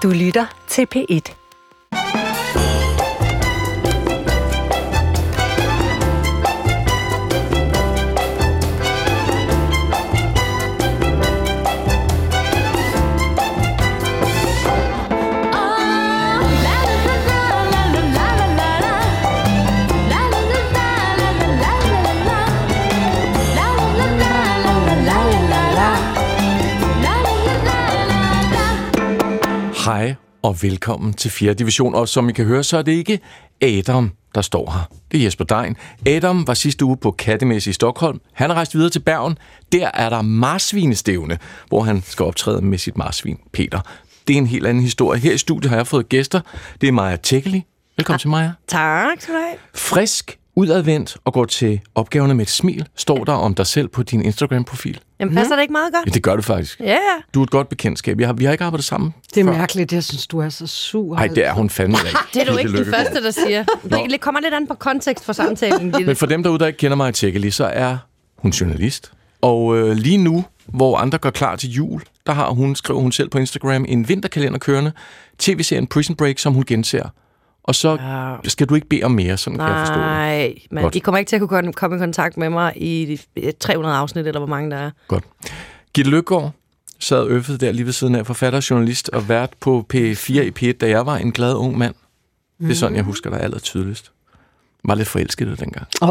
Du lytter til P1. Hej og velkommen til 4. division, og som I kan høre, så er det ikke Adam, der står her. Det er Jesper Dein. Adam var sidste uge på kattemesse i Stockholm. Han er rejst videre til Bergen. Der er der marsvinestævne, hvor han skal optræde med sit marsvin, Peter. Det er en helt anden historie. Her i studiet har jeg fået gæster. Det er Maja Teckeli. Velkommen til Maja. Tak skal du have. Frisk, udadvendt og går til opgaverne med et smil, står der om dig selv på din Instagram-profil. Jamen, passer det ikke meget godt? Ja, det gør du faktisk. Ja. Du er et godt bekendtskab. Vi har ikke arbejdet sammen. Det er mærkeligt. Jeg synes, du er så sur. Nej, det er hun fandme ikke. Det er du ikke den første, der siger. Det kommer lidt an på kontekst for samtalen. Men for dem derude, der ikke kender mig Teckeli, så er hun journalist. Og lige nu, hvor andre går klar til jul, der skriver hun selv på Instagram en vinterkalender kørende, tv-serien Prison Break, som hun genser. Og så skal du ikke bede om mere, sådan kan jeg forstå det. Nej, men I kommer ikke til at kunne komme i kontakt med mig i de 300 afsnit, eller hvor mange der er. Godt. Gitte Løkgaard sad øffet der lige ved siden af, forfatter, journalist og vært på P4 i P1, da jeg var en glad ung mand. Det er sådan, jeg husker dig aller tydeligst. Var lidt forelsket dengang. Nej,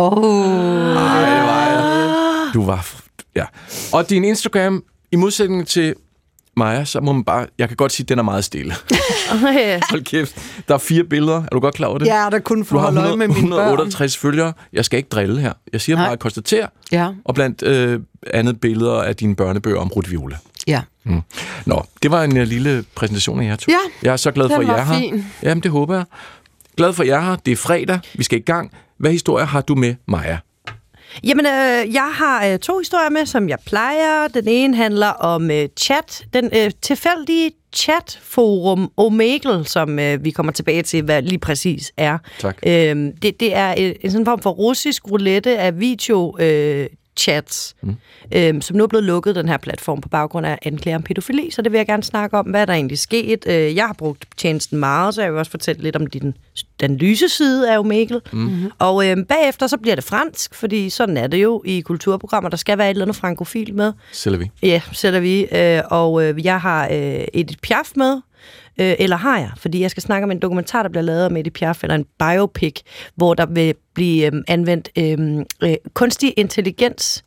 det var jeg. Du var... Ja. Og din Instagram, i modsætning til Maja, så må man bare... Jeg kan godt sige, at den er meget stille. Hold kæft. Der er 4 billeder. Er du godt klar over det? Ja, der kun for at holde øje med mine børn. 168 følgere. Jeg skal ikke drille her. Jeg siger bare at konstatere. Ja. Og blandt andet billeder af dine børnebøger om Ruth Viola. Ja. Nå, det var en lille præsentation af jer to. Ja, jeg er så glad for, at jer her. Fin. Jamen, det håber jeg. Glad for, at jer her. Det er fredag. Vi skal i gang. Hvad historier har du med, Maja? Jamen, jeg har 2 historier med, som jeg plejer. Den ene handler om chat. Den tilfældige chatforum Omegle, som vi kommer tilbage til, hvad lige præcis er. Tak. Det er en sådan form for russisk roulette af video chats, som nu er blevet lukket, den her platform, på baggrund af anklager om pædofili, så det vil jeg gerne snakke om, hvad der egentlig er sket. Jeg har brugt tjenesten meget, så jeg vil også fortælle lidt om den lyse side af Omegle. Og bagefter så bliver det fransk, fordi sådan er det jo i kulturprogrammer, der skal være et eller andet frankofil med. Sælger vi. Ja, sætter vi. Og jeg har Edith Piaf med, eller har jeg? Fordi jeg skal snakke om en dokumentar, der bliver lavet om Edith Piaf, eller en biopic, hvor der vil blive anvendt kunstig intelligens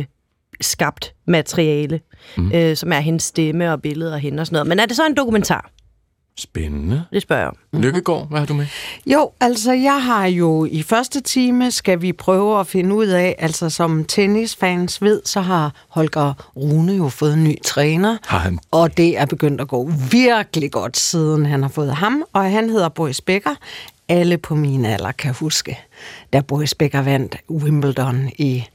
skabt materiale, som er hendes stemme og billeder af hende og sådan noget. Men er det så en dokumentar? Spændende. Det spørger jeg. Løkkegaard, hvad har du med? Jo, altså jeg har jo i første time, skal vi prøve at finde ud af, altså som tennisfans ved, så har Holger Rune jo fået en ny træner. Har han? Og det er begyndt at gå virkelig godt, siden han har fået ham. Og han hedder Boris Becker. Alle på min alder kan huske, da Boris Becker vandt Wimbledon i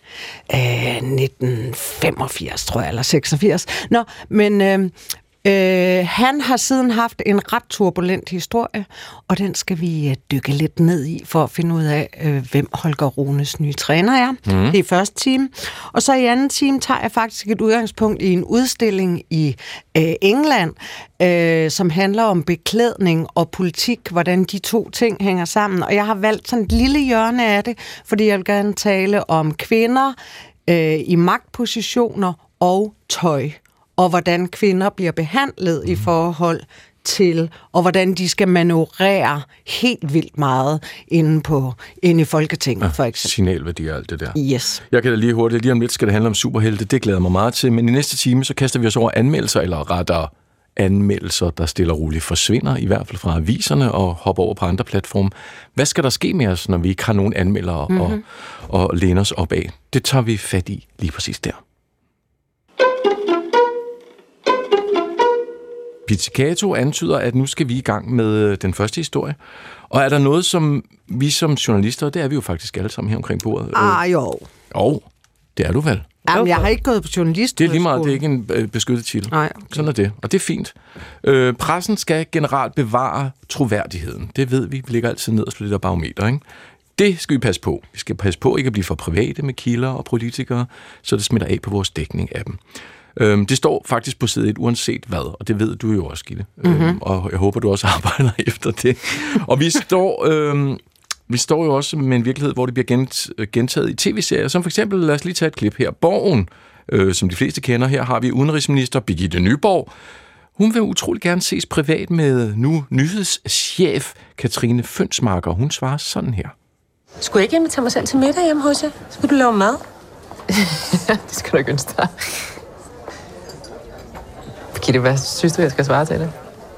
1985, tror jeg, eller 86. Nå, men... han har siden haft en ret turbulent historie, og den skal vi dykke lidt ned i, for at finde ud af, hvem Holger Runes nye træner er. Det er første time. Og så i anden time tager jeg faktisk et udgangspunkt i en udstilling i England, som handler om beklædning og politik, hvordan de 2 ting hænger sammen. Og jeg har valgt sådan et lille hjørne af det, fordi jeg vil gerne tale om kvinder i magtpositioner og tøj, og hvordan kvinder bliver behandlet i forhold til, og hvordan de skal manøvrere helt vildt meget inde i Folketinget, for eksempel. Signalværdi og alt det der. Yes. Jeg kan da lige hurtigt, lige om lidt skal det handle om superhelte, det glæder mig meget til, men i næste time, så kaster vi os over anmeldelser, eller rettere anmeldelser, der stille og roligt forsvinder, i hvert fald fra aviserne, og hopper over på andre platforme. Hvad skal der ske med os, når vi ikke har nogen anmeldere og læner os op af? Det tager vi fat i lige præcis der. Pizzicato antyder, at nu skal vi i gang med den første historie. Og er der noget, som vi som journalister, og det er vi jo faktisk alle sammen her omkring bordet. Jo. Jo, det er du vel. Jamen, jeg har ikke gået på journalist. Det er lige meget, det er ikke en beskyttet titel. Nej. Okay. Sådan er det, og det er fint. Pressen skal generelt bevare troværdigheden. Det ved vi ligger altid ned og slutter barometer, ikke? Det skal vi passe på. Vi skal passe på ikke at blive for private med kilder og politikere, så det smitter af på vores dækning af dem. Det står faktisk på side 1, uanset hvad, og det ved du jo også, Gitte. Og jeg håber, du også arbejder efter det. Og vi står jo også med en virkelighed, hvor det bliver gentaget i tv-serier, som for eksempel, lad os lige tage et klip her, Borgen, som de fleste kender. Her har vi udenrigsminister Birgitte Nyborg. Hun vil utrolig gerne ses privat med nu nyhedschef Katrine Fønsmarker. Hun svarer sådan her. Skulle jeg ikke invitere mig selv til middag hjemme hos jer? Skulle du lave mad? Det skal du ikke ønske dig. Birgitte, hvad synes du, jeg skal svare til det?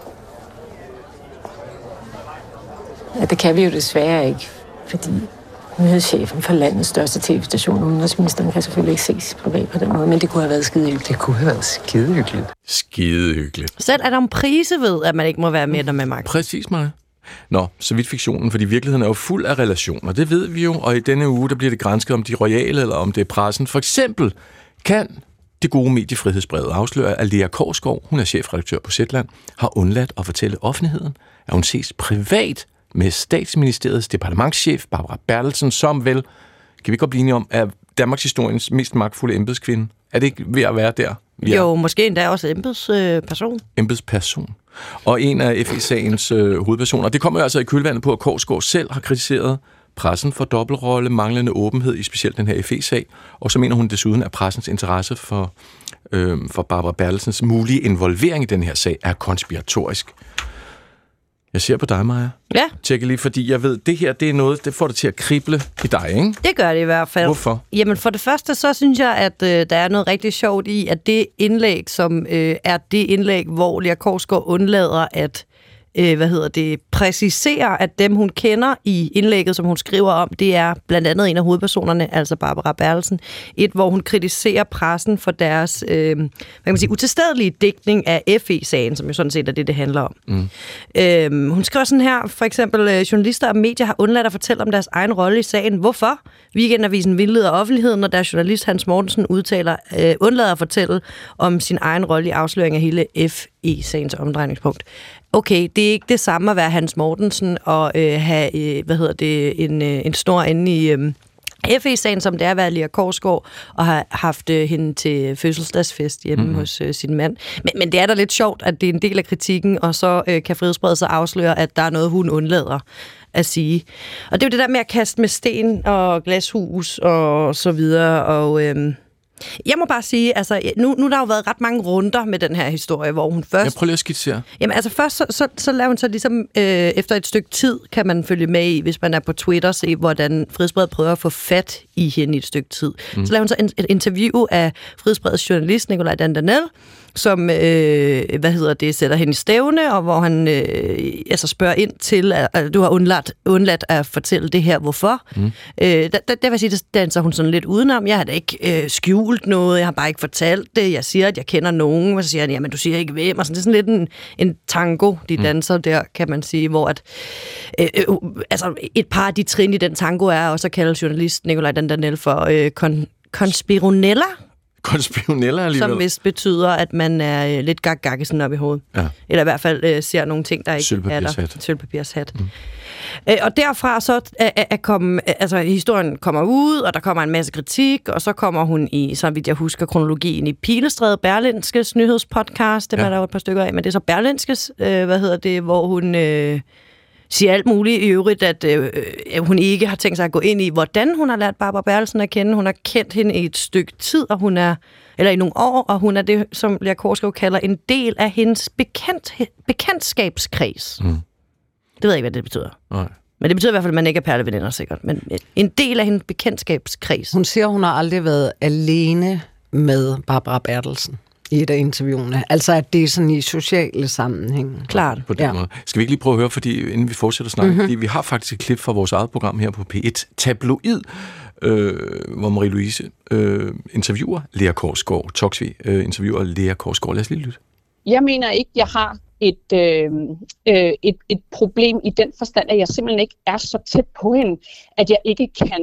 Ja, det kan vi jo desværre ikke, fordi nyhedschefen for landets største tv-station, udenrigsministeren, kan selvfølgelig ikke ses privat på den måde, men det kunne have været skidehyggeligt. Det kunne have været skidehyggeligt. Skidehyggeligt. Selv Adam Prise ved, at man ikke må være med der med magt. Præcis, Maja. Nå, så vidt fiktionen, fordi virkeligheden er jo fuld af relationer, det ved vi jo, og i denne uge, der bliver det gransket, om de royale eller om det er pressen. For eksempel kan det gode mediefrihedsbrevet afsløre, at Lea Korsgaard, hun er chefredaktør på Zetland, har undladt at fortælle offentligheden, at hun ses privat med Statsministeriets departementschef, Barbara Bertelsen, som vel, kan vi godt blive enige om, er Danmarks historiens mest magtfulde embedskvinde. Er det ikke ved at være der? Jo, måske endda også embedsperson. Embedsperson. Og en af FE-sagens hovedpersoner. Det kommer jo altså i kølvandet på, at Korsgaard selv har kritiseret pressen for dobbeltrolle, manglende åbenhed i specielt den her FE-sag. Og så mener hun desuden, at pressens interesse for Barbara Bertelsens mulige involvering i den her sag er konspiratorisk. Jeg ser på dig, Maja. Ja. Tjekke lige, fordi jeg ved, det her, det er noget, det får det til at krible i dig, ikke? Det gør det i hvert fald. Hvorfor? Jamen for det første, så synes jeg, at der er noget rigtig sjovt i, at det indlæg, som er det indlæg, hvor Lea Korsgaard undlader at præcisere, at dem, hun kender i indlægget, som hun skriver om, det er blandt andet en af hovedpersonerne, altså Barbara Bertelsen. Et, hvor hun kritiserer pressen for deres, utilstedelige dækning af FE-sagen, som jo sådan set er det handler om. Hun skriver sådan her, for eksempel, journalister og medier har undladt at fortælle om deres egen rolle i sagen. Hvorfor? Weekendavisen vildleder offentligheden, når deres journalist Hans Mortensen undlader at fortælle om sin egen rolle i afsløring af hele FE-sagens omdrejningspunkt. Okay, det er ikke det samme at være Hans Mortensen og have, en stor inde i FE-sagen, som det er at være Lea Korsgaard, og har haft hende til fødselsdagsfest hjemme hos sin mand. Men det er da lidt sjovt, at det er en del af kritikken, og så kan Frihedsbrevet så afsløre, at der er noget, hun undlader at sige. Og det er jo det der med at kaste med sten og glashus og så videre, og jeg må bare sige, altså, nu der har jo været ret mange runder med den her historie, hvor hun først... Jeg prøver lige at skitsere. Jamen altså først, så laver hun så ligesom, efter et stykke tid, kan man følge med i, hvis man er på Twitter, se hvordan Frihedsbrevet prøver at få fat i hende i et stykke tid. Så laver hun så et interview af Frihedsbredets journalist, Nicolai Dandanel, som, sætter hende i stævne, og hvor han spørger ind til, at du har undladt at fortælle det her, hvorfor. Der vil sige, der danser hun sådan lidt udenom. Jeg har da ikke skjult noget, jeg har bare ikke fortalt det. Jeg siger, at jeg kender nogen, og så siger han, jamen du siger ikke hvem, og sådan. Det er sådan lidt en tango, de danser der, kan man sige, hvor at, et par af de trin i den tango er også at kalde journalist Nicolai Dandanel for konspironella. Konspionella alligevel. Som vist betyder, at man er lidt gakkesen op i hovedet. Ja. Eller i hvert fald ser nogle ting, der ikke er der. Sølvpapirshat. Og derfra så historien kommer ud, og der kommer en masse kritik, og så kommer hun i, så vidt jeg husker, kronologien i Pilestræde, Berlinskes nyhedspodcast, det var der jo et par stykker af, men det er så Berlinskes, hvor hun... siger alt muligt i øvrigt, at hun ikke har tænkt sig at gå ind i, hvordan hun har lært Barbara Bertelsen at kende. Hun har kendt hende i et stykke tid, og hun er, eller i nogle år, og hun er det, som Lea Korsgaard kalder, en del af hendes bekendtskabskreds. Det ved jeg ikke, hvad det betyder. Nej. Men det betyder i hvert fald, at man ikke er perleveninder, sikkert. Men en del af hendes bekendtskabskreds. Hun siger, hun har aldrig været alene med Barbara Bertelsen i et af interviewene. Altså, at det er sådan i sociale sammenhæng. Klart. På den måde. Skal vi ikke lige prøve at høre, fordi inden vi fortsætter at snakke, fordi vi har faktisk et klip fra vores eget program her på P1, Tabloid, hvor Marie-Louise interviewer Lea Korsgaard. Toksvig interviewer Lea Korsgaard. Lad os lige lytte. Jeg mener ikke, jeg har et problem i den forstand, at jeg simpelthen ikke er så tæt på hende, at jeg ikke kan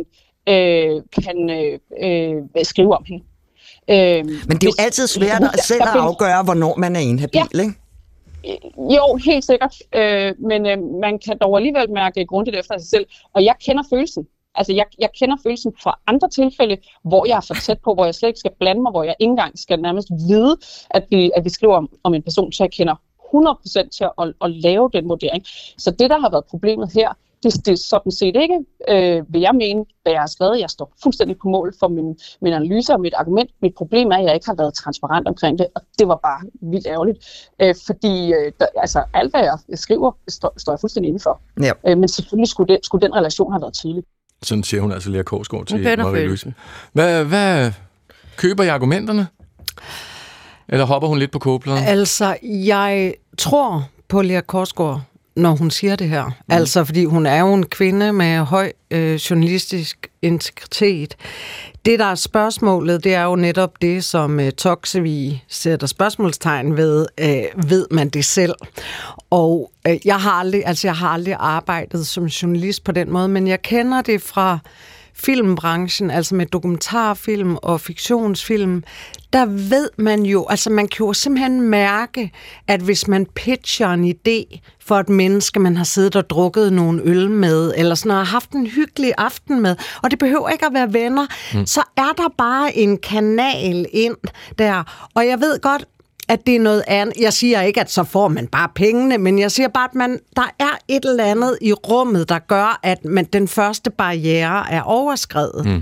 skrive om hende. Men det er jo altid svært at selv at afgøre, hvornår man er inhabil, ikke? Jo, helt sikkert. Men man kan dog alligevel mærke grundigt efter sig selv. Og jeg kender følelsen. Altså, jeg kender følelsen fra andre tilfælde, hvor jeg er for tæt på, hvor jeg slet ikke skal blande mig, hvor jeg ikke engang skal nærmest vide, at vi skriver om en person, så jeg kender 100% til at lave den vurdering. Så det, der har været problemet her, det er sådan set ikke, vil jeg mene, hvad jeg har skrevet. Jeg står fuldstændig på mål for min analyse og mit argument. Mit problem er, at jeg ikke har været transparent omkring det, og det var bare vildt ærgerligt. Fordi alt, hvad jeg skriver, står jeg fuldstændig inde for. Ja. Men selvfølgelig skulle den relation have været tydelig. Sådan siger hun altså Lea Korsgaard til Marie-Louise. Hvad køber I argumenterne? Eller hopper hun lidt på kogepladen? Altså, jeg tror på Lea Korsgaard, når hun siger det her. Altså, fordi hun er jo en kvinde med høj journalistisk integritet. Det, der er spørgsmålet, det er jo netop det, som Toxevi sætter spørgsmålstegn ved. Ved man det selv? Og jeg har aldrig arbejdet som journalist på den måde, men jeg kender det fra filmbranchen, altså med dokumentarfilm og fiktionsfilm. Der ved man jo, altså man kan jo simpelthen mærke, at hvis man pitcher en idé for et menneske, man har siddet og drukket nogle øl med, eller sådan noget, har haft en hyggelig aften med, og det behøver ikke at være venner, så er der bare en kanal ind der. Og jeg ved godt, at det er noget andet. Jeg siger ikke, at så får man bare pengene, men jeg siger bare, at der er et eller andet i rummet, der gør, at den første barriere er overskredet.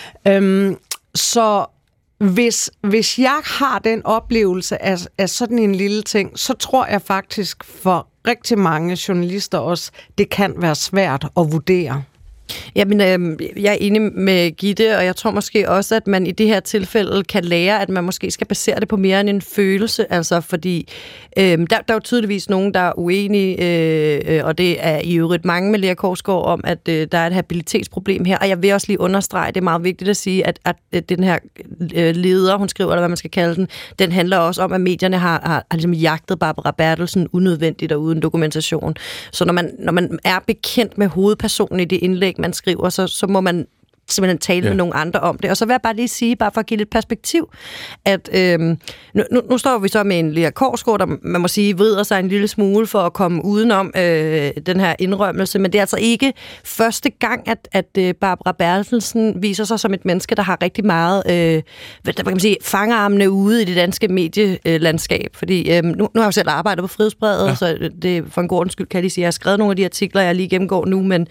Så hvis jeg har den oplevelse af sådan en lille ting, så tror jeg faktisk for rigtig mange journalister også, det kan være svært at vurdere. Jamen, jeg er enig med Gitte, og jeg tror måske også, at man i det her tilfælde kan lære, at man måske skal basere det på mere end en følelse, altså fordi der er jo tydeligvis nogen, der er uenige, og det er i øvrigt mange med Lea Korsgaard om, at der er et habilitetsproblem her, og jeg vil også lige understrege, det er meget vigtigt at sige, at den her leder, hun skriver, eller hvad man skal kalde den handler også om, at medierne har ligesom jagtet Barbara Bertelsen unødvendigt og uden dokumentation. Så når man er bekendt med hovedpersonen i det indlæg, man skriver, så må man simpelthen tale med nogle andre om det. Og så vil jeg bare lige sige, bare for at give lidt perspektiv, at nu står vi så med en Lea Korsgaard, der man må sige, vrider sig en lille smule for at komme udenom den her indrømmelse, men det er altså ikke første gang, at Barbara Bertelsen viser sig som et menneske, der har rigtig meget hvad kan man sige, fangerarmene ude i det danske medielandskab. Fordi nu har jeg jo selv arbejdet på Frihedsbrevet, så det for en god skyld kan jeg lige sige, at jeg har skrevet nogle af de artikler, jeg lige gennemgår nu, men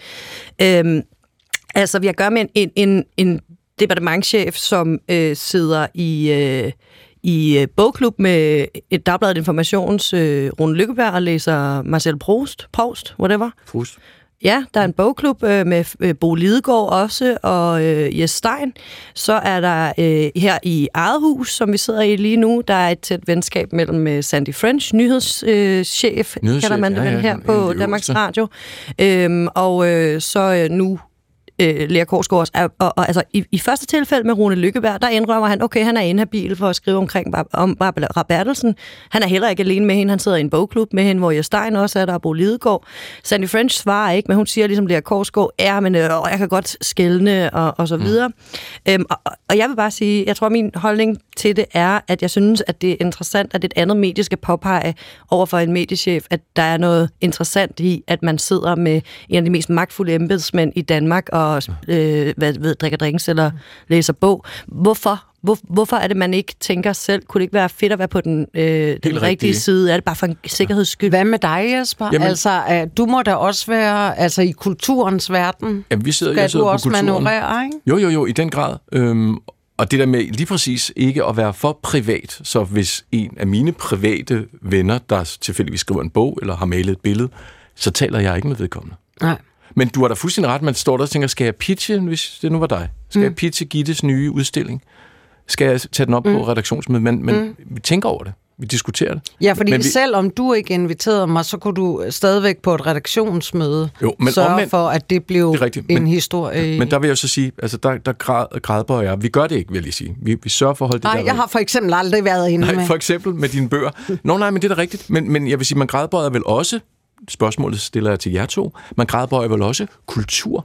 altså, vi har at gøre med en departementschef, som sidder i bogklub med et Dagbladet Informations Rune Lykkeberg og læser Marcel Proust, whatever. Proust. Ja, der er en bogklub med Bo Lidegaard også, og Jes Stein. Så er der her i eget hus, som vi sidder i lige nu, der er et tæt venskab mellem Sandy French, nyhedschef, kalder man det her på Danmarks Radio. Og så nu Lea Korsgaard. Og altså, i første tilfælde med Rune Lykkeberg, der indrømmer han, okay, han er inhabil for at skrive om Barbara Bertelsen. Han er heller ikke alene med hende. Han sidder i en bogklub med hende, hvor Jes Stein også er der, og Bo Lidegaard. Sandy French svarer ikke, men hun siger ligesom Lea Korsgaard, men jeg kan godt skelne, og så videre. Og jeg vil bare sige, jeg tror, min holdning til det er, at jeg synes, at det er interessant, at et andet medie skal påpege over for en mediechef, at der er noget interessant i, at man sidder med en af de mest magtfulde embedsmænd i Danmark og drikker drinks eller læser bog. Hvorfor er det, man ikke tænker selv, kunne det ikke være fedt at være på den rigtige side? Er det bare for en sikkerheds skyld? Hvad med dig, Jesper? Jamen, altså, du må da også være altså, i kulturens verden. Jamen, jeg sidder du også manøvrere, ikke? Jo, i den grad. Og det der med lige præcis ikke at være for privat, så hvis en af mine private venner, der tilfældigvis skriver en bog eller har malet et billede, så taler jeg ikke med vedkommende. Nej. Men du har da fuldstændig ret, man står der og tænker, skal jeg pitche, hvis det nu var dig? Skal jeg pitche Gittes nye udstilling? Skal jeg tage den op på redaktionsmødet? Men vi tænker over det. Vi diskuterer det. Ja, fordi selvom du ikke inviterede mig, så kunne du stadigvæk på et redaktionsmøde sørge for, at det blev en historie. Men der vil jeg så sige, altså der grædbøjer jeg. Vi gør det ikke, vil jeg lige sige. Vi sørger for at holde det der. Nej, jeg har for eksempel aldrig været inde med. Nej, for eksempel med dine bøger. Nej, men det er da rigtigt. Men jeg vil sige, man grædbøjer vel også, spørgsmålet stiller jeg til jer to, man grædbøjer vel også kultur.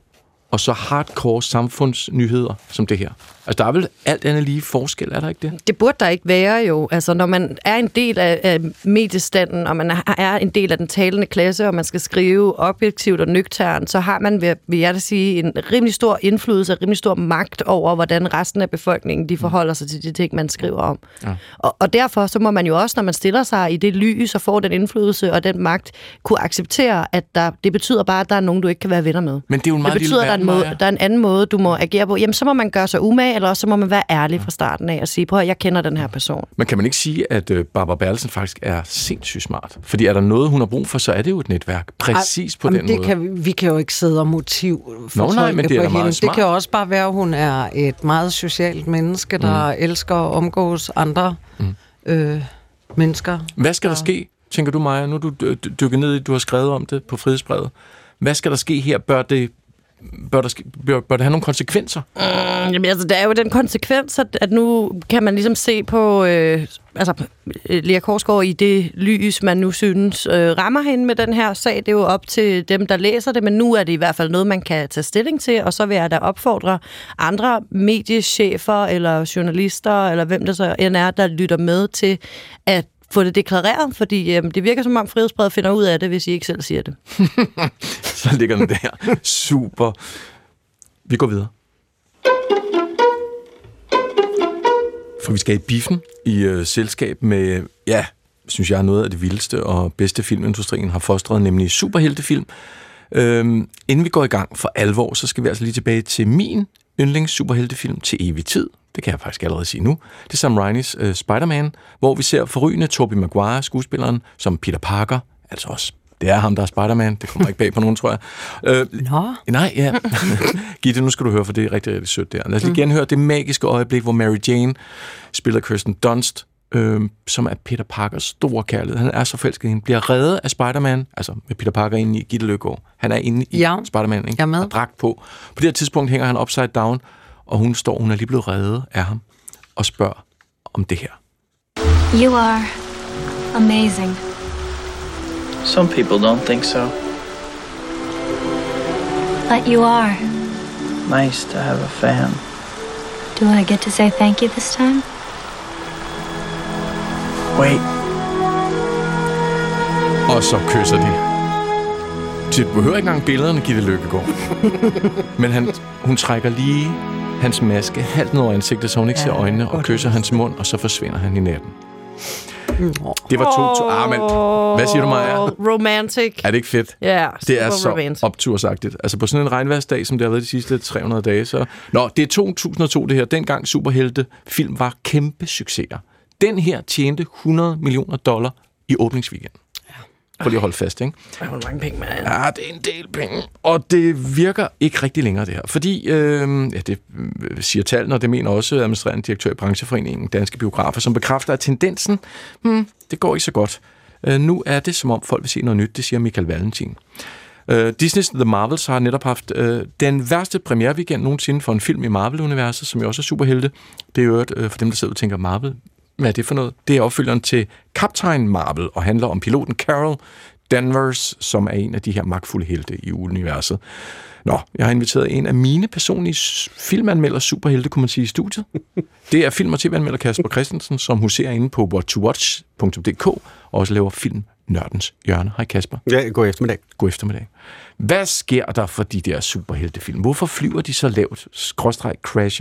og så hardcore samfundsnyheder som det her? Altså, der er vel alt andet lige forskel, er der ikke det? Det burde der ikke være jo. Altså, når man er en del af mediestanden, og man er en del af den talende klasse, og man skal skrive objektivt og nøgternt, så har man, vil jeg da sige, en rimelig stor indflydelse, en rimelig stor magt over, hvordan resten af befolkningen de forholder sig til de ting, man skriver om. Ja. Og derfor så må man jo også, når man stiller sig i det lys og får den indflydelse og den magt, kunne acceptere, at det betyder bare, at der er nogen, du ikke kan være venner med. Men det er jo en meget betyder, at der er en anden måde, du må agere på. Jamen, så må man gøre sig umage, eller også så må man være ærlig fra starten af og sige, prøv at jeg kender den her person. Men kan man ikke sige, at Barbara Bertelsen faktisk er sindssygt smart? Fordi er der noget, hun har brug for, så er det jo et netværk. Præcis på den måde. Vi kan jo ikke sidde og motiv for nej, men det er da meget smart. Det kan også bare være, at hun er et meget socialt menneske, der elsker at omgås andre mennesker. Hvad skal der ske, tænker du, Maja? Nu er du dykket ned i, du har skrevet om det på Frihedsbrevet. Hvad skal der ske her? Bør det have nogle konsekvenser? Jamen, altså, der er jo den konsekvens, at nu kan man ligesom se på Lea Korsgaard i det lys, man nu synes rammer hende med den her sag. Det er jo op til dem, der læser det, men nu er det i hvert fald noget, man kan tage stilling til, og så vil jeg da opfordre andre mediechefer eller journalister, eller hvem der så end er, der lytter med til at få det deklareret, fordi det virker som om Frihedsbrevet finder ud af det, hvis I ikke selv siger det. Så ligger den der. Super. Vi går videre. For vi skal i biffen i selskab med, synes jeg, noget af det vildeste og bedste filmindustrien har fostret, nemlig superheltefilm. Inden vi går i gang for alvor, så skal vi altså lige tilbage til min yndlings superheltefilm til evig tid. Det kan jeg faktisk allerede sige nu. Det er Sam Raimis Spider-Man, hvor vi ser forrygende Tobey Maguire, skuespilleren, som Peter Parker, altså også. Det er ham, der er Spider-Man. Det kommer ikke bag på nogen, tror jeg. Nej, ja. Gitte, nu skal du høre, for det er rigtig, rigtig sødt der. Lad os lige genhøre det magiske øjeblik, hvor Mary Jane spiller Kirsten Dunst, som er Peter Parkers store kærlighed. Han er så forelsket i hende. Bliver reddet af Spider-Man, altså med Peter Parker inde i Gitte Løkgaard. Han er inde i Spider-Man, ikke? Og dragt på. På det her tidspunkt hænger han upside down, og hun er lige blevet reddet af ham, og spørger om det her. You are amazing. Some people don't think so. But you are. Nice to have a fan. Do I get to say thank you this time? Wait. Og så kysser de. Så du behøver ikke engang billederne, Gitte Løkkegaard. Men hun trækker lige hans maske halvt ned over ansigtet, så hun ikke ser øjnene, og kysser hans mund, og så forsvinder han i natten. Det var men hvad siger du, Maja? Romantic. Er det ikke fedt? Ja, det er så romantic. Optursagtigt. Altså på sådan en regnværsdag, som det har været de sidste 300 dage, så... Nå, det er 2002 det her. Dengang superheltefilm var kæmpe succeser. Den her tjente $100 million i åbningsweekend. Prøv lige at holde fast, ikke? Hvor mange penge, man er. Ja, det er en del penge. Og det virker ikke rigtig længere, det her. Fordi, det siger tallene, og det mener også administrerende direktør i brancheforeningen Danske Biografer, som bekræfter, at tendensen, det går ikke så godt. Nu er det, som om folk vil se noget nyt, det siger Michael Valentin. Disney's The Marvels har netop haft den værste premiereweekend nogensinde for en film i Marvel-universet, som jo også er superhelte. Det er jo for dem, der sidder og tænker, Marvel, hvad er det for noget? Det er opfølgeren til Captain Marvel, og handler om piloten Carol Danvers, som er en af de her magtfulde helte i universet. Nå, jeg har inviteret en af mine personlige filmanmelder superhelte, kunne man sige, i studiet. Det er film- og tv-anmelder Kasper Christensen, som huserer inde på whattowatch.dk, og også laver film Nørdens Hjørne. Hej Kasper. Ja, god eftermiddag. God eftermiddag. Hvad sker der for de der superheltefilm? Hvorfor flyver de så lavt? /crasher?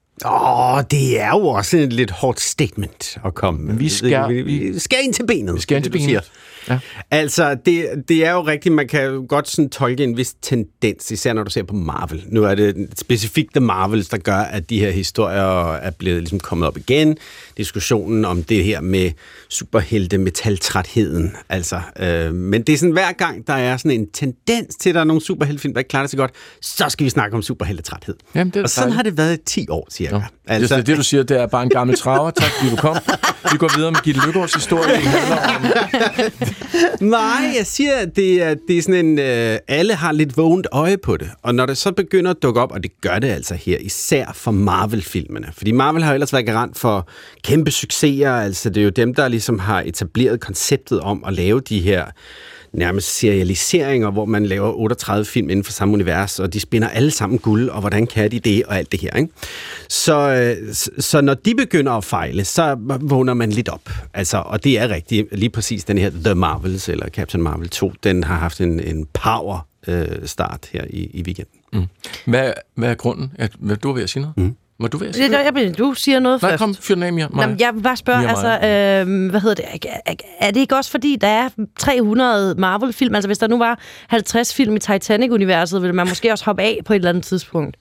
Det er jo også et lidt hårdt statement at komme med. Vi skal ind til benet. Vi skal ind til benet. Ja. Altså, det er jo rigtigt, man kan godt sådan tolke en vis tendens, især når du ser på Marvel. Nu er det specifikt The Marvels, der gør, at de her historier er blevet ligesom kommet op igen. Diskussionen om det her med superhelte metaltrætheden. Altså, men det er sådan, hver gang der er sådan en tendens til, at der er nogle superheltefilm, der ikke klarer det så godt, så skal vi snakke om superheltetræthed. Jamen, og sådan har det været i 10 år, cirka. Ja. Altså, det du siger, det er bare en gammel traver. Tak, fordi du kom. Vi går videre med Gitte Løkgaards historie. Nej, jeg siger, at det er sådan en... alle har lidt vågent øje på det. Og når det så begynder at dukke op, og det gør det altså her, især for Marvel-filmene. Fordi Marvel har jo ellers været garant for kæmpe succeser. Altså, det er jo dem, der ligesom har etableret konceptet om at lave de her nærmest serialiseringer, hvor man laver 38 film inden for samme univers, og de spinder alle sammen guld, og hvordan kan de det, og alt det her, ikke? Så når de begynder at fejle, så vågner man lidt op. Altså, og det er rigtigt. Lige præcis den her The Marvels, eller Captain Marvel 2, den har haft en power start her i weekenden. Mm. Hvad er grunden? Hvad du er ved at sige noget? Mm. Var du ved at sige noget? Du siger noget først. Nej, kom, fyr den af, Mia. Jeg vil bare spørge, hvad hedder det? Er det ikke også fordi, der er 300 Marvel-film? Altså, hvis der nu var 50 film i Titanic-universet, ville man måske også hoppe af på et eller andet tidspunkt?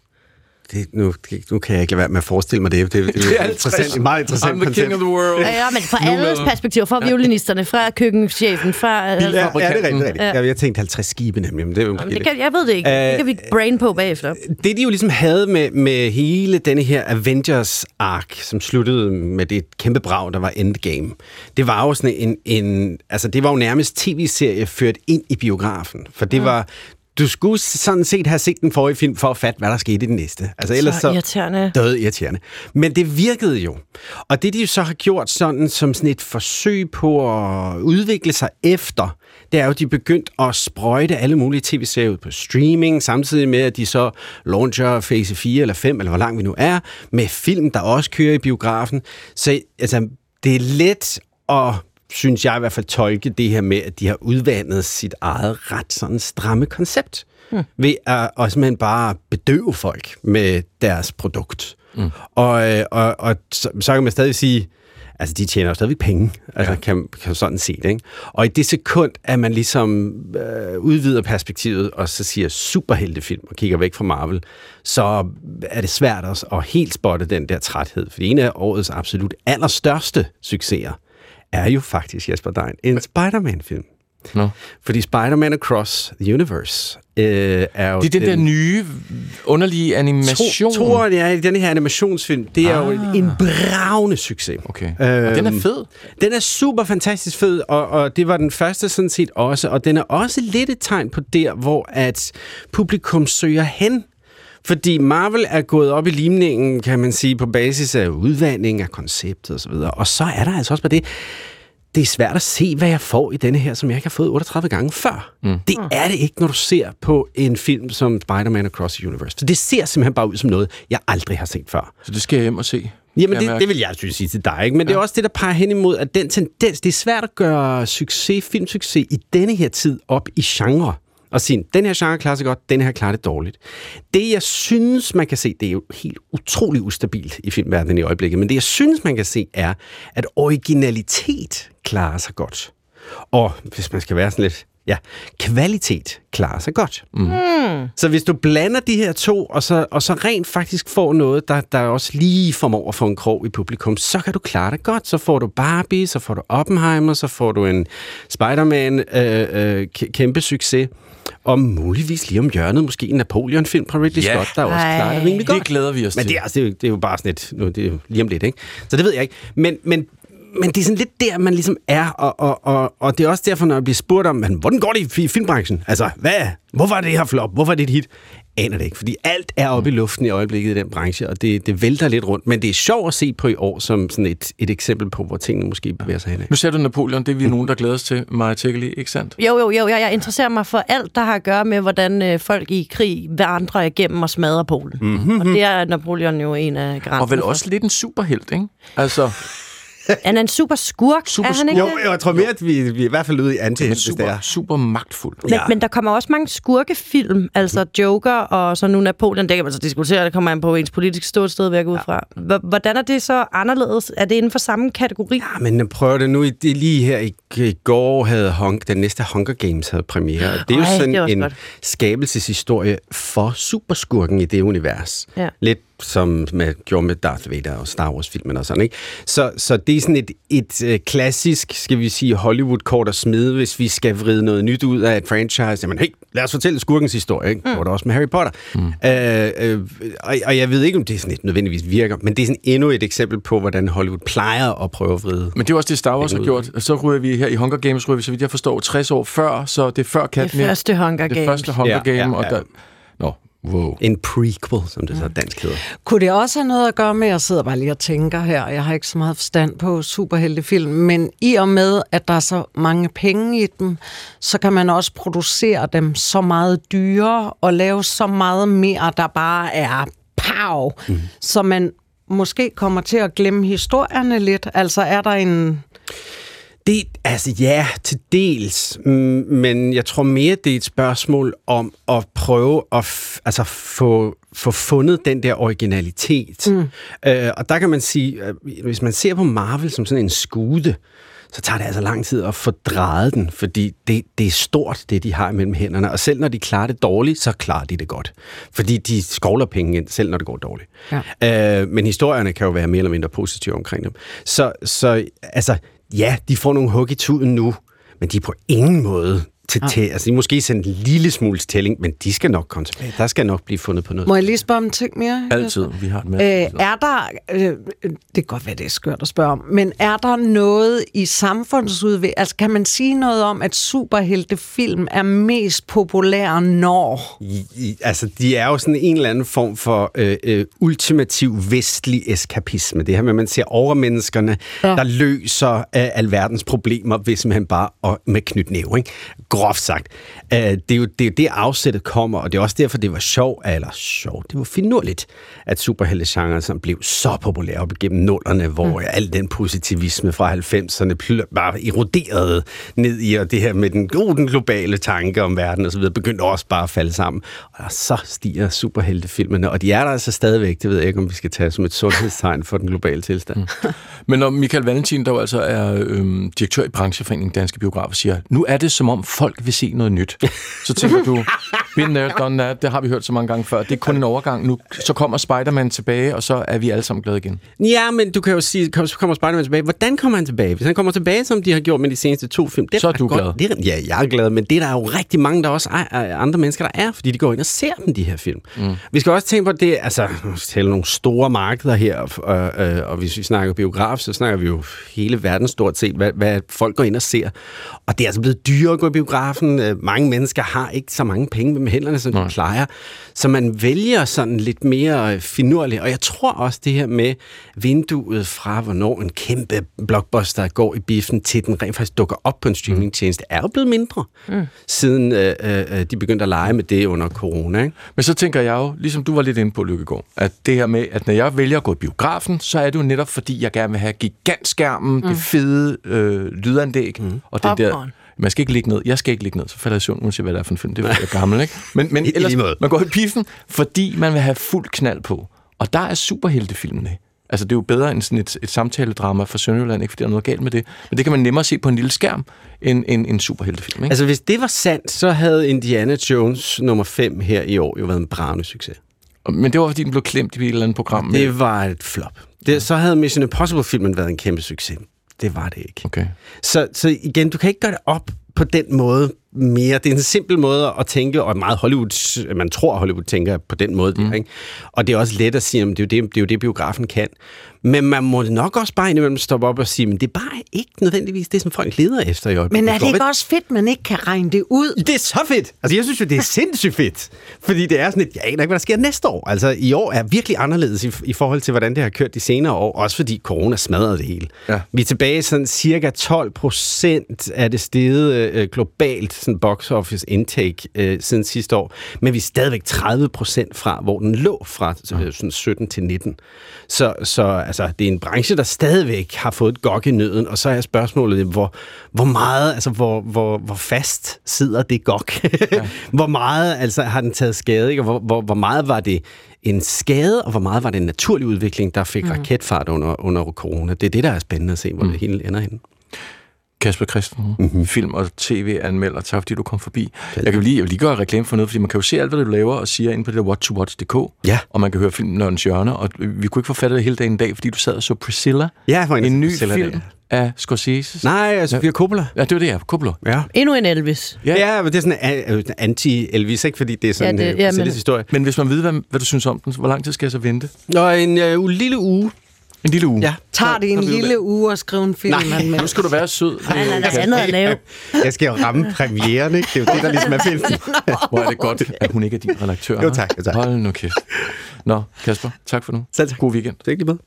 Nu kan jeg ikke lade være med at forestille mig det. Det er et meget interessant koncept. I'm the king of the world. Ja, men fra alles perspektiv, fra violinisterne, fra køkkenchefen, fra... Ja, det er rigtigt. Ja. Jeg tænkte 50 skibe nemlig, men det er jo jeg ved det ikke. Det kan vi brain på bagefter. Det, de jo ligesom havde med hele denne her Avengers-ark, som sluttede med det kæmpe brag, der var Endgame, det var jo sådan altså det var jo nærmest tv-serie ført ind i biografen, for det var... Du skulle sådan set have set den forrige film for at fatte, hvad der skete i den næste. Altså, ellers så irriterende. Død irriterende. Men det virkede jo. Og det, de så har gjort sådan som sådan et forsøg på at udvikle sig efter, det er jo, de begyndt at sprøjte alle mulige tv-serier ud på streaming, samtidig med, at de så launcher fase 4 eller 5, eller hvor langt vi nu er, med film, der også kører i biografen. Så altså, det er let at... synes jeg i hvert fald tolke det her med, at de har udvandet sit eget ret sådan stramme koncept, ved at simpelthen bare bedøve folk med deres produkt. Og så kan man stadig sige, altså de tjener jo stadig penge, altså kan sådan set, ikke? Og i det sekund, at man ligesom udvider perspektivet, og så siger superheltefilm, og kigger væk fra Marvel, så er det svært også at helt spotte den der træthed, for en af årets absolut allerstørste succeser, er jo faktisk, Jesper Dein, en Spider-Man-film. No. Fordi Spider-Man Across the Universe er jo... Det er den der nye, underlige animation. Toren, ja, den her animationsfilm, det er jo en bragende succes. Okay. Og den er fed. Den er super fantastisk fed, og det var den første sådan set også, og den er også lidt et tegn på der, hvor at publikum søger hen. Fordi Marvel er gået op i limningen, kan man sige, på basis af udvandring af konceptet osv. Og så er der altså også på det, det er svært at se, hvad jeg får i denne her, som jeg ikke har fået 38 gange før. Det er det ikke, når du ser på en film som Spider-Man Across the Universe. For det ser simpelthen bare ud som noget, jeg aldrig har set før. Så det skal jeg hjem og se? Jamen, det vil jeg sige til dig, ikke? Men det er også det, der peger hen imod, at den tendens, det er svært at gøre filmsucces i denne her tid op i genre. Og sige, den her genre klarer sig godt, den her klarer det dårligt. Det, jeg synes, man kan se, det er jo helt utroligt ustabilt i filmverdenen i øjeblikket, men det, jeg synes, man kan se, er, at originalitet klarer sig godt. Og hvis man skal være sådan lidt, kvalitet klarer sig godt. Så hvis du blander de her to, og så rent faktisk får noget, der også lige formår at få en krog i publikum, så kan du klare det godt. Så får du Barbie, så får du Oppenheimer, så får du en Spider-Man kæmpe succes. Og muligvis lige om hjørnet, måske en Napoleon-film fra Ridley Scott, der også klarer det rimelig godt. Det glæder vi os til. Men det er jo bare sådan et, nu, det er jo lige om lidt, ikke? Så det ved jeg ikke. Men det er sådan lidt der, man ligesom er, og det er også derfor, når jeg bliver spurgt om, hvordan går det i filmbranchen? Altså, hvorfor er det her flop? Hvorfor er det et hit? Aner det ikke, fordi alt er oppe i luften i øjeblikket i den branche, og det vælter lidt rundt. Men det er sjovt at se på i år som sådan et eksempel på, hvor tingene måske bevæger sig henad. Nu ser du Napoleon, det er vi nogen, der glæder os til, Maja Tekeli, ikke sandt? Jo, jeg interesserer mig for alt, der har at gøre med, hvordan folk i krig vandrer igennem og smadrer Polen. Mm-hmm. Og det er Napoleon jo en af grænserne. Og vel også lidt en superhelt, ikke? Altså... Han er en super skurk, er han ikke? Jo, jeg tror mere, at vi er i hvert fald ude i antihelt, hvis det er. Super magtfuld. Men der kommer også mange skurkefilm, altså Joker og så nu Napoleon. Det kan man så diskutere, det kommer an på ens politiske ståsted, vil jeg gå ud fra. Hvordan er det så anderledes? Er det inden for samme kategori? Ja, men prøv det nu. Det lige her i går havde den næste Hunger Games havde premiere. Det er jo sådan en skabelseshistorie for superskurken i det univers. Ja. Lidt som man gjorde med Darth Vader og Star Wars-filmen og sådan, ikke? Så det er sådan et klassisk, skal vi sige, Hollywood-kort at smide, hvis vi skal vride noget nyt ud af et franchise. Jamen, hey, lad os fortælle skurkens historie, ikke? Det var det også med Harry Potter. Og jeg ved ikke, om det sådan et nødvendigvis virker, men det er sådan endnu et eksempel på, hvordan Hollywood plejer at prøve at vride. Men det er også det, Star Wars har gjort. Så ryger vi her i Hunger Games, så vidt jeg forstår, 60 år før, så det er før Katniss. Det første Hunger Game. Det første Hunger Game, og der... Wow. En prequel, som det så dansk hedder. Kunne det også have noget at gøre med, jeg sidder bare lige og tænker her, jeg har ikke så meget forstand på superheltefilm, men i og med, at der er så mange penge i dem, så kan man også producere dem så meget dyrere og lave så meget mere, der bare er pow, så man måske kommer til at glemme historierne lidt. Altså er der en... Ja, til dels, men jeg tror mere, det er et spørgsmål om at prøve at få fundet den der originalitet. Og der kan man sige, hvis man ser på Marvel som sådan en skude, så tager det altså lang tid at få drejet den, fordi det er stort, det de har imellem hænderne. Og selv når de klarer det dårligt, så klarer de det godt. Fordi de skovler penge ind, selv når det går dårligt. Ja. Men historierne kan jo være mere eller mindre positive omkring dem. Så ja, de får nogle hug i tuden nu, men de er på ingen måde altså, de er måske sendt en lille smule til tælling, men de skal nok komme tilbage. Der skal nok blive fundet på noget. Må jeg lige spørge om en ting mere? Altid, vi har det med. Er der, det kan godt være, det er skørt at spørge om, men er der noget i samfundsudvikling? Altså, kan man sige noget om, at superheltefilm er mest populære når? Altså, de er jo sådan en eller anden form for ultimativ vestlig eskapisme. Det her med, at man ser overmenneskerne, der løser alverdens problemer, hvis man bare med knytnæve, ikke? Groft sagt. Det er jo det afsættet kommer, og det er også derfor, det var det var finurligt, at superheltegenren som blev så populær op igennem nullerne, hvor al den positivisme fra 90'erne bare eroderede ned i, og det her med den globale tanke om verden og så videre, begyndte også bare at falde sammen. Og så stiger superheltefilmene, og de er der altså stadigvæk, det ved jeg ikke, om vi skal tage som et sundhedstegn for den globale tilstand. Men når Michael Valentin, der jo altså er direktør i brancheforeningen Danske Biografer, siger, nu er det som om folk vil se noget nyt. Så tænker du, been there, done that, det har vi hørt så mange gange før. Det er kun en overgang. Nu så kommer Spider-Man tilbage, og så er vi alle sammen glade igen. Ja, men du kan jo sige, så kommer Spider-Man tilbage. Hvordan kommer han tilbage? Hvis han kommer tilbage, som de har gjort med de seneste 2 film, så er du glad. Ja, jeg er glad, men det er der jo rigtig mange, der også er andre mennesker, der er, fordi de går ind og ser dem, de her film. Vi skal også tænke på, det altså, tælle nogle store markeder her, og hvis vi snakker biograf, så snakker vi jo hele verden stort set, hvad folk går ind og ser. Og det er altså blevet dyrere at gå i biografen. Mange mennesker har ikke så mange penge med hænderne, som de plejer. Så man vælger sådan lidt mere finurligt. Og jeg tror også det her med vinduet fra, hvornår en kæmpe blockbuster går i biffen, til den rent faktisk dukker op på en streamingtjeneste, er jo blevet mindre, siden de begyndte at lege med det under corona. Ikke? Men så tænker jeg jo, ligesom du var lidt inde på, Lykkegaard, at det her med, at når jeg vælger at gå i biografen, så er det jo netop fordi, jeg gerne vil have gigantskærmen, det fede lydanlæg, og det der... Man skal ikke ligge ned. Jeg skal ikke ligge ned, så falder jeg i søvn, uanset hvad det er for en film. Det er jeg gammel, ikke? Men ellers, man går i biffen, fordi man vil have fuld knald på. Og der er superheltefilmene. Altså, det er jo bedre end sådan et samtaledrama fra Sønderjylland, ikke fordi der er noget galt med det. Men det kan man nemmere se på en lille skærm, end en superheltefilm, ikke? Altså, hvis det var sandt, så havde Indiana Jones nummer 5 her i år jo været en bravende succes. Men det var, fordi den blev klemt i et eller andet program. Det var et flop. Så havde Mission Impossible-filmen været en kæmpe succes. Det var det ikke. Okay. Så igen, du kan ikke gøre det op på den måde mere. Det er en simpel måde at tænke, og meget Hollywood, man tror, Hollywood tænker på den måde. Der, ikke? Og det er også let at sige, at det er jo det, biografen kan. Men man må nok også bare indimellem stoppe op og sige, men det er bare ikke nødvendigvis det, som folk leder efter i øjeblikket. Men er det ikke også fedt, man ikke kan regne det ud? Det er så fedt. Altså, jeg synes jo, det er sindssygt fedt. Fordi det er sådan et, jeg aner ikke, hvad der sker næste år. Altså, i år er virkelig anderledes i forhold til, hvordan det har kørt de senere år. Også fordi corona smadrede det hele. Ja. Vi er tilbage sådan cirka 12% af det steget globalt sådan box office intake siden sidste år. Men vi er stadigvæk 30% fra, hvor den lå fra sådan 17 til 19. Så altså, det er en branche, der stadigvæk har fået et gok i nøden, og så er spørgsmålet, hvor meget, altså hvor fast sidder det gok? Ja. Hvor meget altså har den taget skade, ikke? Og hvor meget var det en skade, og hvor meget var det en naturlig udvikling, der fik raketfart under corona? Det er det, der er spændende at se, hvor det hele ender henne. Kasper Christensen, film- og tv-anmelder. Tak, fordi du kom forbi. Jeg vil lige gøre reklame for noget, fordi man kan jo se alt, hvad du laver og siger inde på det der watchtowatch.dk, og man kan høre filmen Nørens Hjørne, og vi kunne ikke få fattet det hele dagen i dag, fordi du sad og så Priscilla, en ny film af Scorsese. Nej, Sofia Coppola. Ja, det var det, Coppola. Ja. Endnu en Elvis. Ja, men det er sådan anti-Elvis, ikke? Fordi det er sådan en historie. Men hvis man ved, hvad du synes om den, hvor lang tid skal jeg så vente? En lille uge. En lille uge. Ja. Tager det en lille uge at skrive en film? Nej, nu skal du være sød. Nej, der er andet at lave. Jeg skal jo ramme premieren, ikke? Det er jo det, der ligesom er filmen. Hvor er det godt, at hun ikke er din redaktør. Jo, tak. Hold nu kæft. Nå, Kasper, tak for nu. Selv tak. God weekend. Det er ikke lige med.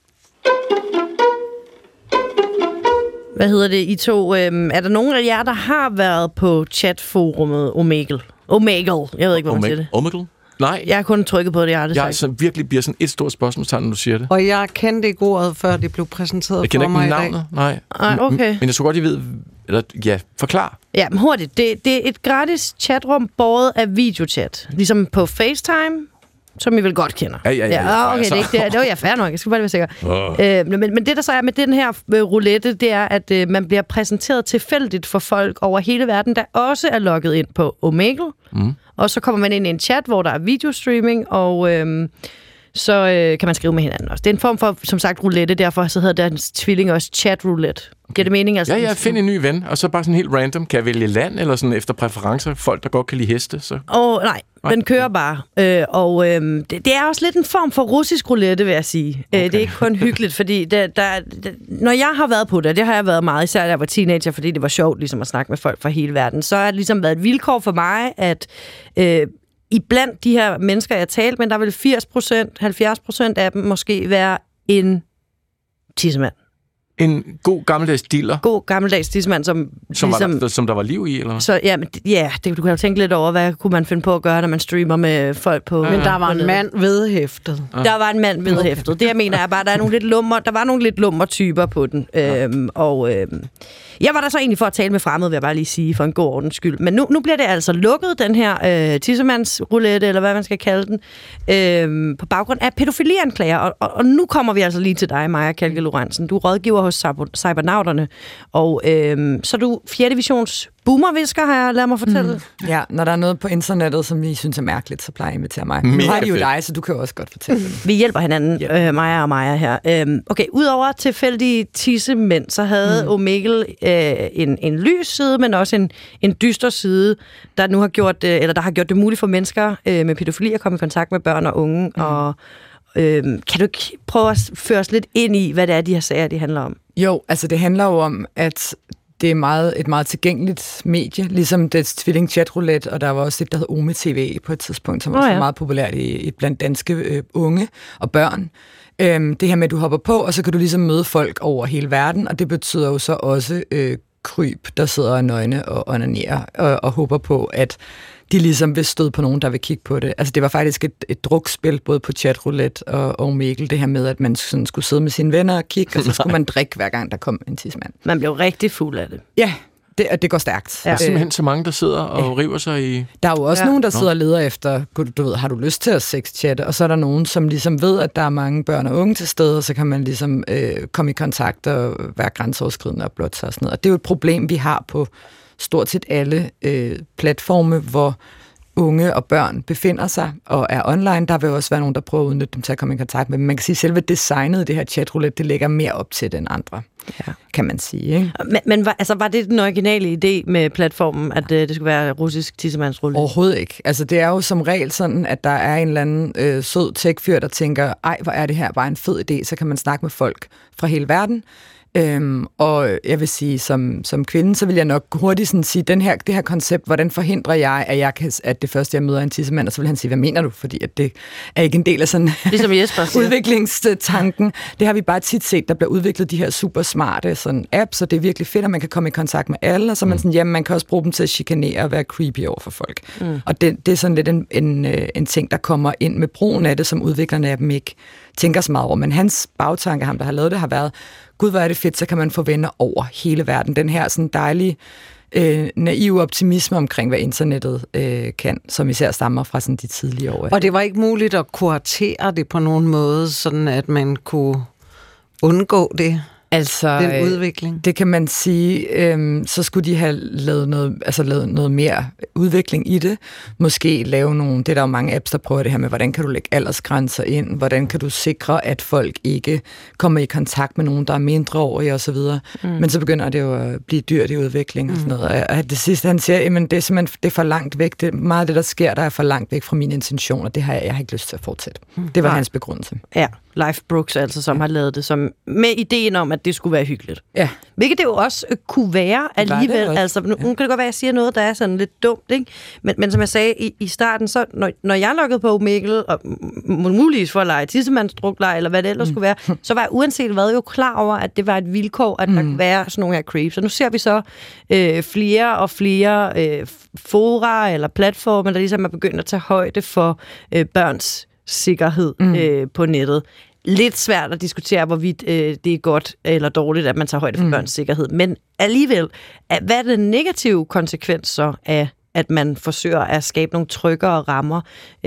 Hvad hedder det, I to? Er der nogen af jer, der har været på chatforumet Omegle? Jeg ved ikke, hvad man siger det. Omegle? Nej. Jeg har kun trykket på det, jeg har det sagt. Jeg så virkelig bliver sådan et stort spørgsmålstegn, når du siger det. Og jeg kendte ikke ordet, før det blev præsenteret for mig i dag. Jeg kender ikke navnet, nej. Ej, okay. Men jeg så godt, I ved... Eller, ja, forklar. Ja, men hurtigt. Det er et gratis chatrum båret af videochat. Ligesom på FaceTime, som I vel godt kender. Ja. Okay, det er ikke det. Det var jeg fair nok. Jeg skal bare være sikker. Men det, der så er med den her roulette, det er, at man bliver præsenteret tilfældigt for folk over hele verden, der også er logget ind på Omegle. Og så kommer man ind i en chat, hvor der er videostreaming, og så kan man skrive med hinanden også. Det er en form for, som sagt, roulette. Derfor så hedder deres tvilling også chat-roulette. Giver det mening? Altså, ja, find en ny ven, og så bare sådan helt random. Kan jeg vælge land, eller sådan efter præferencer? Folk, der godt kan lide heste, så... Nej, den kører bare. Det er også lidt en form for russisk roulette, vil jeg sige. Okay. Det er ikke kun hyggeligt, fordi når jeg har været på det har jeg været meget, især da jeg var teenager, fordi det var sjovt ligesom at snakke med folk fra hele verden, så har det ligesom været et vilkår for mig, at iblandt de her mennesker, jeg talte med, der vil 80%, 70% af dem måske være en tissemand. En god gammeldags diller? God gammeldags tissemand, som der var liv i, eller hvad? Så, du kan jo tænke lidt over, hvad kunne man finde på at gøre, når man streamer med folk på... Men der var en mand vedhæftet. Der var en mand vedhæftet. Det, jeg mener, er bare, at der var nogle lidt lummer typer på den. Jeg var der så egentlig for at tale med fremmede, vil jeg bare lige sige, for en god ordens skyld. Men nu bliver det altså lukket, den her tissemandsroulette, eller hvad man skal kalde den, på baggrund af pædofilianklager. Og nu kommer vi altså lige til dig, Maja Kalke Lorentzen. Du er rådgiver hos Cybernauterne, og så er du 4. divisions boomervisker, har jeg ladet mig fortælle. Ja, når der er noget på internettet, som I synes er mærkeligt, så plejer I invitere mig. Nu har de jo dig, så du kan jo også godt fortælle det. Vi hjælper hinanden, Maja og Maja her. Okay, udover tilfældige tissemænd, så havde Omegle en lys side, men også en dyster side, der nu har gjort, der har gjort det muligt for mennesker med pædofili at komme i kontakt med børn og unge. Og kan du ikke prøve at føre os lidt ind i, hvad det er, de her sager, de handler om? Jo, altså det handler jo om, at det er et meget tilgængeligt medie, ligesom det tvilling chatroulette, og der var også et, der hed Ome TV på et tidspunkt, som også var meget populært blandt danske unge og børn. Det her med, at du hopper på, og så kan du ligesom møde folk over hele verden, og det betyder jo så også kryb, der sidder nøgne og onanerer og håber på, at de ligesom vil støde på nogen, der vil kigge på det. Altså det var faktisk et drukspil, både på chatroulette og Omegle, det her med, at man sådan skulle sidde med sine venner og kigge, og så skulle man drikke hver gang, der kom en tidsmand. Man blev rigtig fuld af det. Ja, det går stærkt. Der er simpelthen så mange, der sidder og river sig i... Der er jo også nogen, der sidder og leder efter, du ved, har du lyst til at sexchatte? Og så er der nogen, som ligesom ved, at der er mange børn og unge til stede, og så kan man ligesom komme i kontakt og være grænseoverskridende og blotte sig og sådan noget. Og det er jo et problem, vi har på stort set alle platforme, hvor unge og børn befinder sig og er online. Der vil også være nogen, der prøver at udnytte dem til at komme i kontakt med dem. Man kan sige, at selve designet i det her chatroulette, det lægger mere op til den andre, kan man sige. Ikke? Men var det den originale idé med platformen, at det skulle være russisk tissemandsroulette? Overhovedet ikke. Altså det er jo som regel sådan, at der er en eller anden sød tech-fyr, der tænker, ej, hvor er det her bare en fed idé, så kan man snakke med folk fra hele verden. Og jeg vil sige, som kvinde, så vil jeg nok hurtigt sådan sige, det her koncept, hvordan forhindrer jeg, at det første, jeg møder en tissemand, og så vil han sige, hvad mener du? Fordi at det er ikke en del af sådan ligesom udviklingstanken. Det har vi bare tit set, der bliver udviklet de her super smarte sådan apps, og det er virkelig fedt, at man kan komme i kontakt med alle, og så man sådan, jamen, man kan også bruge dem til at chikanere og være creepy over for folk. Og det er sådan lidt en ting, der kommer ind med brugen af det, som udviklerne af dem ikke tænker så meget over. Men hans bagtanke, ham der har lavet det, har været, gud, hvor er det fedt, så kan man få venner over hele verden. Den her sådan dejlige, naive optimisme omkring, hvad internettet kan, som især stammer fra sådan de tidlige år. Og det var ikke muligt at kuratere det på nogen måde, sådan at man kunne undgå det? Altså, den udvikling. Det kan man sige, så skulle de have lavet noget mere udvikling i det. Måske lave nogle, det er der jo mange apps, der prøver det her med, hvordan kan du lægge aldersgrænser ind, hvordan kan du sikre, at folk ikke kommer i kontakt med nogen, der er mindreårige osv. Men så begynder det jo at blive dyrt i udvikling og sådan noget. Og det sidste, han siger, jamen det er simpelthen det er for langt væk. Det er meget af det, der sker, der er for langt væk fra mine intentioner. Det har jeg har ikke lyst til at fortsætte. Det var hans begrundelse. Ja, Leif Brooks altså, som har lavet det som med ideen om, at det skulle være hyggeligt. Ja. Hvilket det jo også kunne være alligevel. Altså, nu kan det godt være, at jeg siger noget, der er sådan lidt dumt, ikke? Men som jeg sagde i starten, så når jeg loggede på Mikkel, og muligvis for at lege tissemandsdrukleje, eller hvad det ellers skulle være, så var jeg uanset hvad jo klar over, at det var et vilkår, at der kunne være sådan nogle her creeps. Og nu ser vi så flere og flere fora eller platforme, der ligesom er begyndt at tage højde for børns sikkerhed på nettet. Lidt svært at diskutere, hvorvidt det er godt eller dårligt, at man tager højde for børns sikkerhed. Men alligevel, hvad er den negative konsekvens så af, at man forsøger at skabe nogle tryggere rammer,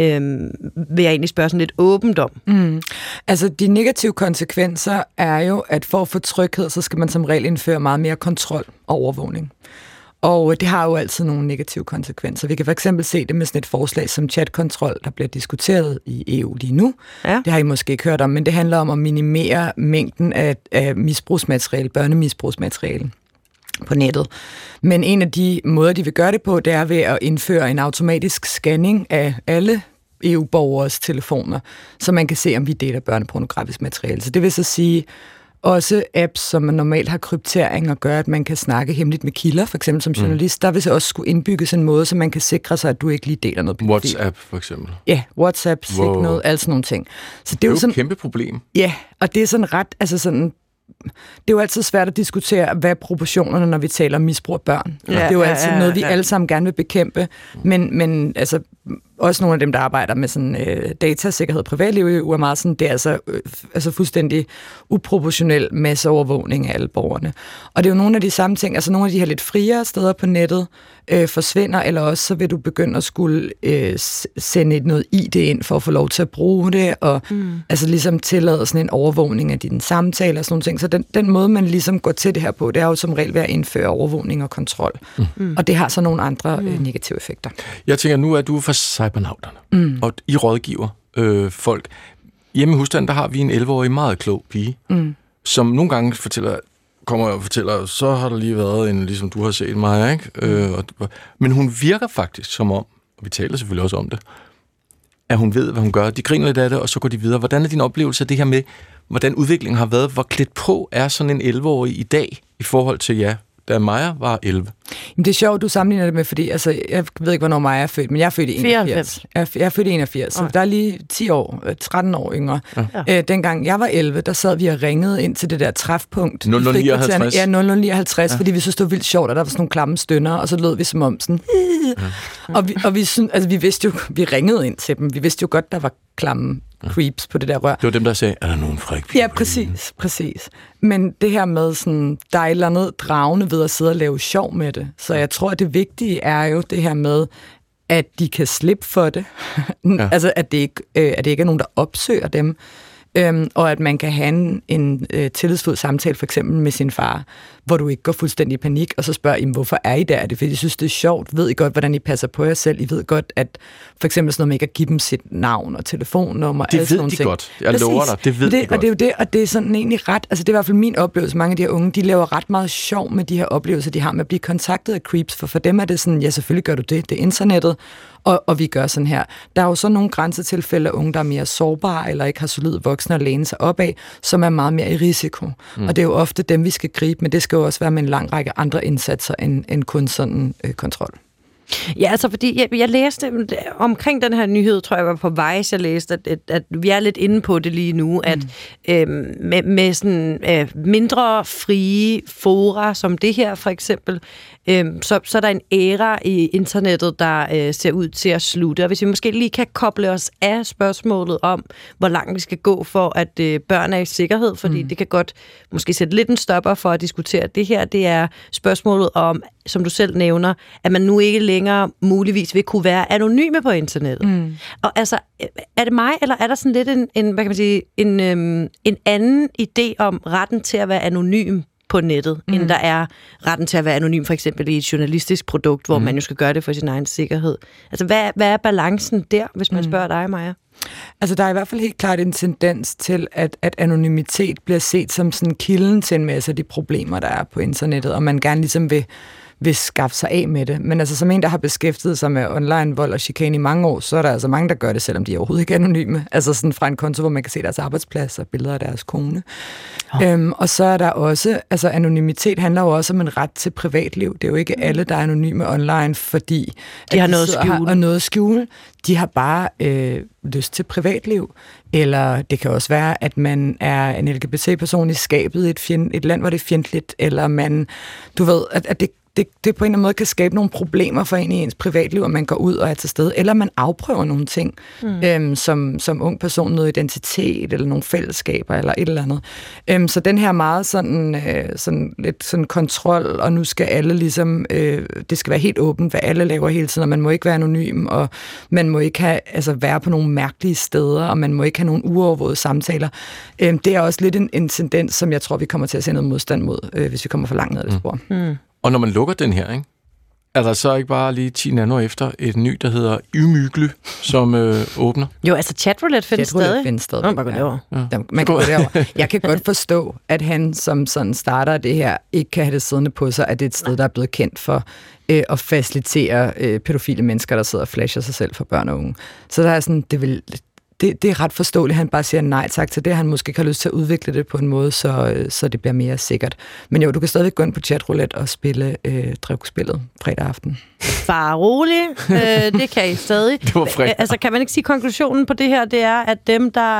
vil jeg egentlig spørge sådan lidt åbent om. Altså, de negative konsekvenser er jo, at for at få tryghed, så skal man som regel indføre meget mere kontrol og overvågning. Og det har jo altid nogle negative konsekvenser. Vi kan for eksempel se det med sådan et forslag som chatkontrol, der bliver diskuteret i EU lige nu. Ja. Det har I måske ikke hørt om, men det handler om at minimere mængden af misbrugsmateriale, børnemisbrugsmateriale på nettet. Men en af de måder, de vil gøre det på, det er ved at indføre en automatisk scanning af alle EU-borgeres telefoner, så man kan se, om vi deler børnepornografisk materiale. Så det vil så sige, også apps, som man normalt har kryptering og gør, at man kan snakke hemmeligt med kilder, for eksempel som journalist, der vil så også skulle indbygges en måde, så man kan sikre sig, at du ikke lige deler noget. WhatsApp for eksempel. Ja, WhatsApp, Signal, alle sådan nogle ting. Så det er jo sådan et kæmpe problem. Ja, og det er sådan ret, altså sådan, det er jo altid svært at diskutere, hvad er proportionerne, når vi taler om misbrug af børn. Ja, det er jo altid noget, vi alle sammen gerne vil bekæmpe, men altså også nogle af dem, der arbejder med sådan datasikkerhed og privatliv er meget sådan, det er altså fuldstændig uproportionel masseovervågning af alle borgerne. Og det er jo nogle af de samme ting, altså nogle af de her lidt friere steder på nettet forsvinder, eller også så vil du begynde at skulle sende noget ID ind for at få lov til at bruge det, og altså ligesom tillade sådan en overvågning af dine samtaler og sådan nogle ting. Så den måde, man ligesom går til det her på, det er jo som regel ved at indføre overvågning og kontrol. Og det har så nogle andre negative effekter. Jeg tænker, nu er du fra cybernauterne, og I rådgiver folk. Hjemme i husstanden, der har vi en 11-årig meget klog pige, som nogle gange kommer og fortæller, så har der lige været en, ligesom du har set mig, ikke? Men hun virker faktisk som om, og vi taler selvfølgelig også om det, at hun ved, hvad hun gør. De griner lidt af det, og så går de videre. Hvordan er din oplevelse af det her med, hvordan udviklingen har været? Hvor klædt på er sådan en 11-årig i dag i forhold til da Maja var 11? Jamen, det er sjovt, du sammenligner det med, fordi altså, jeg ved ikke, hvornår Maja er født, men jeg er født i 81. Jeg er født i 81, så der er lige 13 år yngre. Ja. Dengang jeg var 11, der sad vi og ringede ind til det der træfpunkt. 0059. Ja, 0059, fordi vi synes, det var vildt sjovt, og der var sådan nogle klamme stønner, og så lød vi som om sådan... Og vi, altså, vi vidste jo, vi ringede ind til dem. Vi vidste jo godt, der var klamme creeps på det der rør. Det var dem, der sagde, er der nogen fræk piger? Ja, præcis. Men det her med sådan, der er et eller andet dragende ved at sidde og lave sjov med det. Så jeg tror, at det vigtige er jo det her med, at de kan slippe for det. Altså, at det ikke er nogen, der opsøger dem. Og at man kan have en tillidsfuld samtale, for eksempel med sin far, hvor du ikke går fuldstændig i panik, og så spørger I, hvorfor er I der? Er det fordi I synes, det er sjovt? Ved I godt, hvordan I passer på jer selv? I ved godt, at for eksempel sådan noget med ikke at give dem sit navn og telefonnummer. Det ved de godt. Jeg lover dig, det ved de godt. Og det er jo det, og det er sådan egentlig ret, altså det er i hvert fald min oplevelse. Mange af de her unge, de laver ret meget sjov med de her oplevelser, de har med at blive kontaktet af creeps, for dem er det sådan, ja, selvfølgelig gør du det, det er internettet, og vi gør sådan her. Der er jo så nogle grænsetilfælde af unge, der er mere sårbare, eller ikke har solide voksne at læne sig op af, som er meget mere i risiko. Og det er jo ofte dem, vi skal gribe, men det skal jo også være med en lang række andre indsatser end kun sådan kontrol. Ja, altså fordi jeg læste omkring den her nyhed, tror jeg var på Vice, jeg læste, at vi er lidt inde på det lige nu, at med sådan mindre frie fora som det her for eksempel, så er der en æra i internettet, der ser ud til at slutte. Og hvis vi måske lige kan koble os af spørgsmålet om, hvor langt vi skal gå for, at børn er i sikkerhed, fordi det kan godt måske sætte lidt en stopper for at diskutere det her. Det er spørgsmålet om, som du selv nævner, at man nu ikke længere muligvis vil kunne være anonyme på internettet. Og altså, er det mig, eller er der sådan lidt en hvad kan man sige, en anden idé om retten til at være anonym på nettet, end der er retten til at være anonym, for eksempel i et journalistisk produkt, hvor man jo skal gøre det for sin egen sikkerhed. Altså, hvad er balancen der, hvis man spørger dig, Maja? Altså, der er i hvert fald helt klart en tendens til, at anonymitet bliver set som sådan kilden til en masse af de problemer, der er på internettet, og man gerne ligesom vil skaffe sig af med det. Men altså, som en, der har beskæftiget sig med online vold og chikane i mange år, så er der altså mange, der gør det, selvom de er overhovedet ikke anonyme. Altså sådan fra en konto, hvor man kan se deres arbejdsplads og billeder af deres kone. Og så er der også, altså anonymitet handler jo også om en ret til privatliv. Det er jo ikke alle, der er anonyme online, fordi de har noget at skjule. De har bare lyst til privatliv. Eller det kan også være, at man er en LGBT-person i skabet i et land, hvor det er fjendtligt, eller man, du ved, at det på en eller anden måde kan skabe nogle problemer for en i ens privatliv, at man går ud og er til stede, eller man afprøver nogle ting, som ung person, noget identitet, eller nogle fællesskaber, eller et eller andet. Så den her meget sådan lidt sådan kontrol, og nu skal alle ligesom, det skal være helt åbent, hvad alle laver hele tiden, og man må ikke være anonym, og man må ikke være på nogle mærkelige steder, og man må ikke have nogle uovervågede samtaler. Det er også lidt en tendens, som jeg tror, vi kommer til at se noget modstand mod, hvis vi kommer for langt ned ad det spor. Og når man lukker den her, ikke, er der så ikke bare lige 10 nanoer efter et ny, der hedder Ymygle, som åbner? Jo, altså chatroulette findes stadig. Man kan gå derover. Jeg kan godt forstå, at han som sådan starter det her, ikke kan have det siddende på sig, at det er et sted, der er blevet kendt for at facilitere pædofile mennesker, der sidder og flasher sig selv for børn og unge. Så der er sådan, det er ret forståeligt, at han bare siger nej tak til det. Han måske ikke har lyst til at udvikle det på en måde, så det bliver mere sikkert. Men jo, du kan stadig gå ind på chatroulette og spille drevspillet fredag aften. Bare rolig. Det kan I stadig. Det var fredag. Altså, kan man ikke sige, konklusionen på det her, det er, at dem, der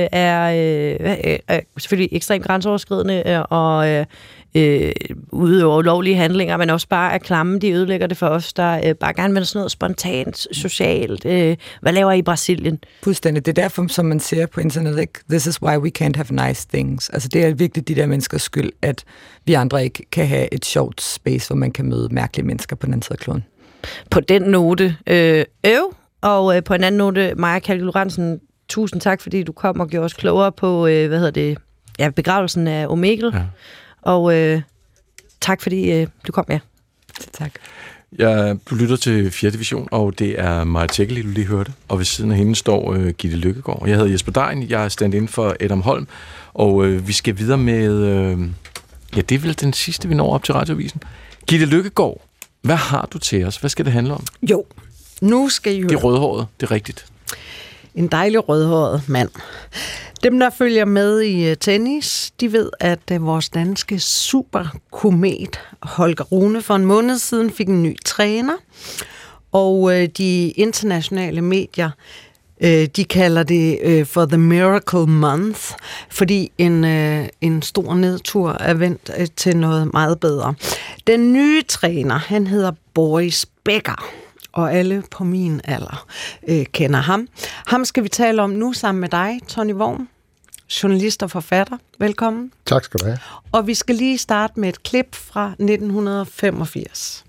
er selvfølgelig ekstremt grænseoverskridende og udøver ulovlige handlinger, men også bare er klamme, de ødelægger det for os, der bare gerne vil sådan noget spontant, socialt. Hvad laver I Brasilien? Fuldstændig. Det er derfor, som man siger på internettet, ikke? This is why we can't have nice things. Altså det er virkelig de der menneskers skyld, at vi andre ikke kan have et sjovt space, hvor man kan møde mærkelige mennesker på den anden side af kloden. På den note, og på en anden note, Maja Kalke Lorentzen, tusind tak, fordi du kom og gjorde os klogere på, begravelsen af Omegle. Ja. Og tak, fordi du kom med. Tak. Du lytter til 4. division, og det er Maja Tjekkeli, du lige hørte. Og ved siden af hende står Gitte Løkkegaard. Jeg hedder Jesper Dein, jeg er stand-in for Adam Holm. Og vi skal videre med... det er vel den sidste, vi når op til Radioavisen. Gitte Løkkegaard, hvad har du til os? Hvad skal det handle om? Jo, nu skal I høre... Det er rødhåret, det er rigtigt. En dejlig rødhåret mand. Dem, der følger med i tennis, de ved, at vores danske superkomet Holger Rune for en måned siden fik en ny træner. Og de internationale medier, de kalder det for The Miracle Month, fordi en stor nedtur er vendt til noget meget bedre. Den nye træner, han hedder Boris Becker. Og alle på min alder kender ham. Ham skal vi tale om nu sammen med dig, Tony Worm, journalist og forfatter. Velkommen. Tak skal du have. Og vi skal lige starte med et klip fra 1985.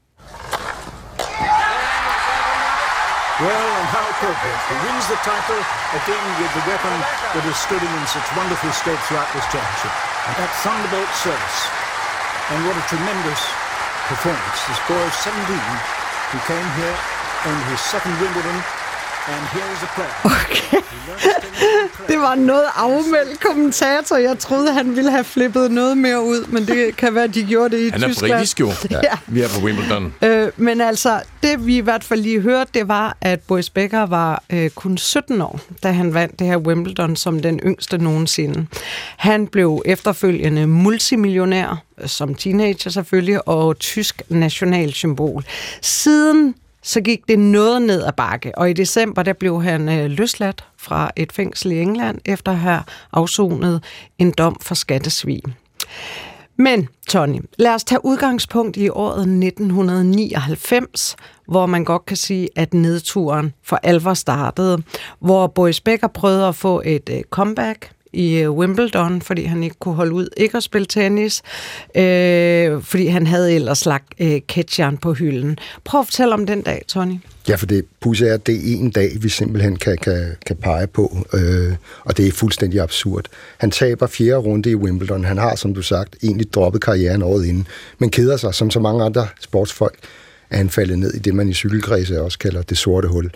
Well, and how appropriate. He wins the title again with the weapon that has stood him in such wonderful stead throughout this championship. And that Thunderbolt service. And what a tremendous performance. This boy of 17 who came here on his second Wimbledon, and here is a player. Okay. Det var noget afmeldt kommentator. Jeg troede, han ville have flippet noget mere ud, men det kan være, at de gjorde det i Tyskland. Han er britisk jo. Ja. Vi er på Wimbledon. Men altså, det vi i hvert fald lige hørte, det var, at Boris Becker var kun 17 år, da han vandt det her Wimbledon som den yngste nogensinde. Han blev efterfølgende multimillionær, som teenager selvfølgelig, og tysk nationalsymbol. Siden så gik det noget ned ad bakke, og i december der blev han løsladt fra et fængsel i England, efter at have afsonet en dom for skattesvig. Men, Tony, lad os tage udgangspunkt i året 1999, hvor man godt kan sige, at nedturen for alvor startede, hvor Boris Becker prøvede at få et comeback i Wimbledon, fordi han ikke kunne holde ud ikke at spille tennis, fordi han havde ellers lagt ketcheren på hylden. Prøv at fortælle om den dag, Tony. Ja, for det er en dag, vi simpelthen kan pege på, og det er fuldstændig absurd. Han taber 4. runde i Wimbledon. Han har, som du sagt, egentlig droppet karrieren året inden, men keder sig, som så mange andre sportsfolk, at han faldet ned i det, man i cykelkredse også kalder det sorte hul.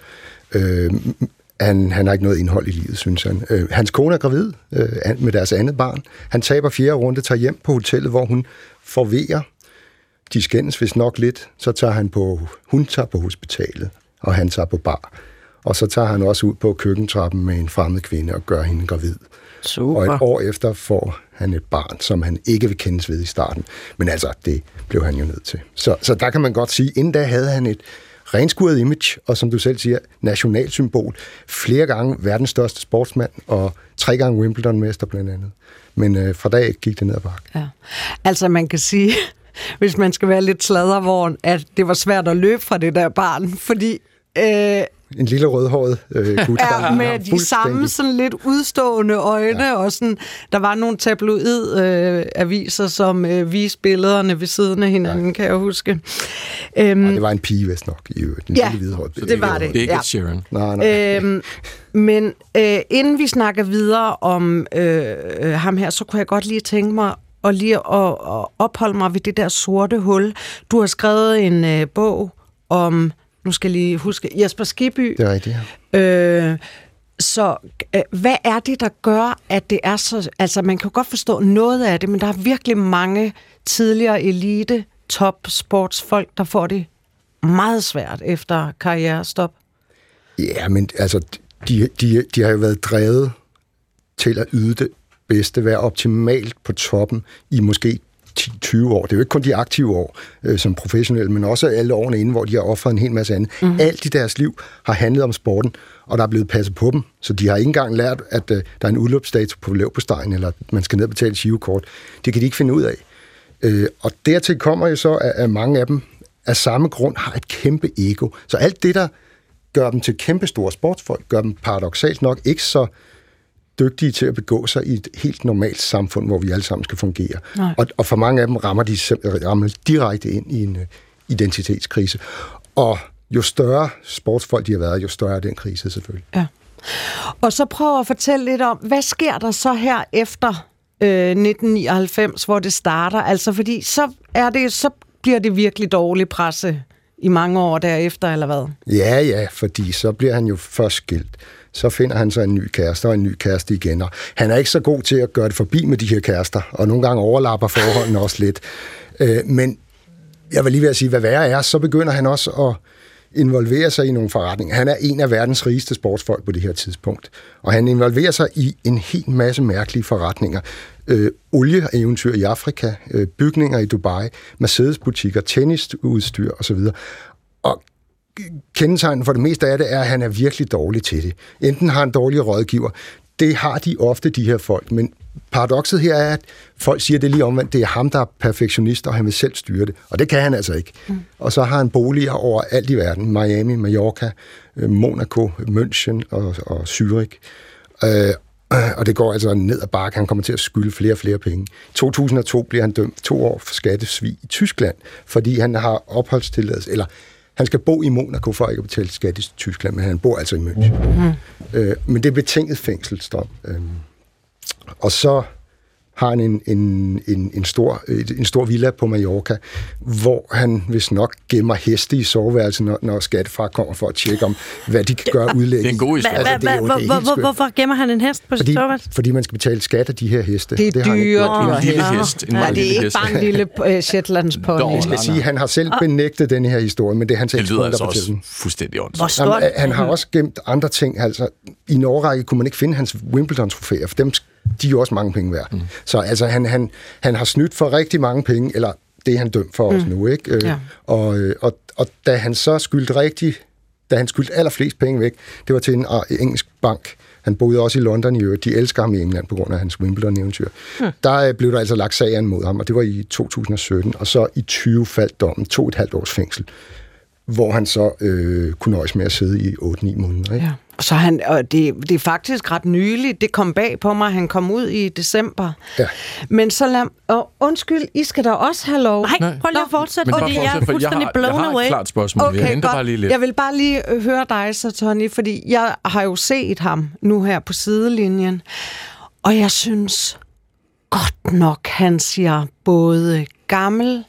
Han har ikke noget indhold i livet, synes han. Hans kone er gravid med deres andet barn. Han taber 4. runde, tager hjem på hotellet, hvor hun forvejer. De skændes vist nok lidt, så tager hun tager på hospitalet, og han tager på bar. Og så tager han også ud på køkkentrappen med en fremmed kvinde og gør hende gravid. Super. Og et år efter får han et barn, som han ikke vil kendes ved i starten. Men altså, det blev han jo nødt til. Så der kan man godt sige, inden da havde han et renskuret image, og som du selv siger, nationalsymbol. Flere gange verdens største sportsmand, og 3 gange Wimbledon-mester blandt andet. Men fra dag gik det ned ad bakke. Ja. Altså, man kan sige, hvis man skal være lidt sladdervogn, at det var svært at løbe fra det der barn, fordi en lille rødhåret gut. Ja, med de samme sådan lidt udstående øjne, og sådan, der var nogle tabloid-aviser, som viste billederne ved siden af hinanden, kan jeg huske. Det var en pige, vist nok, i øvrigt. Ja, det var det. Ikke Sharon. Nej. Men inden vi snakker videre om ham her, så kunne jeg godt lige tænke mig og lige at opholde mig ved det der sorte hul. Du har skrevet en bog om, nu skal jeg lige huske, Jesper Skibby. Det er rigtigt, ja. Så hvad er det, der gør, at det er så... Altså, man kan jo godt forstå noget af det, men der er virkelig mange tidligere elite, top sportsfolk, der får det meget svært efter karrierestop. Ja, men altså, de har jo været drevet til at yde det bedste, være optimalt på toppen i måske 10-20 år. Det er jo ikke kun de aktive år som professionelle, men også alle årene inden, hvor de har offret en hel masse andet. Mm-hmm. Alt i deres liv har handlet om sporten, og der er blevet passet på dem. Så de har ikke engang lært, at der er en udløbsdato på leverpostejen, eller at man skal ned og betale girokort. Det kan de ikke finde ud af. Og dertil kommer jo så, at mange af dem af samme grund har et kæmpe ego. Så alt det, der gør dem til kæmpe store sportsfolk, gør dem paradoksalt nok ikke så dygtige til at begå sig i et helt normalt samfund, hvor vi alle sammen skal fungere. Og for mange af dem rammer direkte ind i en identitetskrise. Og jo større sportsfolk de har været, jo større er den krise selvfølgelig. Ja. Og så prøv at fortælle lidt om, hvad sker der så her efter 1999, hvor det starter? Altså fordi så bliver det virkelig dårlig presse i mange år derefter, eller hvad? Ja, fordi så bliver han jo først skilt. Så finder han sig en ny kæreste og en ny kæreste igen. Og han er ikke så god til at gøre det forbi med de her kærester, og nogle gange overlapper forholdene også lidt. Men jeg vil lige ved at sige, hvad værre er, så begynder han også at involvere sig i nogle forretninger. Han er en af verdens rigeste sportsfolk på det her tidspunkt, og han involverer sig i en hel masse mærkelige forretninger. Olieeventyr i Afrika, bygninger i Dubai, Mercedes-butikker, tennisudstyr osv. Og kendetegnen for det meste af det er, at han er virkelig dårlig til det. Enten har han dårlige rådgiver. Det har de ofte, de her folk. Men paradokset her er, at folk siger det lige omvendt. Det er ham, der er perfektionist, og han vil selv styre det. Og det kan han altså ikke. Og så har han boliger over alt i verden. Miami, Mallorca, Monaco, München og Zürich. Og det går altså ned ad bakke. Han kommer til at skylde flere og flere penge. I 2002 bliver han dømt 2 år for skattesvig i Tyskland, fordi han har opholdstilladelse, eller han skal bo i Monaco for ikke at betale skat i Tyskland, men han bor altså i München. Men det er betinget fængselsdom. Og så har han en stor villa på Mallorca, hvor han vist nok gemmer heste i soveværelset, når skattefar kommer for at tjekke om, hvad de kan gøre udlæg. Det er en god historie. Hvorfor gemmer han en hest på sit soveværelse? Fordi man skal betale skat af de her heste. Det er dyrt. En lille hest. Det er ikke bare en lille Shetlands pony. Jeg skal sige, han har selv benægtet denne her historie, men det er hans ekskone, der fortæller den. Fuldstændig åndssvagt. Han har også gemt andre ting. Altså, i en årrække kunne man ikke finde hans Wimbledon-trofæer, for dem de er jo også mange penge værd. Så altså, han har snydt for rigtig mange penge, eller det er han dømt for os nu, ikke? Ja. Og da han så skyldte allerflest penge væk, det var til en engelsk bank. Han boede også i London i øvrigt. De elsker ham i England på grund af hans Wimbledon-eventyr. Der blev der altså lagt sagen mod ham, og det var i 2017, og så i 20 faldt dommen 2,5 års fængsel, hvor han så kunne nøjes med at sidde i 8-9 måneder. Ikke? Så det er faktisk ret nyligt. Det kom bag på mig. Han kom ud i december. Ja. Men så undskyld, I skal da også have lov. Nej, prøv lige at fortsætte, fordi jeg er fuldstændig blown away. Jeg har et klart spørgsmål. Okay, jeg henter bare lige lidt. Jeg vil bare lige høre dig så, Tony, fordi jeg har jo set ham nu her på sidelinjen, og jeg synes godt nok, han siger både gammel...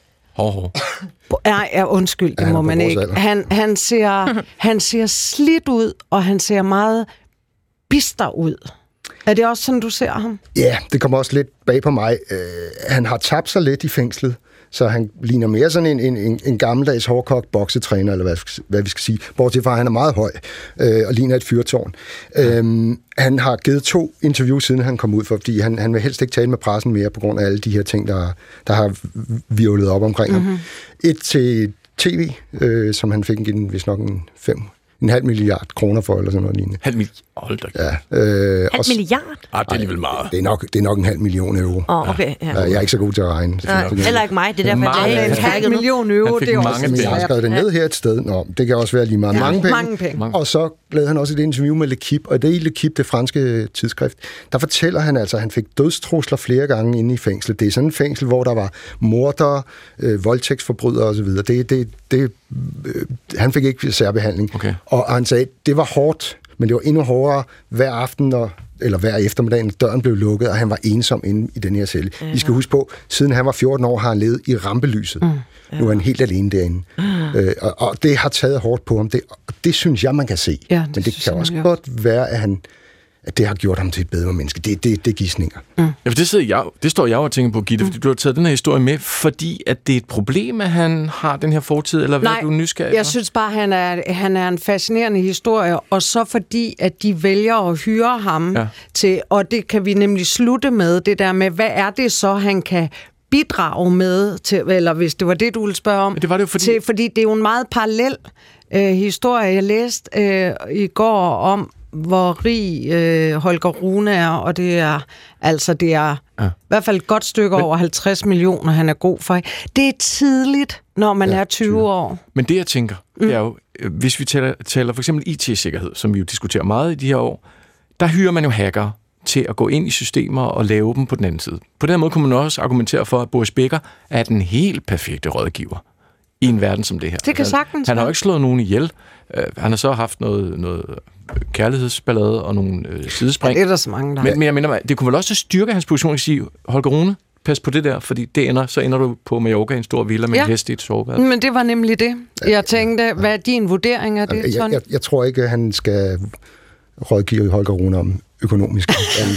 Ja, undskyld, det må man ikke. Han ser slidt ud, og han ser meget bister ud. Er det også sådan, du ser ham? Ja, det kommer også lidt bag på mig. Han har tabt sig lidt i fængslet, så han ligner mere sådan en gammeldags hårdkogt boksetræner, eller hvad vi skal sige. Bortset fra, at han er meget høj og ligner et fyrtårn. Han har givet 2 interviews, siden han kom ud, fordi han vil helst ikke tale med pressen mere, på grund af alle de her ting, der har virvlet op omkring ham. Et til TV, som han fik vist nok en halv milliard kroner for, eller sådan noget lignende. Hold da. Ja. Halv milliard? Det er alligevel meget. Det er nok 500 million euro. Okay, ja. Jeg er ikke så god til at regne. Heller ikke mig, det er derfor, jeg er 500 million euro, det er også... Men jeg har skrevet det ned her et sted. Nå, det kan også være lige meget. Mange penge. Og så lavede han også et interview med L'Équipe, og det er L'Équipe, det franske tidsskrift. Der fortæller han altså, at han fik dødstrusler flere gange inde i fængslet. Det er sådan et fængsel, hvor der var mordere, voldtægtsforbrydere osv. Han fik ikke særbehandling. Okay. Og han sagde, det var hårdt, men det var endnu hårdere hver aften, eller hver eftermiddag, når døren blev lukket, og han var ensom inde i den her celle. I skal huske på, siden han var 14 år, har han levet i rampelyset. Nu er han helt alene derinde. Og det har taget hårdt på ham. Det synes jeg, man kan se. Ja, men det kan også godt være, at det har gjort ham til et bedre menneske. Det er gidsninger. Ja, for det står jeg og tænker på, Gitte, fordi du har taget den her historie med, fordi at det er et problem, at han har den her fortid, eller hvad er du nysgerrig? Jeg synes bare, han er en fascinerende historie, og så fordi, at de vælger at hyre ham til, og det kan vi nemlig slutte med, det der med, hvad er det så, han kan bidrage med til, eller hvis det var det, du ville spørge om. Det var det jo fordi det er jo en meget parallel historie. Jeg læste i går om, hvor rig Holger Rune er, og det er i hvert fald et godt stykke over 50 millioner, han er god for. Det er tidligt, når man er 20 år. Men det, jeg tænker, det er jo, hvis vi taler for eksempel IT-sikkerhed, som vi jo diskuterer meget i de her år, der hyrer man jo hackere til at gå ind i systemer og lave dem på den anden side. På den måde kunne man også argumentere for, at Boris Becker er den helt perfekte rådgiver i en verden som det her. Det kan sagtens. Han har jo ikke slået nogen ihjel. Han har så haft noget kærlighedsballade og nogle sidespring. Ja, det er der så mange, der men jeg mener, det kunne vel også styrke hans position at sige, Holger Rune, pas på det der, fordi så ender du på Mallorca i en stor villa med en hest i et soveværelse. Men det var nemlig det. Jeg tænkte, hvad er din vurdering af det, Tony? Jeg tror ikke, at han skal rådgive Holger Rune om økonomisk.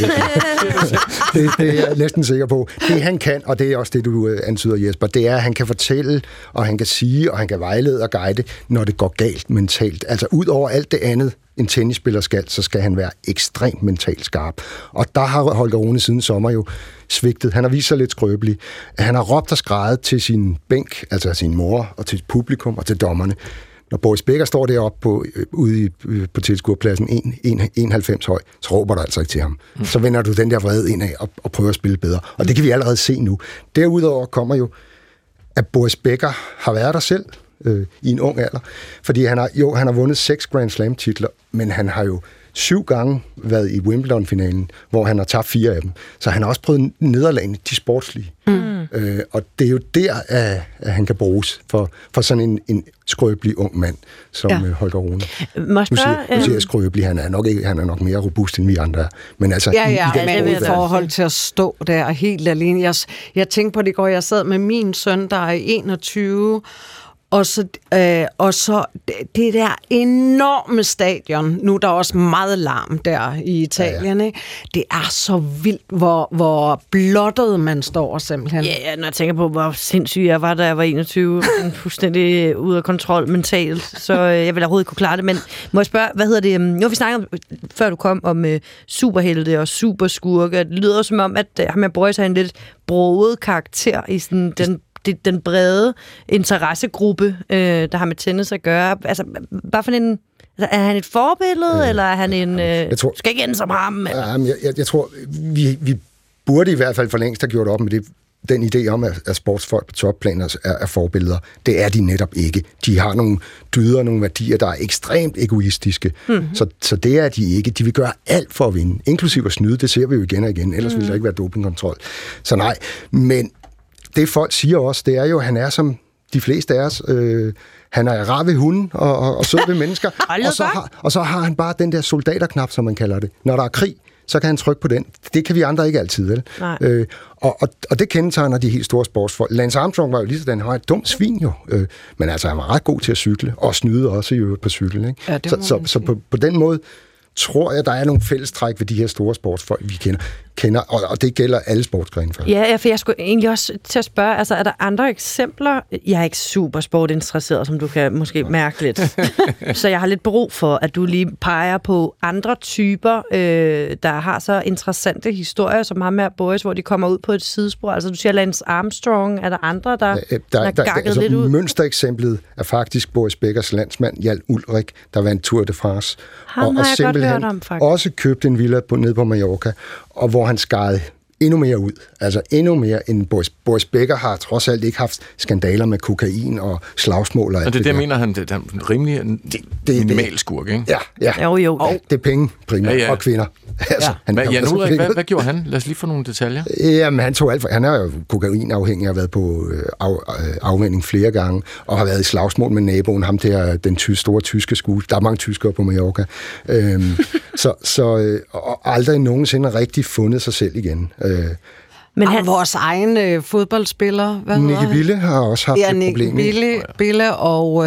det er jeg næsten sikker på. Det han kan, og det er også det, du antyder, Jesper, det er, at han kan fortælle, og han kan sige, og han kan vejlede og guide, når det går galt mentalt. Altså ud over alt det andet, en tennisspiller skal, så skal han være ekstremt mentalt skarp. Og der har Holger Rune siden sommer jo svigtet. Han har vist sig lidt skrøbelig. Han har råbt og skreget til sin bænk, altså sin mor, og til publikum og til dommerne. Når Boris Becker står deroppe ude på tilskuerpladsen 91 høj, så råber der altså ikke til ham. Så vender du den der vrede indad og prøver at spille bedre. Og det kan vi allerede se nu. Derudover kommer jo, at Boris Becker har været der selv i en ung alder. Fordi han har vundet 6 Grand Slam-titler, men han har jo 7 gange været i Wimbledon-finalen, hvor han har tabt 4 af dem. Så han har også prøvet nederlagene, de sportslige. Og det er jo der, at han kan bruges for sådan en skrøbelig ung mand, som Holger Rune. Nu siger jeg skrøbelig, han er nok mere robust, end vi andre er. Men altså, i forhold til at stå der helt alene. Jeg tænkte på det i går, jeg sad med min søn, der er 21, og så det der enorme stadion, nu er der også meget larm der i Italien, ikke? Det er så vildt, hvor blottet man står simpelthen. Ja, når jeg tænker på, hvor sindssyg jeg var, da jeg var 21, fuldstændig ude af kontrol mentalt, så jeg vil overhovedet kunne klare det. Men må jeg spørge, hvad hedder det? Nu har vi snakket før du kom om superhelte og superskurke. Det lyder som om, at ham med Boris har en lidt broget karakter i sådan den brede interessegruppe, der har med tennis at gøre. Altså, bare for en... Er han et forbillede, eller er han en... skal ikke ende som ham? Jeg tror, vi burde i hvert fald for længst have gjort op med det den idé om, at sportsfolk på topplan er forbilleder. Det er de netop ikke. De har nogle dyder, nogle værdier, der er ekstremt egoistiske. Så det er de ikke. De vil gøre alt for at vinde, inklusive at snyde. Det ser vi jo igen og igen. Ellers ville der ikke være dopingkontrol. Så nej, men det folk siger også, det er jo, at han er som de fleste af os. Han er rar ved hunden og sød ved mennesker. og så har han bare den der soldaterknap, som man kalder det. Når der er krig, så kan han trykke på den. Det kan vi andre ikke altid, vel? Og det kendetegner de helt store sportsfolk. Lance Armstrong var jo lige sådan, han var et dumt svin jo. Men altså, han var ret god til at cykle, og snyde også i øvrigt på cykel. Ikke? Ja, så på den måde tror jeg, der er nogle fællestræk ved de her store sportsfolk, vi kender, og det gælder alle sportsgrene for. Ja, for jeg skulle egentlig også til at spørge, altså er der andre eksempler? Jeg er ikke super sportinteresseret, som du kan måske mærke lidt. Så jeg har lidt brug for, at du lige peger på andre typer, der har så interessante historier, som ham her Boris, hvor de kommer ud på et sidespor. Altså du siger Lance Armstrong, er der andre, der gakket lidt ud? Mønstereksemplet er faktisk Boris Beckers landsmand, Hjalte Ulrik, der vandt Tour de France. Ham har jeg godt hørt om, faktisk. Også købte en villa nede på Mallorca, og hvor han skar endnu mere ud. Altså endnu mere end Boris Becker har trods alt ikke haft skandaler med kokain og slagsmål og alt det. Og det mener han, det er rimelig minimal skurk, ikke? Ja. Jo. Og det er penge primært, og kvinder. Altså, Jan Ulrik, hvad gjorde han? Lad os lige få nogle detaljer. Jamen, han tog alt for. Han er jo kokainafhængig, har været på afvænning flere gange, og har været i slagsmål med naboen, ham der, den store tyske skue. Der er mange tyskere på Mallorca. Og aldrig nogensinde rigtig fundet sig selv igen. Men vores egen fodboldspiller, Nicky Bille har også haft et problem. Bille og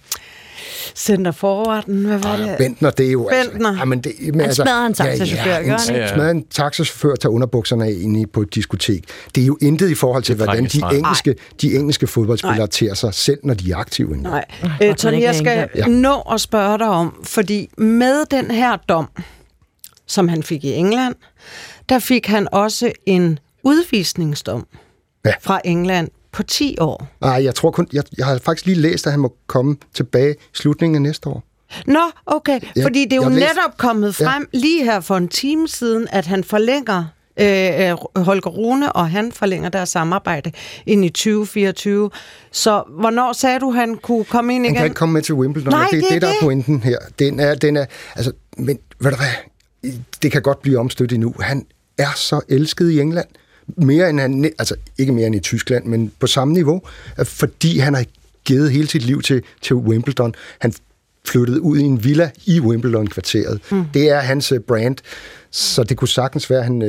centerforwarden, hvad var det? Bentner, det er jo... Bentner. Han smadrer en taxachauffør, gør han ikke? Smadrer en taxachauffør, tager underbukserne af inde på et diskotek. Det er jo intet i forhold til, hvordan de engelske fodboldspillere tager sig, selv når de er aktive. Nej. Tony, jeg skal nå at spørge dig om, fordi med den her dom, som han fik i England, der fik han også en udvisningsdom fra England på 10 år. Nej, jeg tror kun... Jeg har faktisk lige læst, at han må komme tilbage i slutningen af næste år. Nå, okay. Fordi det er jo netop kommet frem lige her for en time siden, at han forlænger Holger Rune, og han forlænger deres samarbejde ind i 2024. Så hvornår sagde du, han kunne komme ind igen? Han kan ikke komme med til Wimbledon. Nej, det er det, der er pointen her. Den er altså, men ved du hvad? Det kan godt blive omstødt endnu. Han er så elsket i England. Mere end han, altså ikke mere end i Tyskland, men på samme niveau, fordi han har givet hele sit liv til Wimbledon. Han flyttede ud i en villa i Wimbledon-kvarteret. Det er hans brand, så det kunne sagtens være, han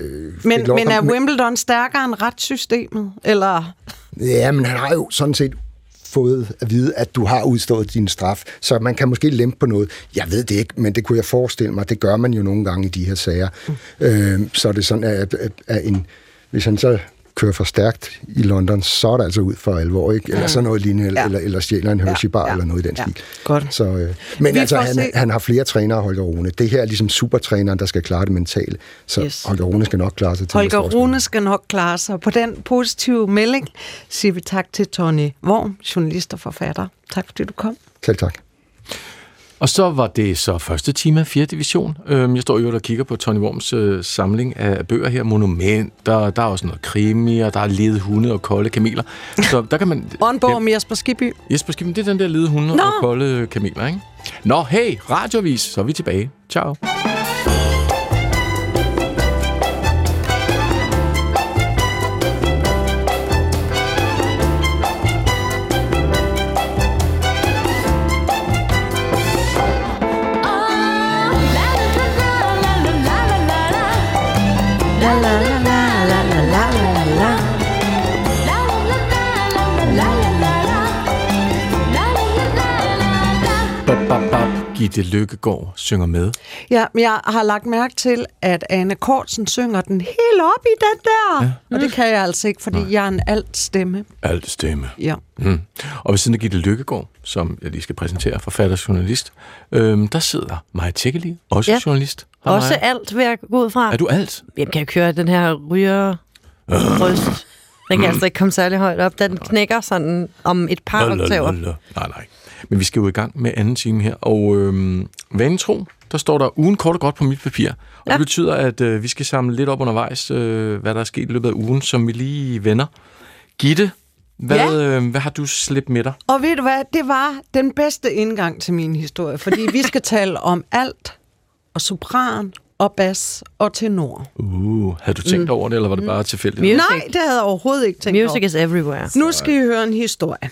Men er Wimbledon stærkere end retssystemet, eller? Ja, men han har jo sådan set fået at vide, at du har udstået din straf, så man kan måske lempe på noget. Jeg ved det ikke, men det kunne jeg forestille mig. Det gør man jo nogle gange i de her sager. Så er det sådan, at hvis han så kører for stærkt i London, så er det altså ud for alvor, ikke? Eller sådan noget lignende, eller stjæler en Hershey-bar, eller noget i den stil. Godt. Så, men altså, han har flere trænere, Holger Rune. Det her er ligesom supertræneren, der skal klare det mentale. Så Holger Rune skal nok klare sig til Holger Rune skal nok klare sig. På den positive melding siger vi tak til Tony Worm, journalist og forfatter. Tak fordi du kom. Selv tak. Og så var det så første time af 4. division. Jeg står jo og kigger på Tony Worms samling af bøger her. Monumenter, der er også noget krimi, og der er lede hunde og kolde kameler. Så der kan man... Og en bog om Jesper Skibby. Jesper Skibby, det er den der lede hunde og kolde kameler, ikke? Nå, hey, radiovis, så er vi tilbage. Ciao. Gitte Løkkegaard synger med. Ja, men jeg har lagt mærke til, at Anne Kortsen synger den helt op i den der. Ja. Og det kan jeg altså ikke, fordi jeg er en alt stemme. Alt stemme. Ja. Og ved siden af Gitte Løkkegaard, som jeg lige skal præsentere, forfatter og journalist, der sidder Maja Tjekkeli, også journalist. Også alt, vil jeg gå ud fra. Er du alt? Jeg kan køre den her rygerrøst. Den kan altså ikke komme særlig højt op. Den knækker sådan om et par oktaver. Nej. Men vi skal jo i gang med anden time her, og vanen tro, der står der ugen kort og godt på mit papir. Og det betyder, at vi skal samle lidt op undervejs, hvad der er sket i løbet af ugen, som vi lige vender. Gitte, hvad har du slæbt med dig? Og ved du hvad, det var den bedste indgang til min historie, fordi vi skal tale om alt, og sopran, og bas, og tenor. Havde du tænkt over det, eller var det bare tilfældigt? Nej, det havde jeg overhovedet ikke tænkt over. Music is everywhere. Nu skal I høre en historie.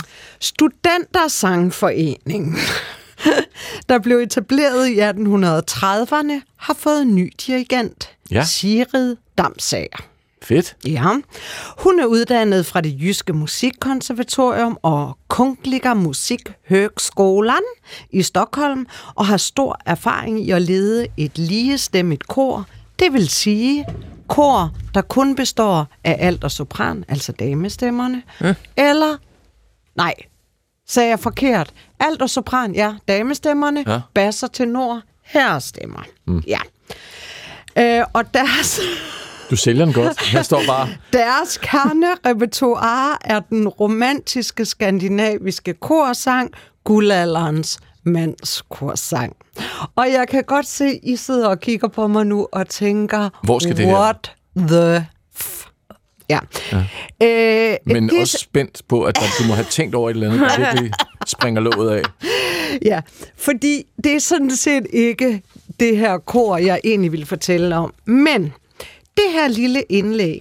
Studentersangforeningen, der blev etableret i 1830'erne, har fået en ny dirigent. Sigrid Damsager. Fedt. Ja. Hun er uddannet fra det jyske musikkonservatorium og Kungliga Musikhögskolan i Stockholm og har stor erfaring i at lede et ligestemmigt kor. Det vil sige kor, der kun består af alt og sopran, altså damestemmerne, eller, nej, sagde jeg forkert, alt og sopran, damestemmerne, basser, tenor, herrestemmer. Ja. Og deres... Du sælger den godt. Her står bare... Deres kernerepertoire er den romantiske skandinaviske korsang, guldalderens mandskorsang. Og jeg kan godt se, I sidder og kigger på mig nu og tænker... Hvor skal det what the Ja. Men også spændt på, at du må have tænkt over et eller andet, der virkelig springer låget af. Ja, fordi det er sådan set ikke det her kor, jeg egentlig vil fortælle om. Men det her lille indlæg,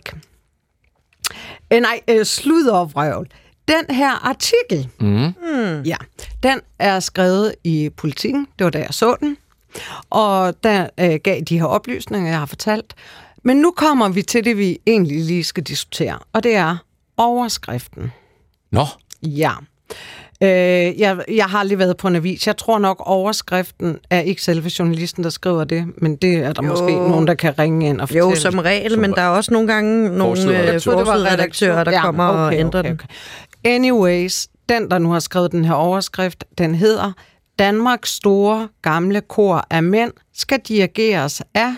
sluddervrøvl, den her artikel, ja, den er skrevet i Politiken, det var da jeg så den, og der gav de her oplysninger, jeg har fortalt. Men nu kommer vi til det, vi egentlig lige skal diskutere, og det er overskriften. Nå? Ja. Jeg har lige været på en avis. Jeg tror nok, overskriften er ikke selve journalisten, der skriver det, men det er der måske nogen, der kan ringe ind og fortælle. Jo, som regel, men der er også nogle gange nogle forsøgredaktører, der kommer og ændrer den. Anyways, den, der nu har skrevet den her overskrift, den hedder: Danmarks store gamle kor af mænd skal dirigeres af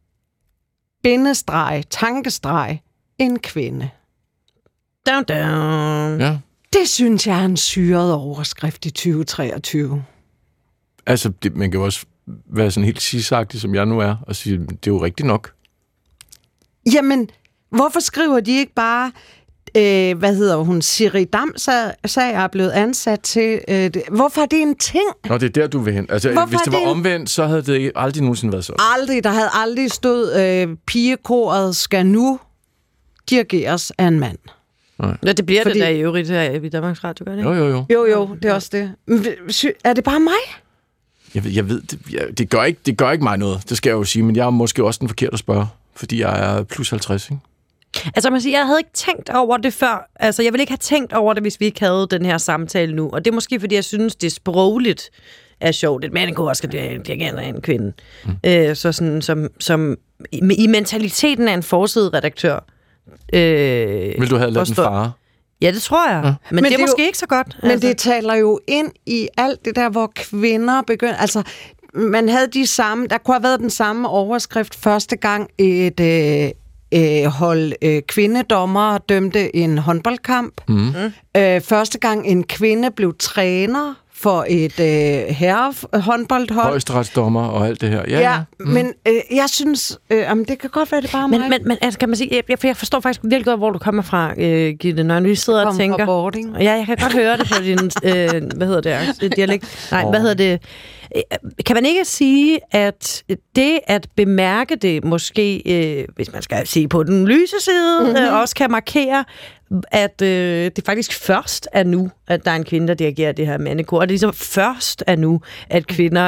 tankestreg, en kvinde. Down, down. Ja. Det synes jeg er en syret overskrift i 2023. Altså, man kan jo også være sådan helt sisagtig, som jeg nu er, og sige, det er jo rigtigt nok. Jamen, hvorfor skriver de ikke bare, Sigrid Damsager er blevet ansat til... Hvorfor er det en ting? Nå, det er der, du vil hen. Altså, hvis det var omvendt, så havde det aldrig nogensinde været sådan. Der havde aldrig stået, pigekoret skal nu dirigeres af en mand. Nej. Ja, det bliver det der i øvrigt her i Danmarks Radio, gør det ikke? Jo, det er også det. Er det bare mig? Jeg ved, det gør ikke mig noget, det skal jeg jo sige, men jeg er måske også den forkerte at spørge, fordi jeg er plus 50, ikke? Altså, man siger, jeg havde ikke tænkt over det før. Altså, jeg ville ikke have tænkt over det, hvis vi ikke havde den her samtale nu. Og det er måske, fordi jeg synes, det er sprogligt er sjovt. Et mand kunne også dirigere en kvinde. Så sådan, som i mentaliteten af en forsideredaktør. Vil du have lavet den fare? Ja, det tror jeg. Ja. Men det er måske ikke så godt. Men det taler jo ind i alt det der, hvor kvinder begynder... Altså, man havde der kunne have været den samme overskrift første gang et hold kvindedommere dømte en håndboldkamp. Første gang en kvinde blev træner for et herrehåndboldhold. Højesteretsdommer og alt det her. Ja. Men jeg synes, det kan godt være, det bare mig. Men altså, kan man sige, jeg forstår faktisk virkelig godt, hvor du kommer fra, Gitte, når vi sidder og tænker... Boarding. Ja, jeg kan godt høre det på din, dialekt. Nej, kan man ikke sige, at det at bemærke det måske, hvis man skal sige på den lyse side, også kan markere, at det faktisk først er nu, at der er en kvinde, der dirigerer det her mandekor, og det er ligesom først er nu, at kvinder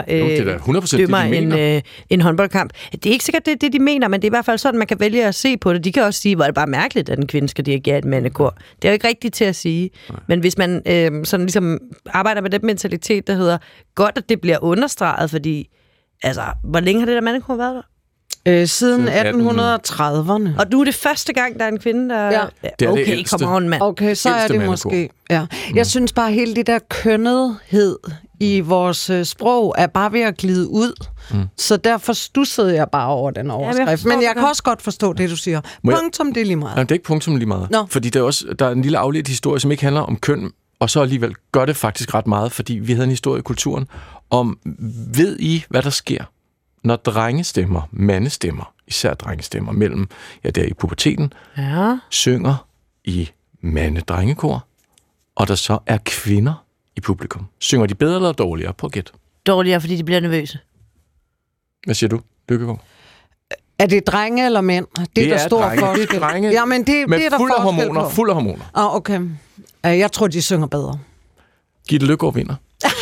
dømmer en håndboldkamp. Det er ikke sikkert, det de mener, men det er i hvert fald sådan, man kan vælge at se på det. De kan også sige, hvor er det bare mærkeligt, at en kvinde skal dirigere et mandekor. Det er jo ikke rigtigt til at sige. Nej. Men hvis man sådan ligesom arbejder med den mentalitet, der hedder, godt at det bliver understreget, fordi altså, hvor længe har det der mandekor været der? Siden 1830'erne. Og nu er det første gang, der er en kvinde, der... Ja. Okay, kommer on, mand. Okay, så er det måske... Ja. Jeg synes bare, hele det der kønnethed i vores sprog er bare ved at glide ud. Så derfor stussede jeg bare over den overskrift. Men jeg kan også godt forstå det, du siger. Punktum, det er lige meget. Nej, det er ikke punktum lige meget. Fordi der er en lille afledt historie, som ikke handler om køn, og så alligevel gør det faktisk ret meget, fordi vi havde en historie i kulturen om, ved I, hvad der sker, når drengestemmer, mandestemmer, især drengestemmer mellem, der i puberteten, synger i mande-drengekor, og der så er kvinder i publikum. Synger de bedre eller dårligere? Prøv at gætte. Dårligere, fordi de bliver nervøse. Hvad siger du, Lykkegaard? Er det drenge eller mænd? Det er der stor forskel. Det er drenge, ja, men det er der fuld af forskel hormoner, på. Fuld af hormoner. Okay. Jeg tror, de synger bedre. Gitte Lykkegaard vinder.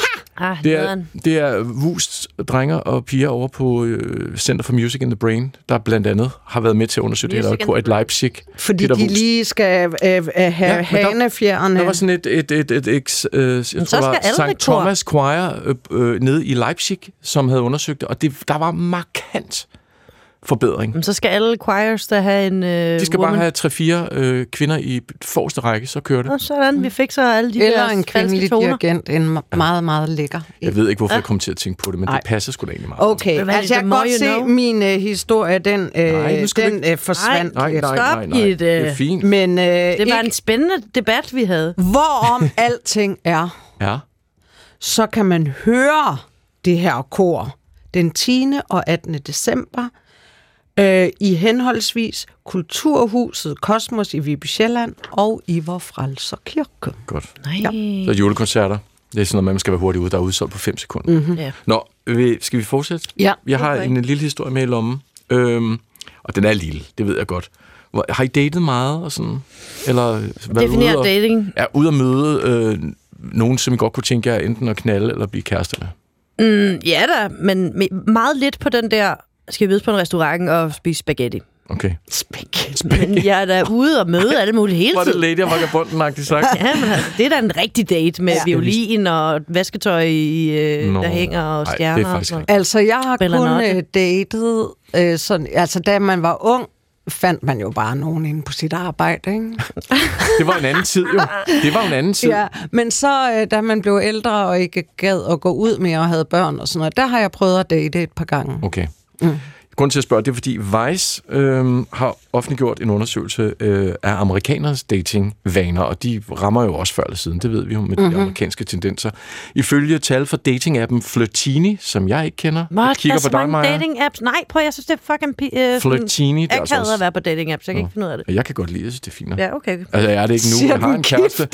Det er vust drenger og piger over på Center for Music in the Brain, der blandt andet har været med til at undersøge det her kor i Leipzig. Fordi de lige skal have hanefjerne. Der var sådan et St. Thomas Choir nede i Leipzig, som havde undersøgt det, og der var markant forbedring. Men så skal alle choirs der have en de skal bare have 3-4 kvinder i forreste række, så kører det. Og sådan, vi fikser alle de eller der en kvindelig dirigent, en meget, meget lækker. Jeg ved ikke, hvorfor jeg kom til at tænke på det, men det passer sgu da egentlig meget. Okay, altså jeg kan godt se, min historie, den forsvandt. Nej. Det er fint. Men, det var en spændende debat, vi havde. Hvorom alting er, så kan man høre det her kor den 10. og 18. december i henholdsvis Kulturhuset Kosmos i Viby Sjælland og i Vor Frelser Kirke. Godt. Ja. Så julekoncerter. Det er sådan noget, man skal være hurtigt ude. Der er udsolgt på 5 sekunder. Mm-hmm. Ja. Nå, skal vi fortsætte? Ja. Jeg har en lille historie med i lommen. Og den er lille, det ved jeg godt. Har I datet meget? Og sådan? Eller defineret dating? Ja, ude at møde nogen, som I godt kunne tænke jer enten at knalde eller blive kærester med? Ja da, men meget lidt på den der, skal vi mødes på en restaurant og spise spaghetti. Okay. Spaghetti. Men jeg er da ude og møde alle mulige hele tiden. Var det Lady og Vagabonden-agtigt sagt? Ja, men altså, det er da en rigtig date med violin og vasketøj, der hænger og stjerner. Det er faktisk altså, jeg har kun datet sådan, altså da man var ung, fandt man jo bare nogen inde på sit arbejde, ikke? Det var en anden tid, jo. Det var en anden tid. Ja, men så, da man blev ældre og ikke gad at gå ud mere og havde børn og sådan noget, der har jeg prøvet at date et par gange. Okay. Grunden til at spørge, det er, fordi Vice har offentliggjort en undersøgelse af amerikanernes datingvaner, og de rammer jo også før eller siden, det ved vi jo med de amerikanske tendenser. Ifølge tal fra dating-appen Flirtini, som jeg ikke kender. Jeg kigger på dig, Maja. Dating-apps? Nej, jeg synes, det er fucking Flirtini, det er altså også... at være på dating-apps, jeg kan ikke finde ud af det. Jeg kan godt lide det, det er fint. Ja, okay. Altså, jeg er det ikke nu, jeg har en kæreste.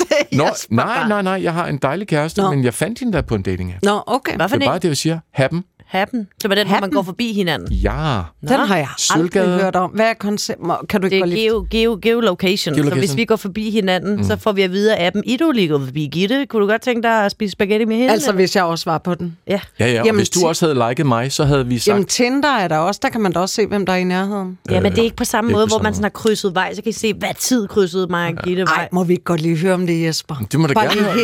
Nej, jeg har en dejlig kæreste, men jeg fandt hende der på en dating-app. Nå, okay. Hvad for det er bare det, jeg siger. Happen. Happen? Så var den, hvor man går forbi hinanden? Ja. Den har jeg aldrig hørt om. Hvad er koncept? Kan du ikke det er geolocation. Så hvis vi går forbi hinanden, så får vi at vide af appen, I du lige går forbi Gitte. Kunne du godt tænke dig at spise spaghetti med hende? Altså, hvis jeg også var på den. Ja. Og hvis du også havde liket mig, så havde vi sagt... Jamen, Tinder er der også. Der kan man da også se, hvem der er i nærheden. Ja, men det er ikke på samme måde, hvor man sådan har krydset vej. Så kan I se, hvad tid krydsede mig og Gitte vej. Nej, må vi ikke godt lige høre om det, Jesper? Det må da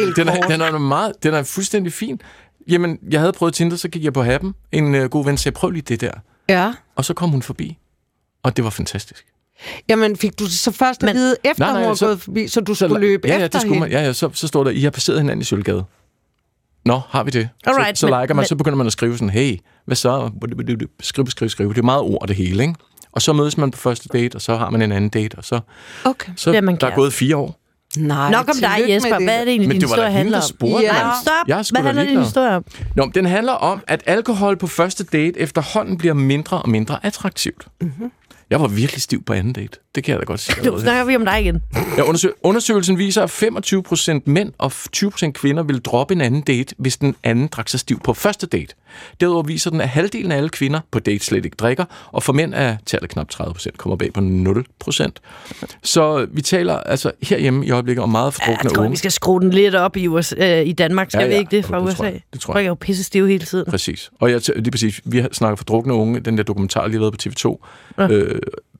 gerne. Den er fuldstændig fin. Jamen, jeg havde prøvet Tinder, så gik jeg på Happen. En god ven sagde, prøv lige det der. Ja. Og så kom hun forbi. Og det var fantastisk. Jamen, fik du så først at vide, efter hun var gået forbi, så du skulle løbe efter det skulle man. Ja, så står der, I har passeret hinanden i Sølvgade. Nå, har vi det? Alright, så liker man, så begynder man at skrive sådan, hey, hvad så? Skrive. Det er meget ord, det hele, ikke? Og så mødes man på første date, og så har man en anden date, og så der er gået 4 år. Nej, nok om dig, Jesper. Hvad er det egentlig, din historie handler om? Stop. Hvad handler din historie om? Nå, den handler om, at alkohol på første date efterhånden bliver mindre og mindre attraktivt. Mm-hmm. Jeg var virkelig stiv på anden date. Det kan jeg da godt sige. Nu snakker vi om dig igen. Undersøgelsen viser, at 25% mænd og 20% kvinder vil droppe en anden date, hvis den anden drak sig stiv på første date. Derudover viser den, at halvdelen af alle kvinder på date slet ikke drikker, og for mænd er tallet knap 30%, kommer bag på 0%. Så vi taler altså herhjemme i øjeblikket om meget fordrukne unge. Jeg tror, vi skal skrue den lidt op i Danmark. Skal vi ikke det fra USA? Det tror jeg. Jeg er jo pisse stiv hele tiden. Præcis. Og lige præcis, vi har snakket fordrukne unge, den der dokumentar, lige har været på TV2,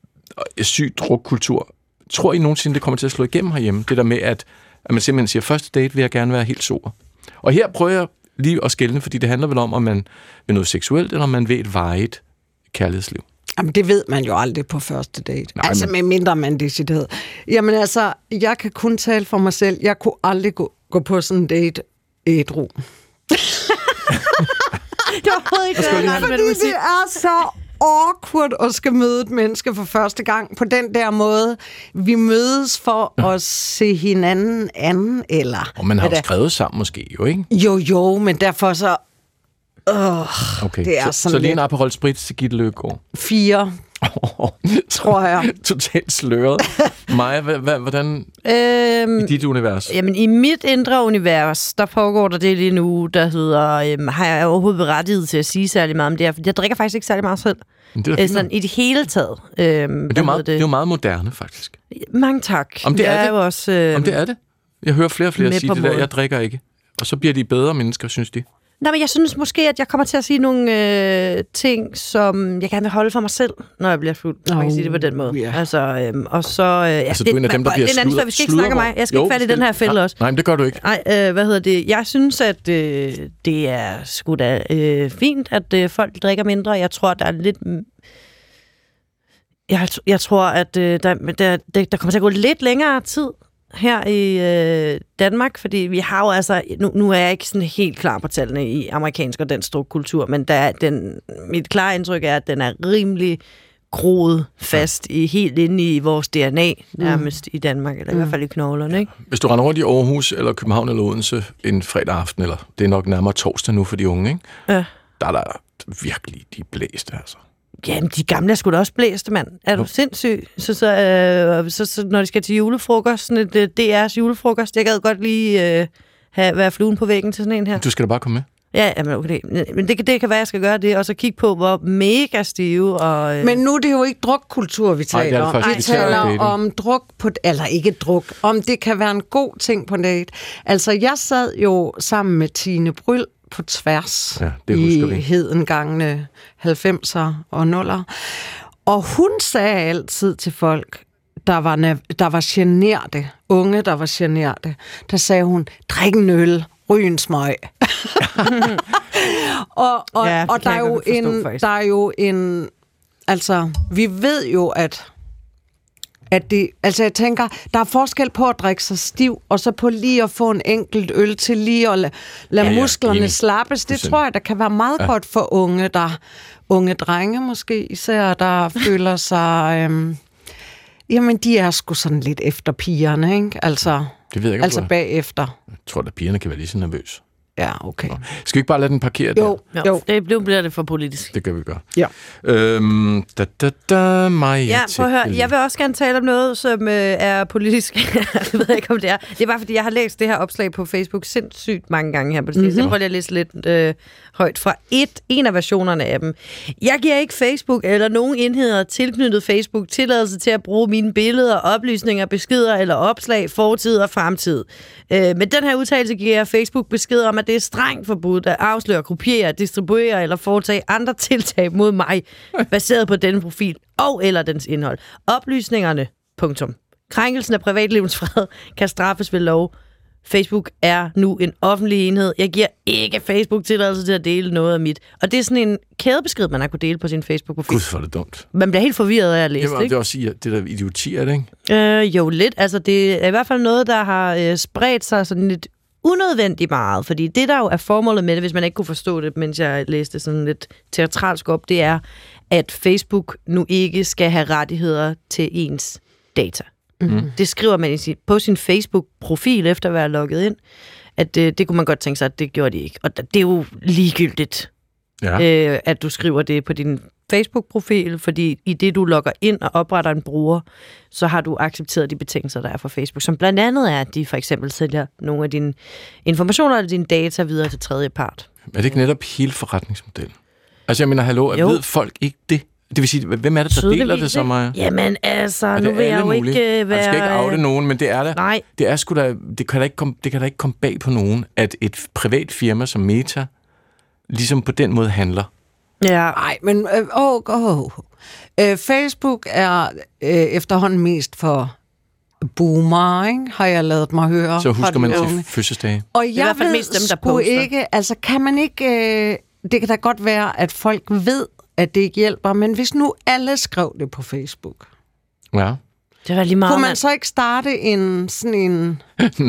syg drukkultur. Tror I nogensinde, det kommer til at slå igennem herhjemme? Det der med, at man simpelthen siger, første date vil jeg gerne være helt sober. Og her prøver jeg lige at skelne, fordi det handler vel om man vil noget seksuelt, eller om man vil et varigt kærlighedsliv. Jamen, det ved man jo aldrig på første date. Nej, altså, med mindre man decideret. Jamen, altså, jeg kan kun tale for mig selv. Jeg kunne aldrig gå på sådan en date ædru. Det var overhovedet ikke fordi det er så awkward at skal møde et menneske for første gang på den der måde. Vi mødes for at se hinanden anden, eller... Og man har jo skrevet sammen måske, jo, ikke? Jo, men derfor så... Okay, det er så lige en Aperol Spritz til Gitte Løkkegaard. 4, tror jeg. Totalt sløret. Maja, hvordan i dit univers? Jamen, i mit indre univers, der foregår der det lige nu, der hedder, har jeg overhovedet berettiget til at sige særlig meget om det her, for jeg drikker faktisk ikke særlig meget selv. Det er sådan i det hele taget. Men det er jo meget moderne, faktisk. Mange tak. Om det er det? Jo også, om det er det? Jeg hører flere og flere sige det der, jeg drikker ikke. Og så bliver de bedre mennesker, synes de. Nej, men jeg synes måske, at jeg kommer til at sige nogle ting, som jeg gerne vil holde for mig selv, når jeg bliver fuld. Man kan sige det på den måde. Yeah. Altså, og så... altså, du er en af dem, der bliver sludder. Vi skal ikke snakke om mig. Jeg skal ikke falde i den her fælde også. Nej, men det gør du ikke. Nej, Jeg synes, at det er sgu da fint, at folk drikker mindre. Jeg tror, der er lidt... Jeg tror, at der kommer til at gå lidt længere tid her i Danmark, fordi vi har jo altså... Nu er jeg ikke sådan helt klar på tallene i amerikansk og dansk struktur, men mit klare indtryk er, at den er rimelig groet fast helt inde i vores DNA, nærmest i Danmark, eller i hvert fald i knoglerne, ikke? Hvis du render rundt i Aarhus, eller København eller Odense en fredag aften, eller det er nok nærmere torsdag nu for de unge, ikke? Ja. Der er der virkelig de blæste, altså. Jamen, de gamle er sgu da også blæste, mand. Er du sindssyg? Så når de skal til julefrokost, sådan et DR's julefrokost, jeg gad godt lige være fluen på væggen til sådan en her. Du skal da bare komme med. Ja, men okay. Men det kan være, jeg skal gøre det, og så kigge på, hvor mega stive og... Men nu er det jo ikke drukkultur, vi taler om. Vi taler om druk på... Eller ikke druk. Om det kan være en god ting på en date. Altså, jeg sad jo sammen med Tine Bryl på tværs i hedengangene 90'er og 0'er. Og hun sagde altid til folk, der var generte, unge, der var generte, der sagde hun, drik en øl, ryg en smøg. og der er jo en... Altså, vi ved jo, at det, altså jeg tænker, der er forskel på at drikke sig stiv, og så på lige at få en enkelt øl til lige at lade musklerne slappes. Det tror jeg, der kan være meget godt for unge drenge måske, især der føler sig... jamen, de er sgu sådan lidt efter pigerne, ikke? Altså, det ved jeg ikke, altså bagefter. Jeg tror, at pigerne kan være lige så nervøse. Ja, okay. Skal vi ikke bare lade den parkere der? Jo. Det bliver det for politisk. Det kan vi gøre. Ja. Ja, prøv at høre. Jeg vil også gerne tale om noget, som er politisk. Jeg ved ikke, om det er. Det er bare, fordi jeg har læst det her opslag på Facebook sindssygt mange gange her på det sidste. Jeg prøver lige at læse lidt højt fra en af versionerne af dem. Jeg giver ikke Facebook eller nogen enheder tilknyttet Facebook tilladelse til at bruge mine billeder, oplysninger, beskeder eller opslag, fortid og fremtid. Med den her udtalelse giver jeg Facebook besked om, at det er strengt forbudt at afsløre, kopiere, distribuere eller foretage andre tiltag mod mig, baseret på denne profil og eller dens indhold. Oplysningerne, punktum. Krænkelsen af privatlivets fred kan straffes ved lov. Facebook er nu en offentlig enhed. Jeg giver ikke Facebook tilladelse til at dele noget af mit. Og det er sådan en kædebesked, man har kunne dele på sin Facebook-profil. Gud, hvor er det dumt. Man bliver helt forvirret af at læse det, ikke? Det er også det der idioti, er det ikke? Jo, lidt. Altså, det er i hvert fald noget, der har spredt sig sådan lidt unødvendigt meget. Fordi det, der jo er formålet med det, hvis man ikke kunne forstå det, mens jeg læste sådan lidt teatralsk op, det er, at Facebook nu ikke skal have rettigheder til ens data. Mm-hmm. Det skriver man på sin Facebook-profil efter at være logget ind, at det kunne man godt tænke sig, at det gjorde de ikke. Og det er jo ligegyldigt, at du skriver det på din Facebook-profil, fordi i det, du logger ind og opretter en bruger, så har du accepteret de betingelser, der er fra Facebook, som blandt andet er, at de for eksempel sælger nogle af dine informationer eller dine data videre til tredje part. Er det ikke netop hele forretningsmodellen? Altså, jeg mener, ved folk ikke det? Det vil sige, hvem er det, der deler det så meget? Jamen altså, nu vil jeg jo ikke være... Jeg skal ikke oute nogen, men det er det. Nej. Det er sgu da... Det kan da ikke komme bag på nogen, at et privat firma som Meta ligesom på den måde handler. Ja. Nej, men Facebook er efterhånden mest for boomer, ikke? Har jeg ladet mig høre. Så husker man til fødselsdage. Og jeg i hvert fald mest dem, der poster. Ikke, altså kan man ikke... det kan da godt være, at folk ved, at det ikke hjælper, men hvis nu alle skrev det på Facebook. Ja. Det var lige meget, kunne man så ikke starte en sådan en...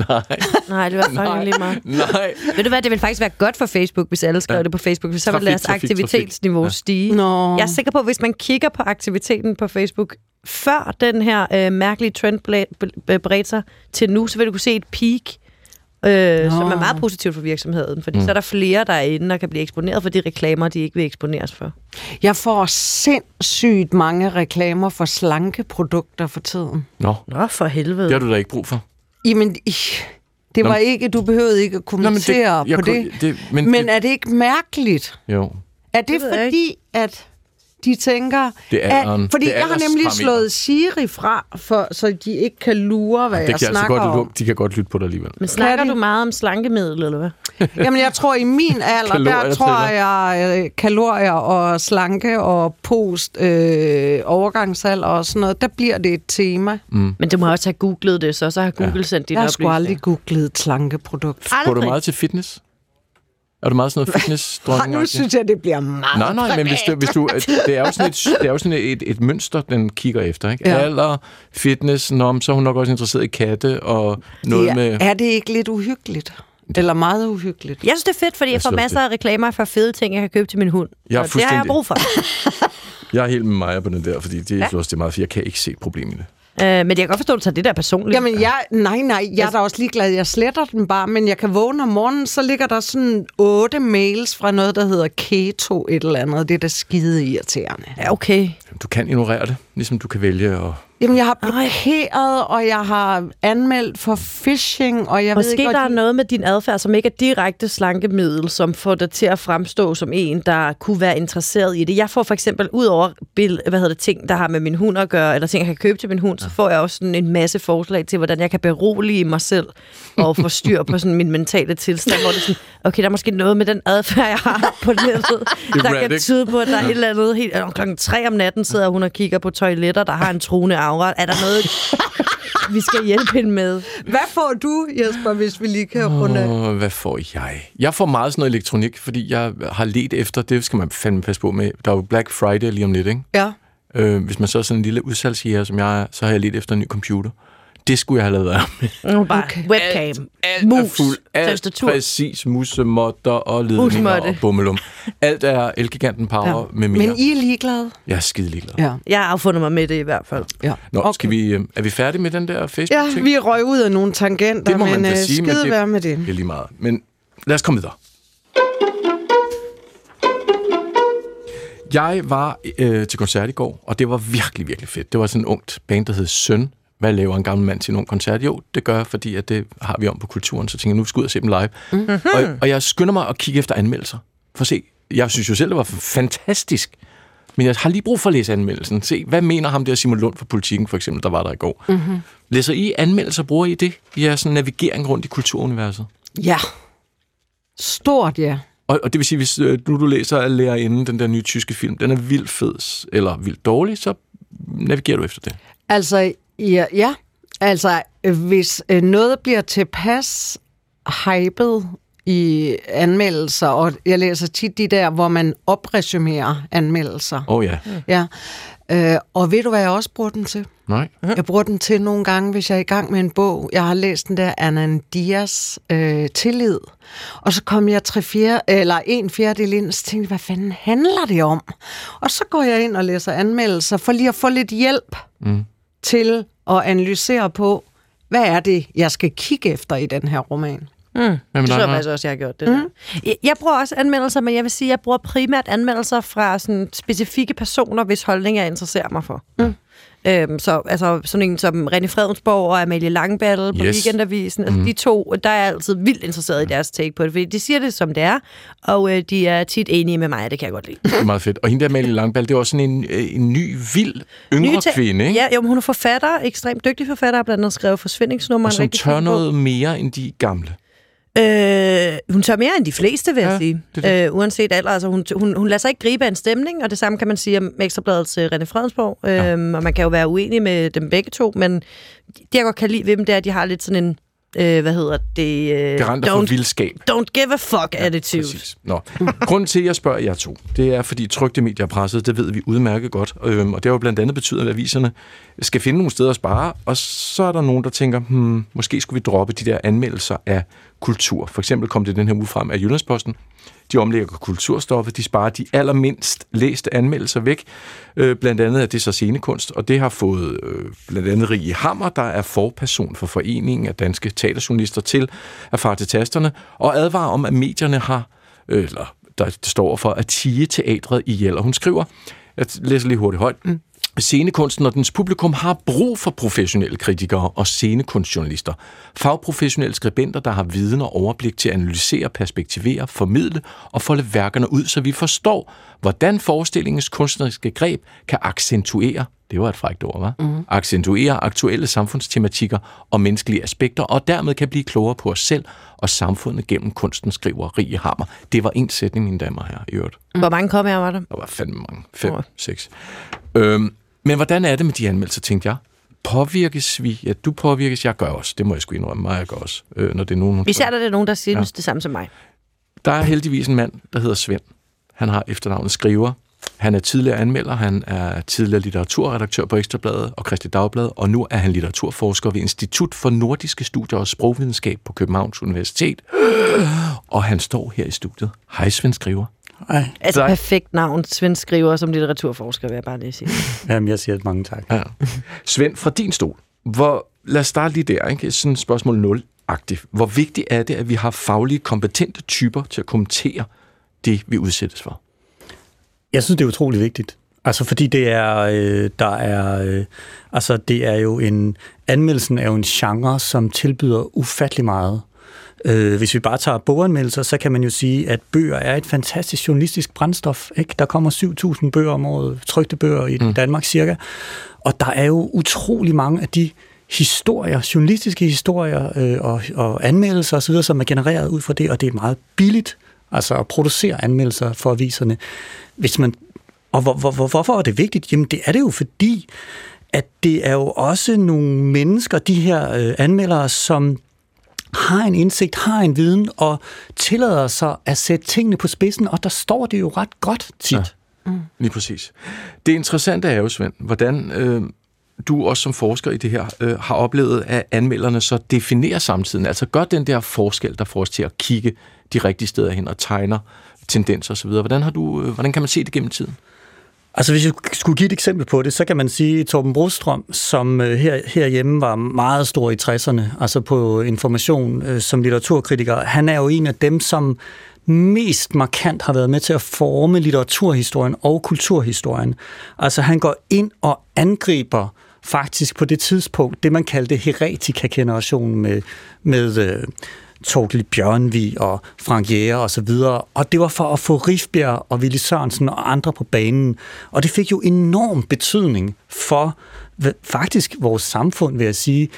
Nej, det var faktisk lige meget. Nej. Ved du hvad, det ville faktisk være godt for Facebook, hvis alle skrev det på Facebook, hvis så ville deres aktivitetsniveau stige. Jeg er sikker på, at hvis man kigger på aktiviteten på Facebook, før den her mærkelige trend bredte sig til nu, så vil du kunne se et peak, som er meget positivt for virksomheden, fordi så er der flere, der er inde og kan blive eksponeret for de reklamer, de ikke vil eksponeres for. Jeg får sindssygt mange reklamer for slankeprodukter for tiden. Nå, for helvede. Det har du da ikke brug for. Jamen, det var ikke, du behøvede ikke at kommentere på det. Men er det ikke mærkeligt? Jo. Er det fordi, at de tænker... Fordi jeg har nemlig slået Siri fra, så de ikke kan lure, hvad jeg snakker om. De kan godt lytte på dig alligevel. Men snakker du meget om slankemiddel, eller hvad? Jamen, jeg tror, i min alder, der tror jeg kalorier og slanke og overgangsalder og sådan noget, der bliver det et tema. Men du må også have googlet det, så har Google sendt dine oplysninger. Jeg har sgu aldrig googlet et slankeprodukt. Går du meget til fitness? Er du meget sådan noget fitness-dronning? Nu synes jeg, det bliver meget Nej, men hvis du det er jo sådan et mønster, den kigger efter, ikke? Ja. Alder, fitness, så er hun nok også interesseret i katte og noget med... Er det ikke lidt uhyggeligt? Eller meget uhyggeligt? Jeg synes, det er fedt, fordi jeg får masser af reklamer for fede ting, jeg kan købe til min hund. Det har jeg brug for. Jeg er helt med mig på den der, fordi det er meget, for jeg kan ikke se et problem i det. Men jeg kan godt forstå, at du tager det der personligt. Jamen, jeg er da også ligeglad. Jeg sletter den bare, men jeg kan vågne om morgenen, så ligger der sådan 8 mails fra noget, der hedder keto et eller andet. Det er da skide irriterende. Ja, okay. Du kan ignorere det, ligesom du kan vælge at... Jamen, jeg har blokeret, og jeg har anmeldt for phishing, og jeg ved ikke... Måske der er noget med din adfærd, som ikke er direkte slankemiddel, som får dig til at fremstå som en, der kunne være interesseret i det. Jeg får for eksempel ud over ting, der har med min hund at gøre, eller ting, jeg kan købe til min hund, så får jeg også sådan en masse forslag til, hvordan jeg kan berolige mig selv og få styr på sådan min mentale tilstand, hvor det er sådan, okay, der er måske noget med den adfærd, jeg har på nettet, der kan tyde på, at der er et eller andet helt... Klokken 3 om natten sidder hun og kigger på toiletter, der har en truende aura. Er der noget, vi skal hjælpe hende med? Hvad får du, Jesper, hvis vi lige kan runde af? Hvad får jeg? Jeg får meget sådan noget elektronik, fordi jeg har ledt efter, det skal man fandme passe på med. Der er jo Black Friday lige om lidt, ikke? Ja. Hvis man så er sådan en lille udsalgsjæger, som jeg er, så har jeg ledt efter en ny computer. Det skulle jeg have lavet af med. Webcam, mus, tastatur. Præcis, musemotter og ledninger og bummelum. Alt er Elgiganten Power med mere. Men I er ligeglade? Jeg er skide ligeglad. Ja. Jeg har affundet mig med det i hvert fald. Ja. Nå, okay. Er vi færdige med den der Facebook-ting? Ja, vi røg ud af nogle tangenter, det må man men sige, skide være med det. Det er lige meget. Men lad os komme videre. Jeg var til koncert i går, og det var virkelig, virkelig fedt. Det var sådan en ungt band, der hed Søn. Hvad laver en gammel mand til en ung koncert? Jo, det gør jeg, fordi at det har vi om på kulturen, så tænker jeg, nu skal jeg ud og se dem live. Mm-hmm. Og jeg skynder mig at kigge efter anmeldelser. For at se, jeg synes jo selv, det var fantastisk. Men jeg har lige brug for at læse anmeldelsen. Se, hvad mener ham der Simon Lund fra Politikken, for eksempel, der var der i går. Mm-hmm. Læser I anmeldelser, bruger I det? I er sådan navigering rundt i kulturuniverset? Ja. Stort, ja. Og det vil sige, hvis nu du læser af Lærerinden, den der nye tyske film, den er vildt fed, eller vildt dårlig, så navigerer du efter det. Altså, ja. Altså, hvis noget bliver tilpas hyped i anmeldelser, og jeg læser tit de der, hvor man opresumerer anmeldelser. Ja. Og ved du, hvad jeg også bruger den til? Nej. Jeg bruger den til nogle gange, hvis jeg er i gang med en bog. Jeg har læst den der Anand Dias Tillid. Og så kom jeg 1/4 ind, og så tænkte jeg, hvad fanden handler det om? Og så går jeg ind og læser anmeldelser, for lige at få lidt hjælp til at analysere på, hvad er det, jeg skal kigge efter i den her roman. Det tror jeg faktisk også, jeg har gjort det. Jeg bruger også anmeldelser, men jeg vil sige, at jeg bruger primært anmeldelser fra sådan specifikke personer, hvis holdning jeg interesserer mig for. Så altså sådan en som René Fredensborg og Amalie Langballe på Weekendavisen, altså de to, der er jeg altid vildt interesseret i deres take på det, fordi de siger det, som det er, og de er tit enige med mig, og det kan jeg godt lide. Det er meget fedt. Og hende der Amalie Langballe, det er også sådan en ny, vild, yngre kvinde, ikke? Ja, jo, hun er forfatter, ekstremt dygtig forfatter, blandt andet skrevet Forsvindingsnummer. Og som tør noget mere end de gamle. Hun tør mere end de fleste, vil jeg sige. Uanset alder. Altså, hun lader sig ikke gribe af en stemning, og det samme kan man sige om Ekstrabladets René Fredensborg. Og man kan jo være uenig med dem begge to, men det, jeg godt kan lide ved dem, det er, at de har lidt sådan Garanter for vildskab. Don't give a fuck attitude. Præcis. Nå. Grunden til, at jeg spørger jer to, det er, fordi trykte medier er presset, det ved vi udmærket godt, og det har jo blandt andet betydet, at aviserne skal finde nogle steder at spare, og så er der nogen, der tænker, måske skulle vi droppe de der anmeldelser af kultur. For eksempel kom det den her uge frem af Jyllandsposten. De omlægger kulturstoffet, de sparer de allermindst læste anmeldelser væk. Blandt andet er det så scenekunst, og det har fået blandt andet Rie Hammer, der er forperson for Foreningen af Danske Teaterjournalister, til at fare til tasterne og advarer om, at medierne har, eller der står for at tie teatret ihjel. Og hun skriver, jeg læser lige hurtigt højt, scenekunsten og dens publikum har brug for professionelle kritikere og scenekunstjournalister. Fagprofessionelle skribenter, der har viden og overblik til at analysere, perspektivere, formidle og folde værkerne ud, så vi forstår, hvordan forestillingens kunstneriske greb kan accentuere, det var et frækt ord, hva'? Accentuere aktuelle samfundstematikker og menneskelige aspekter, og dermed kan blive klogere på os selv og samfundet gennem kunsten, skriver Rie Hammer. Det var en sætning, mine damer her i øvrigt. Hvor mange kom her, var der? Der var fandme mange. 5, 6. Men hvordan er det med de anmeldelser, tænkte jeg? Påvirkes vi? Ja, du påvirkes, jeg gør også. Det må jeg sgu indrømme, mig jeg gør også. Når det er nogen, især der er nogen, der synes det samme som mig. Der er heldigvis en mand, der hedder Svend. Han har efternavnet Skriver. Han er tidligere anmelder, han er tidligere litteraturredaktør på Ekstra Bladet og Kristeligt Dagblad, og nu er han litteraturforsker ved Institut for Nordiske Studier og Sprogvidenskab på Københavns Universitet. Og han står her i studiet. Hej, Svend Skriver. Ej. Altså perfekt navn, Svend Skriver som litteraturforsker, vil jeg bare lige sige. Jamen, jeg siger mange tak. Ja. Svend, fra din stol, lad os starte lige der, ikke? Sådan spørgsmål 0-agtigt. Hvor vigtigt er det, at vi har faglige, kompetente typer til at kommentere det, vi udsættes for? Jeg synes, det er utrolig vigtigt. Altså, fordi det er, det er jo anmeldelsen er jo en genre, som tilbyder ufattelig meget. Hvis vi bare tager boganmeldelser, så kan man jo sige, at bøger er et fantastisk journalistisk brændstof. Ikke? Der kommer 7.000 bøger om året, trykte bøger i Danmark cirka. Og der er jo utrolig mange af de historier, journalistiske historier og anmeldelser osv., som er genereret ud fra det, og det er meget billigt altså at producere anmeldelser for aviserne. Hvorfor er det vigtigt? Jamen det er det jo fordi, at det er jo også nogle mennesker, de her anmeldere, som har en indsigt, har en viden og tillader sig at sætte tingene på spidsen, og der står det jo ret godt tit. Ja, lige præcis. Det interessante er jo, Svend, hvordan du også som forsker i det her har oplevet, at anmelderne så definerer samtiden, altså gør den der forskel, der får os til at kigge de rigtige steder hen og tegner tendenser osv. Hvordan kan man se det gennem tiden? Altså hvis jeg skulle give et eksempel på det, så kan man sige Torben Brostrøm, som herhjemme var meget stor i 60'erne, altså på Information som litteraturkritiker. Han er jo en af dem, som mest markant har været med til at forme litteraturhistorien og kulturhistorien. Altså han går ind og angriber faktisk på det tidspunkt, det man kaldte heretika-generationen med Torkel Bjørnvig og Frank Jæger og så videre, og det var for at få Rifbjerg og Willy Sørensen og andre på banen, og det fik jo enorm betydning for faktisk vores samfund, vil jeg sige.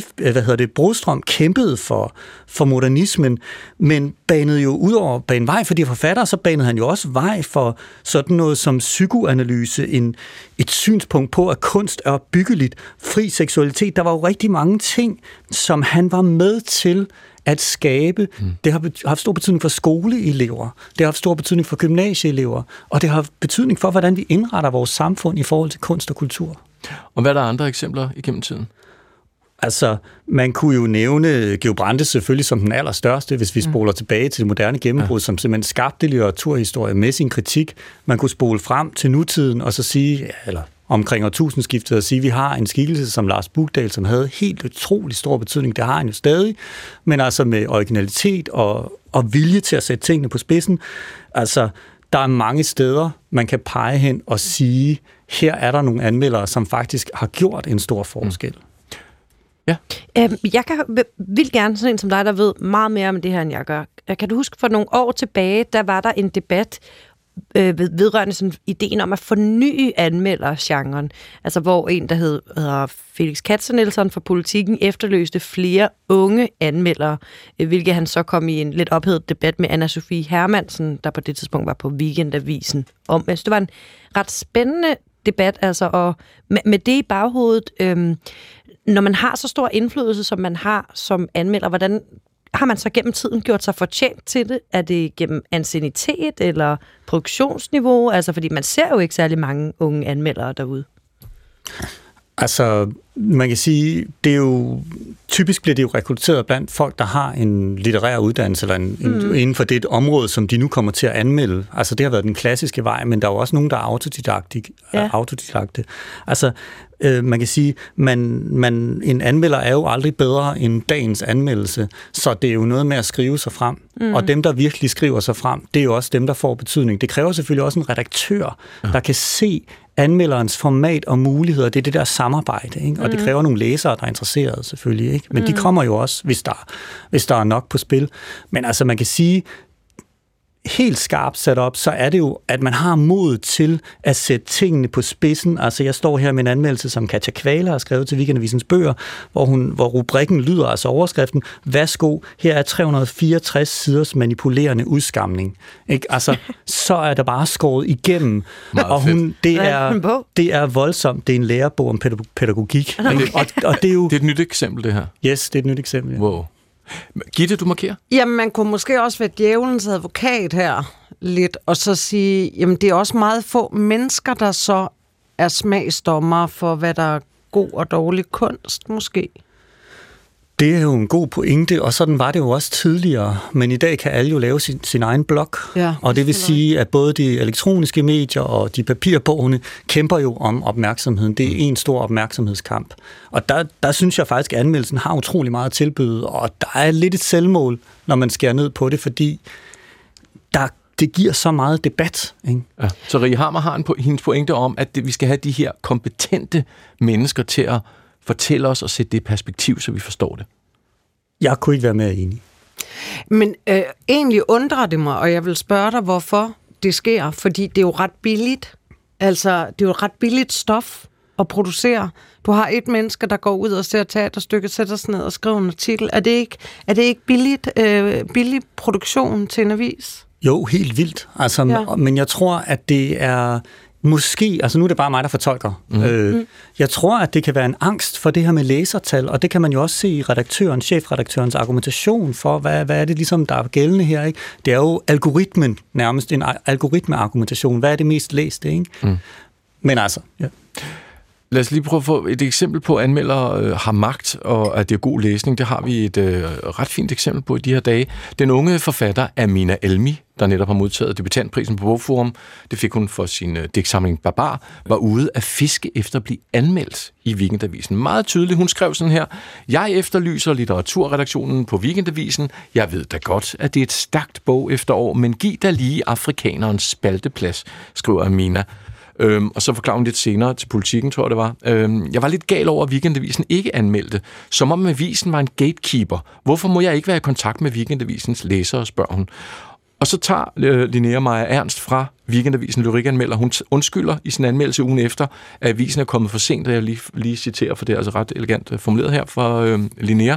Brostrøm kæmpede for modernismen, men banede jo ud over bane vej for de forfattere, så banede han jo også vej for sådan noget som psykoanalyse, et synspunkt på, at kunst er byggeligt, fri seksualitet. Der var jo rigtig mange ting, som han var med til at skabe. Det har haft stor betydning for skoleelever, det har haft stor betydning for gymnasieelever, og det har haft betydning for, hvordan vi indretter vores samfund i forhold til kunst og kultur. Og hvad er der andre eksempler igennem tiden? Altså, man kunne jo nævne Georg Brandes selvfølgelig som den allerstørste, hvis vi spoler tilbage til det moderne gennembrud, som simpelthen skabte litteraturhistorie med sin kritik. Man kunne spole frem til nutiden og så sige, eller omkring årtusindskiftet, og sige, at vi har en skikkelse som Lars Bukdal, som havde helt utrolig stor betydning. Det har han jo stadig, men altså med originalitet og vilje til at sætte tingene på spidsen. Altså, der er mange steder, man kan pege hen og sige, her er der nogle anmeldere, som faktisk har gjort en stor forskel. Ja. Jeg vil gerne, sådan en som dig, der ved meget mere om det her, end jeg gør. Kan du huske, for nogle år tilbage, der var der en debat vedrørende sådan ideen om at forny anmeldergenren. Altså hvor en, der hedder Felix Katzenelson fra Politikken, efterløste flere unge anmeldere, hvilket han så kom i en lidt ophedet debat med Anna-Sophie Hermansen, der på det tidspunkt var på Weekendavisen om. Altså, det var en ret spændende debat, altså, og med det i baghovedet, Når man har så stor indflydelse, som man har som anmelder, hvordan har man så gennem tiden gjort sig fortjent til det? Er det gennem anciennitet eller produktionsniveau? Altså, fordi man ser jo ikke særlig mange unge anmeldere derude. Altså, man kan sige, det er jo typisk bliver det jo rekrutteret blandt folk, der har en litterær uddannelse, eller inden for det område, som de nu kommer til at anmelde. Altså, det har været den klassiske vej, men der er jo også nogen, der er autodidakte. Altså, man kan sige, en anmelder er jo aldrig bedre end dagens anmeldelse, så det er jo noget med at skrive sig frem. Og dem, der virkelig skriver sig frem, det er jo også dem, der får betydning. Det kræver selvfølgelig også en redaktør, der kan se anmelderens format og muligheder. Det er det der samarbejde, ikke? Og det kræver nogle læsere, der er interesserede selvfølgelig, ikke? Men de kommer jo også, hvis der er nok på spil. Men altså, man kan sige, helt skarpt sat op, så er det jo, at man har mod til at sætte tingene på spidsen. Altså, jeg står her med en anmeldelse, som Katja Kvaler har skrevet til Weekendavisens bøger, hvor rubrikken lyder, altså overskriften, værsgo, her er 364 siders manipulerende udskamning. Ikke? Altså, så er der bare skåret igennem. Og det er voldsomt. Det er en lærebog om pædagogik. Okay. Og det er jo... Det er et nyt eksempel, det her. Yes, det er et nyt eksempel, ja. Wow. Gitte, du markerer? Jamen, man kunne måske også være djævelens advokat her lidt, og så sige, jamen, det er også meget få mennesker, der så er smagsdommere for, hvad der er god og dårlig kunst, måske. Det er jo en god pointe, og sådan var det jo også tidligere, men i dag kan alle jo lave sin egen blog, og det vil sige, at både de elektroniske medier og de papirbogene kæmper jo om opmærksomheden. Det er en stor opmærksomhedskamp. Og der synes jeg faktisk, at anmeldelsen har utrolig meget at tilbyde, og der er lidt et selvmål, når man skærer ned på det, fordi det giver så meget debat. Ikke? Ja. Så Rie Hammer har hendes pointe om, at vi skal have de her kompetente mennesker til at fortælle os og sætte det i perspektiv, så vi forstår det. Jeg kunne ikke være mere enig. Men egentlig undrer det mig, og jeg vil spørge dig, hvorfor det sker. Fordi det er jo ret billigt. Altså, det er jo et ret billigt stof at producere. Du har et menneske, der går ud og ser teaterstykket, sætter sig ned og skriver en artikel. Er det ikke billig produktion til en avis? Jo, helt vildt. Altså, men jeg tror, at det er... Måske, altså nu er det bare mig, der fortolker. Jeg tror, at det kan være en angst for det her med læsertal, og det kan man jo også se i chefredaktørens argumentation for, hvad er det ligesom, der er gældende her, ikke? Det er jo algoritmen, nærmest en algoritmeargumentation. Hvad er det mest læste, ikke? Men altså, ja. Lad os lige prøve at få et eksempel på, at anmeldere har magt, og at det er god læsning. Det har vi et ret fint eksempel på i de her dage. Den unge forfatter Amina Elmi, der netop har modtaget debutantprisen på Bogforum, det fik hun for sin digtsamling Barbar, var ude at fiske efter at blive anmeldt i Weekendavisen. Meget tydeligt, hun skrev sådan her: Jeg efterlyser litteraturredaktionen på Weekendavisen. Jeg ved da godt, at det er et stærkt bog efterår, men giv da lige afrikanerens spalteplads, skriver Amina. Og så forklarer hun lidt senere til Politikken, tror jeg det var. Jeg var lidt gal over, at Weekendavisen ikke anmeldte, som om avisen var en gatekeeper. Hvorfor må jeg ikke være i kontakt med Weekendavisens læsere, spørger hun. Og så tager Linnea Maja Ernst fra Weekendavisen lyrikanmelder. Hun undskylder i sin anmeldelse ugen efter, at avisen er kommet for sent, og jeg lige citerer, for det er altså ret elegant formuleret her fra Linnea.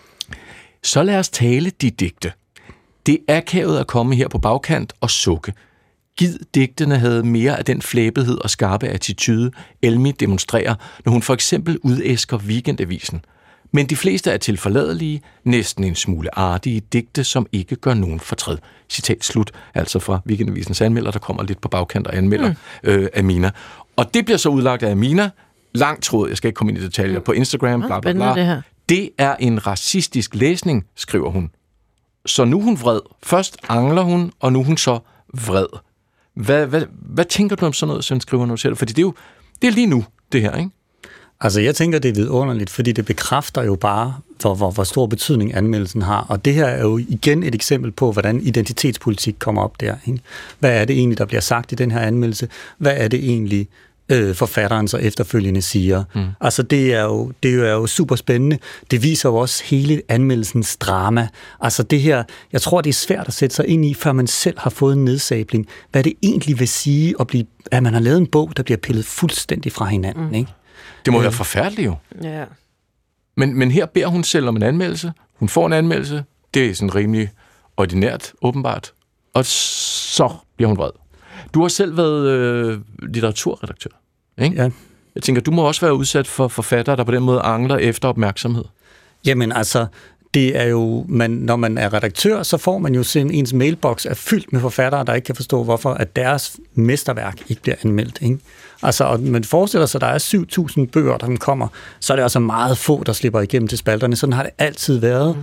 Så lad os tale de digte. Det er akavet at komme her på bagkant og sukke. Gid digtene havde mere af den flæbethed og skarpe attitude, Elmi demonstrerer, når hun for eksempel udæsker Weekendavisen. Men de fleste er tilforladelige, næsten en smule artige digte, som ikke gør nogen fortræd. Citat slut, altså fra Weekendavisens anmelder, der kommer lidt på bagkant og anmelder Amina. Og det bliver så udlagt af Amina, langt tråd, jeg skal ikke komme ind i detaljer, på Instagram, bla bla bla. Det er en racistisk læsning, skriver hun. Så nu er hun vred. Først angler hun, og nu er hun så vred. Hvad tænker du om sådan noget, som skriver nu selv? Fordi det er lige nu, det her, ikke? Altså, jeg tænker, det er vidunderligt, fordi det bekræfter jo bare, hvor stor betydning anmeldelsen har. Og det her er jo igen et eksempel på, hvordan identitetspolitik kommer op der, ikke? Hvad er det egentlig, der bliver sagt i den her anmeldelse? Hvad er det egentlig, forfatteren så efterfølgende siger? Altså, det er jo super spændende. Det viser jo også hele anmeldelsens drama. Altså, det her, jeg tror, det er svært at sætte sig ind i, før man selv har fået en nedsabling. Hvad det egentlig vil sige, at man har lavet en bog, der bliver pillet fuldstændig fra hinanden, ikke? Det må være forfærdeligt jo. Ja. Men her beder hun selv om en anmeldelse. Hun får en anmeldelse. Det er sådan rimelig ordinært, åbenbart. Og så bliver hun vred. Du har selv været litteraturredaktør, ikke? Ja. Jeg tænker, du må også være udsat for forfattere, der på den måde angler efter opmærksomhed. Jamen altså, det er jo, når man er redaktør, så får man jo ens mailbox er fyldt med forfattere, der ikke kan forstå, hvorfor at deres mesterværk ikke bliver anmeldt. Ikke? Altså, og man forestiller sig, at der er 7.000 bøger, der kommer, så er det altså meget få, der slipper igennem til spalterne. Sådan har det altid været.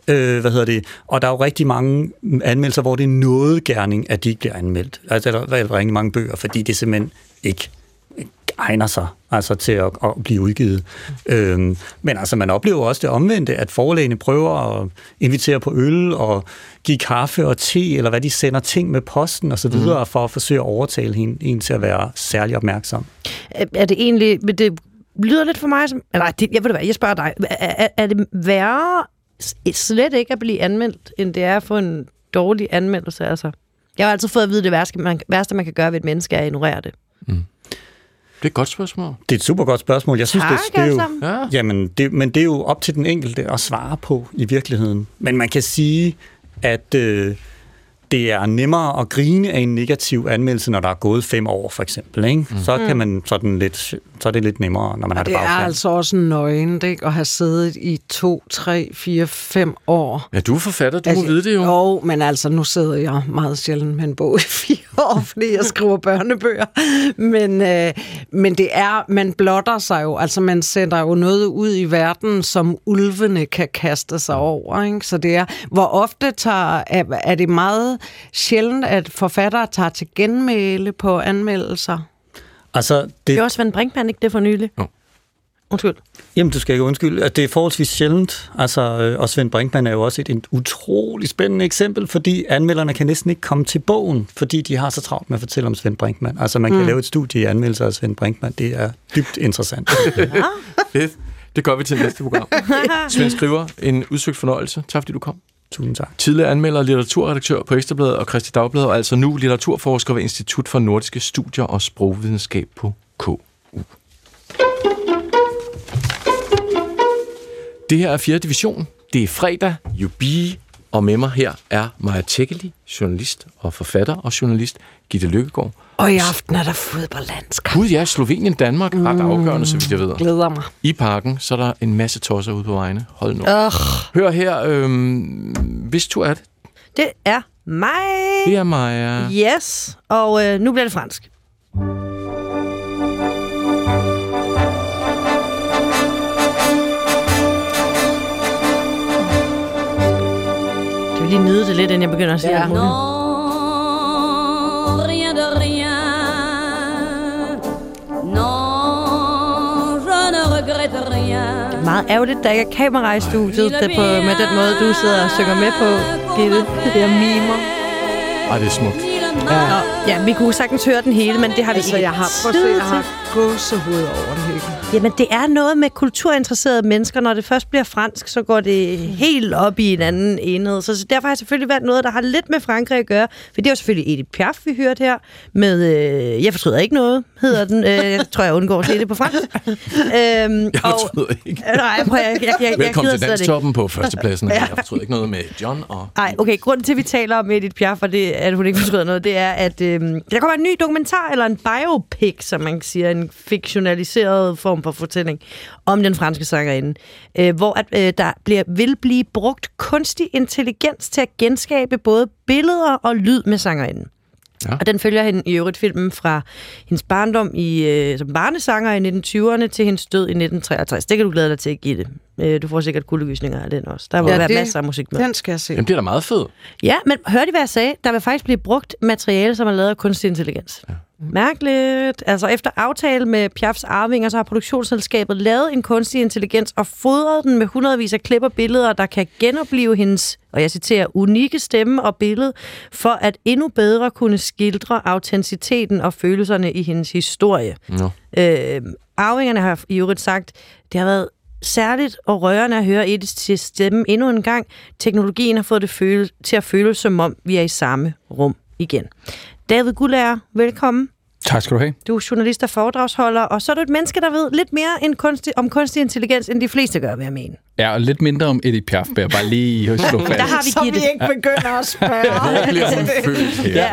Og der er jo rigtig mange anmeldelser, hvor det er noget gerning, at de ikke bliver anmeldt. Altså, der er rigtig mange bøger, fordi det simpelthen ikke egner sig altså til at blive udgivet. Men altså, man oplever også det omvendte, at forlagene prøver at invitere på øl og give kaffe og te, eller hvad de sender ting med posten og så videre, for at forsøge at overtale en til at være særlig opmærksom. Er det egentlig, men det lyder lidt for mig som, jeg spørger dig, er det værre slet ikke at blive anmeldt, end det er at få en dårlig anmeldelse? Altså, jeg har altid fået at vide, at det værste, man kan gøre ved et menneske, er at ignorere det. Det er et godt spørgsmål. Det er et super godt spørgsmål. Jeg synes, det er jo, ja. Men det er jo op til den enkelte at svare på i virkeligheden. Men man kan sige, at det er nemmere at grine af en negativ anmeldelse, når der er gået 5 år, for eksempel. Ikke? Så kan man så er det lidt nemmere, når man har det bagfra. Det er altså også nøgent, ikke? At have siddet i 2, 3, 4, 5 år. Ja, du er forfatter, du må vide det jo. Jo, men altså, nu sidder jeg meget sjældent med en bog i 4 år, fordi jeg skriver børnebøger. Men det er, man blotter sig jo, altså man sætter jo noget ud i verden, som ulvene kan kaste sig over. Ikke? Så det er, hvor ofte er det meget sjældent, at forfattere tager til genmæle på anmeldelser. Altså, det er også Svend Brinkmann, ikke det for nylig? Jo. Undskyld. Jamen, du skal ikke undskylde, at det er forholdsvis sjældent. Altså, og Svend Brinkmann er jo også et utroligt spændende eksempel, fordi anmelderne kan næsten ikke komme til bogen, fordi de har så travlt med at fortælle om Svend Brinkmann. Altså, man kan lave et studie i anmeldelser af Svend Brinkmann. Det er dybt interessant. Fedt. Det gør vi til næste program. Svend Skriver, en udsøgt fornøjelse. Tak fordi du kom. Tusind tak. Tidligere anmelder, litteraturredaktør på Ekstrabladet og Kristi Dagblad, og altså nu litteraturforsker ved Institut for Nordiske Studier og Sprogvidenskab på KU. Det her er 4. division. Det er fredag, Jubi, og med mig her er Maja Teckeli, journalist og forfatter, og journalist Gitte Løkkegaard. Og i aften er der fodboldlandskamp. Gud ja, Slovenien, Danmark, ret afgørende, så vidt jeg ved. Glæder mig. I parken, så er der en masse tosser ude på vejene. Hold nu. Hør her, hvis tur er det? Det er mig. Det er mig, ja. Yes, og nu bliver det fransk. Jeg vil lige nyde det lidt, inden jeg begynder at sige det. Rien de rien. Non, je ne regrette rien. Meget ærgerligt, der ikke er kamera i studiet med den måde, du sidder og synger med på, Gitte. Det er mimer. Ej, det er smukt. Ja, vi kunne sagtens høre den hele, men det har vi ikke. Jeg har gåsehud over det hele. Jamen, det er noget med kulturinteresserede mennesker. Når det først bliver fransk, så går det helt op i en anden enhed. Så derfor har jeg selvfølgelig valgt noget, der har lidt med Frankrig at gøre. For det er jo selvfølgelig Edith Piaf, vi hørte her. Med Jeg fortryder ikke noget, hedder den. Jeg tror, jeg undgår at sige det på fransk. Jeg fortryder ikke. Nej, velkommen til Danstoppen på førstepladsen. Jeg fortryder ikke noget med John og... Nej, okay. Grunden til, at vi taler om Edith Piaf, og det, at hun ikke fortryder noget, det er, at der kommer en ny dokumentar, eller en biopic, som man siger, en fiktionaliseret form for fortælling om den franske sangerinde, hvor vil blive brugt kunstig intelligens til at genskabe både billeder og lyd med sangerinden. Ja. Og den følger hende i øvrigt filmen fra hendes barndom som barnesanger i 1920'erne til hendes død i 1963. Det kan du glæde dig til at give det. Du får sikkert kuldegysninger af den også. Der vil være masser af musik med. Den skal jeg se. Jamen, det er da meget fedt. Ja, men hørte I, hvad jeg sagde? Der vil faktisk blive brugt materiale, som er lavet af kunstig intelligens. Ja. Mærkeligt. Altså, efter aftale med Piafs arvinger, så har produktionsselskabet lavet en kunstig intelligens og fodret den med hundredvis af klip og billeder, der kan genopleve hendes, og jeg citerer, unikke stemme og billede, for at endnu bedre kunne skildre autenticiteten og følelserne i hendes historie. No. Arvingerne har i øvrigt sagt, det har været særligt og rørende at høre Ediths stemme endnu en gang. Teknologien har fået det til at føles, som om vi er i samme rum igen. David Guldager, velkommen. Tak skal du have. Du er journalist og foredragsholder, og så er du et menneske, der ved lidt mere om kunstig intelligens, end de fleste gør, vil jeg mene. Ja, og lidt mindre om Edith Piaf, vil jeg bare lige slå fast. Der har vi så vi ikke begynder at spørge. Hvor bliver hun født her?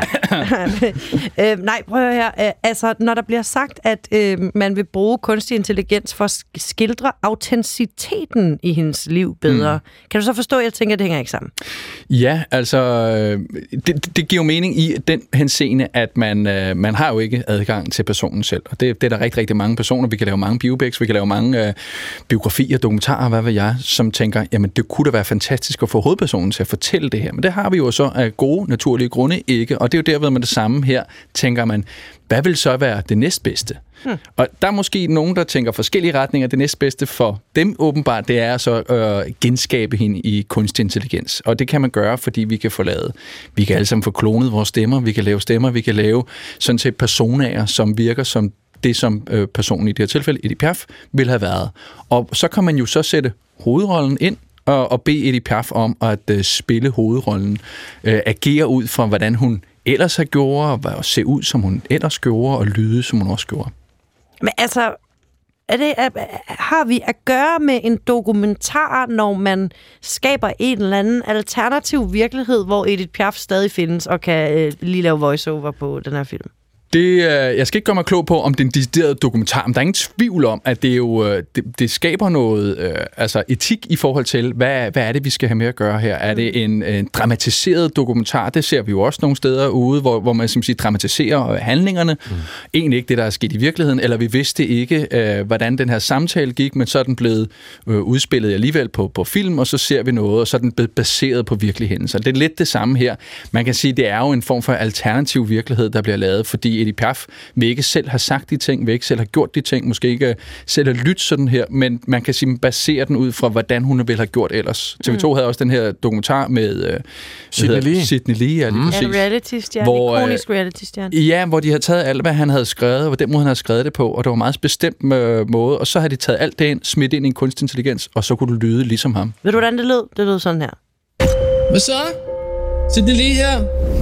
Ja. Nej, prøv at høre her. Altså, når der bliver sagt, at man vil bruge kunstig intelligens for at skildre autenticiteten i hendes liv bedre, kan du så forstå, at jeg tænker, at det hænger ikke sammen? Ja, altså, det giver jo mening i den henseende, at man har jo ikke adgang til personen selv. Og det er der rigtig, rigtig mange personer. Vi kan lave mange biopics, vi kan lave mange biografier, dokumentarer, hvad ved jeg, som tænker, jamen det kunne da være fantastisk at få hovedpersonen til at fortælle det her. Men det har vi jo så af gode, naturlige grunde ikke. Og det er jo derved med det samme her, tænker man, hvad vil så være det næstbedste? Og der er måske nogen, der tænker forskellige retninger. Det næstbedste for dem åbenbart, det er så at genskabe hende i kunstig intelligens. Og det kan man gøre, fordi vi kan få lavet, vi kan alle sammen få klonet vores stemmer, vi kan lave sådan set personaer, som virker som det, som personen i det her tilfælde, Edith Piaf, ville have været. Og så kan man jo så sætte hovedrollen ind og bede Edith Piaf om at spille hovedrollen, agere ud fra, hvordan hun ellers har gjort, og se ud, som hun ellers gjorde, og lyde, som hun også gjorde. Men altså, har vi at gøre med en dokumentar, når man skaber en eller anden alternativ virkelighed, hvor Edith Piaf stadig findes, og kan lige lave voiceover på den her film? Jeg skal ikke gøre mig klog på, om det er en decideret dokumentar, men der er ingen tvivl om, at det jo det skaber noget etik i forhold til, hvad er det, vi skal have med at gøre her? Er det en dramatiseret dokumentar? Det ser vi jo også nogle steder ude, hvor man simpelthen dramatiserer handlingerne. Egentlig ikke det, der er sket i virkeligheden, eller vi vidste ikke, hvordan den her samtale gik, men så er den blevet udspillet alligevel på film, og så ser vi noget, og så er den blevet baseret på virkelige hændelser. Det er lidt det samme her. Man kan sige, det er jo en form for alternativ virkelighed, der bliver lavet, fordi Edith Piaf vil ikke selv have sagt de ting, vil ikke selv have gjort de ting, måske ikke selv have lyttet sådan her, men man kan simpelthen basere den ud fra, hvordan hun ville have gjort ellers. TV2 havde også den her dokumentar med Sidney Lee, ja, lige præcis. En reality-stjerne, ikonisk reality-stjerne. Ja, hvor de havde taget alt, hvad han havde skrevet, og den måde, han havde skrevet det på, og det var en meget bestemt måde, og så havde de taget alt det ind, smidt ind i en kunstig intelligens, og så kunne du lyde ligesom ham. Ved du, hvordan det lød? Det lød sådan her. Hvad så? Sidney Lee her?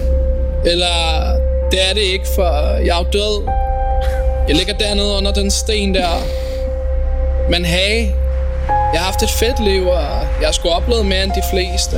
Eller... Det er det ikke, for jeg er død. Jeg ligger dernede under den sten der. Men hey, jeg har haft et fedt liv, og jeg har sgu oplevet mere end de fleste.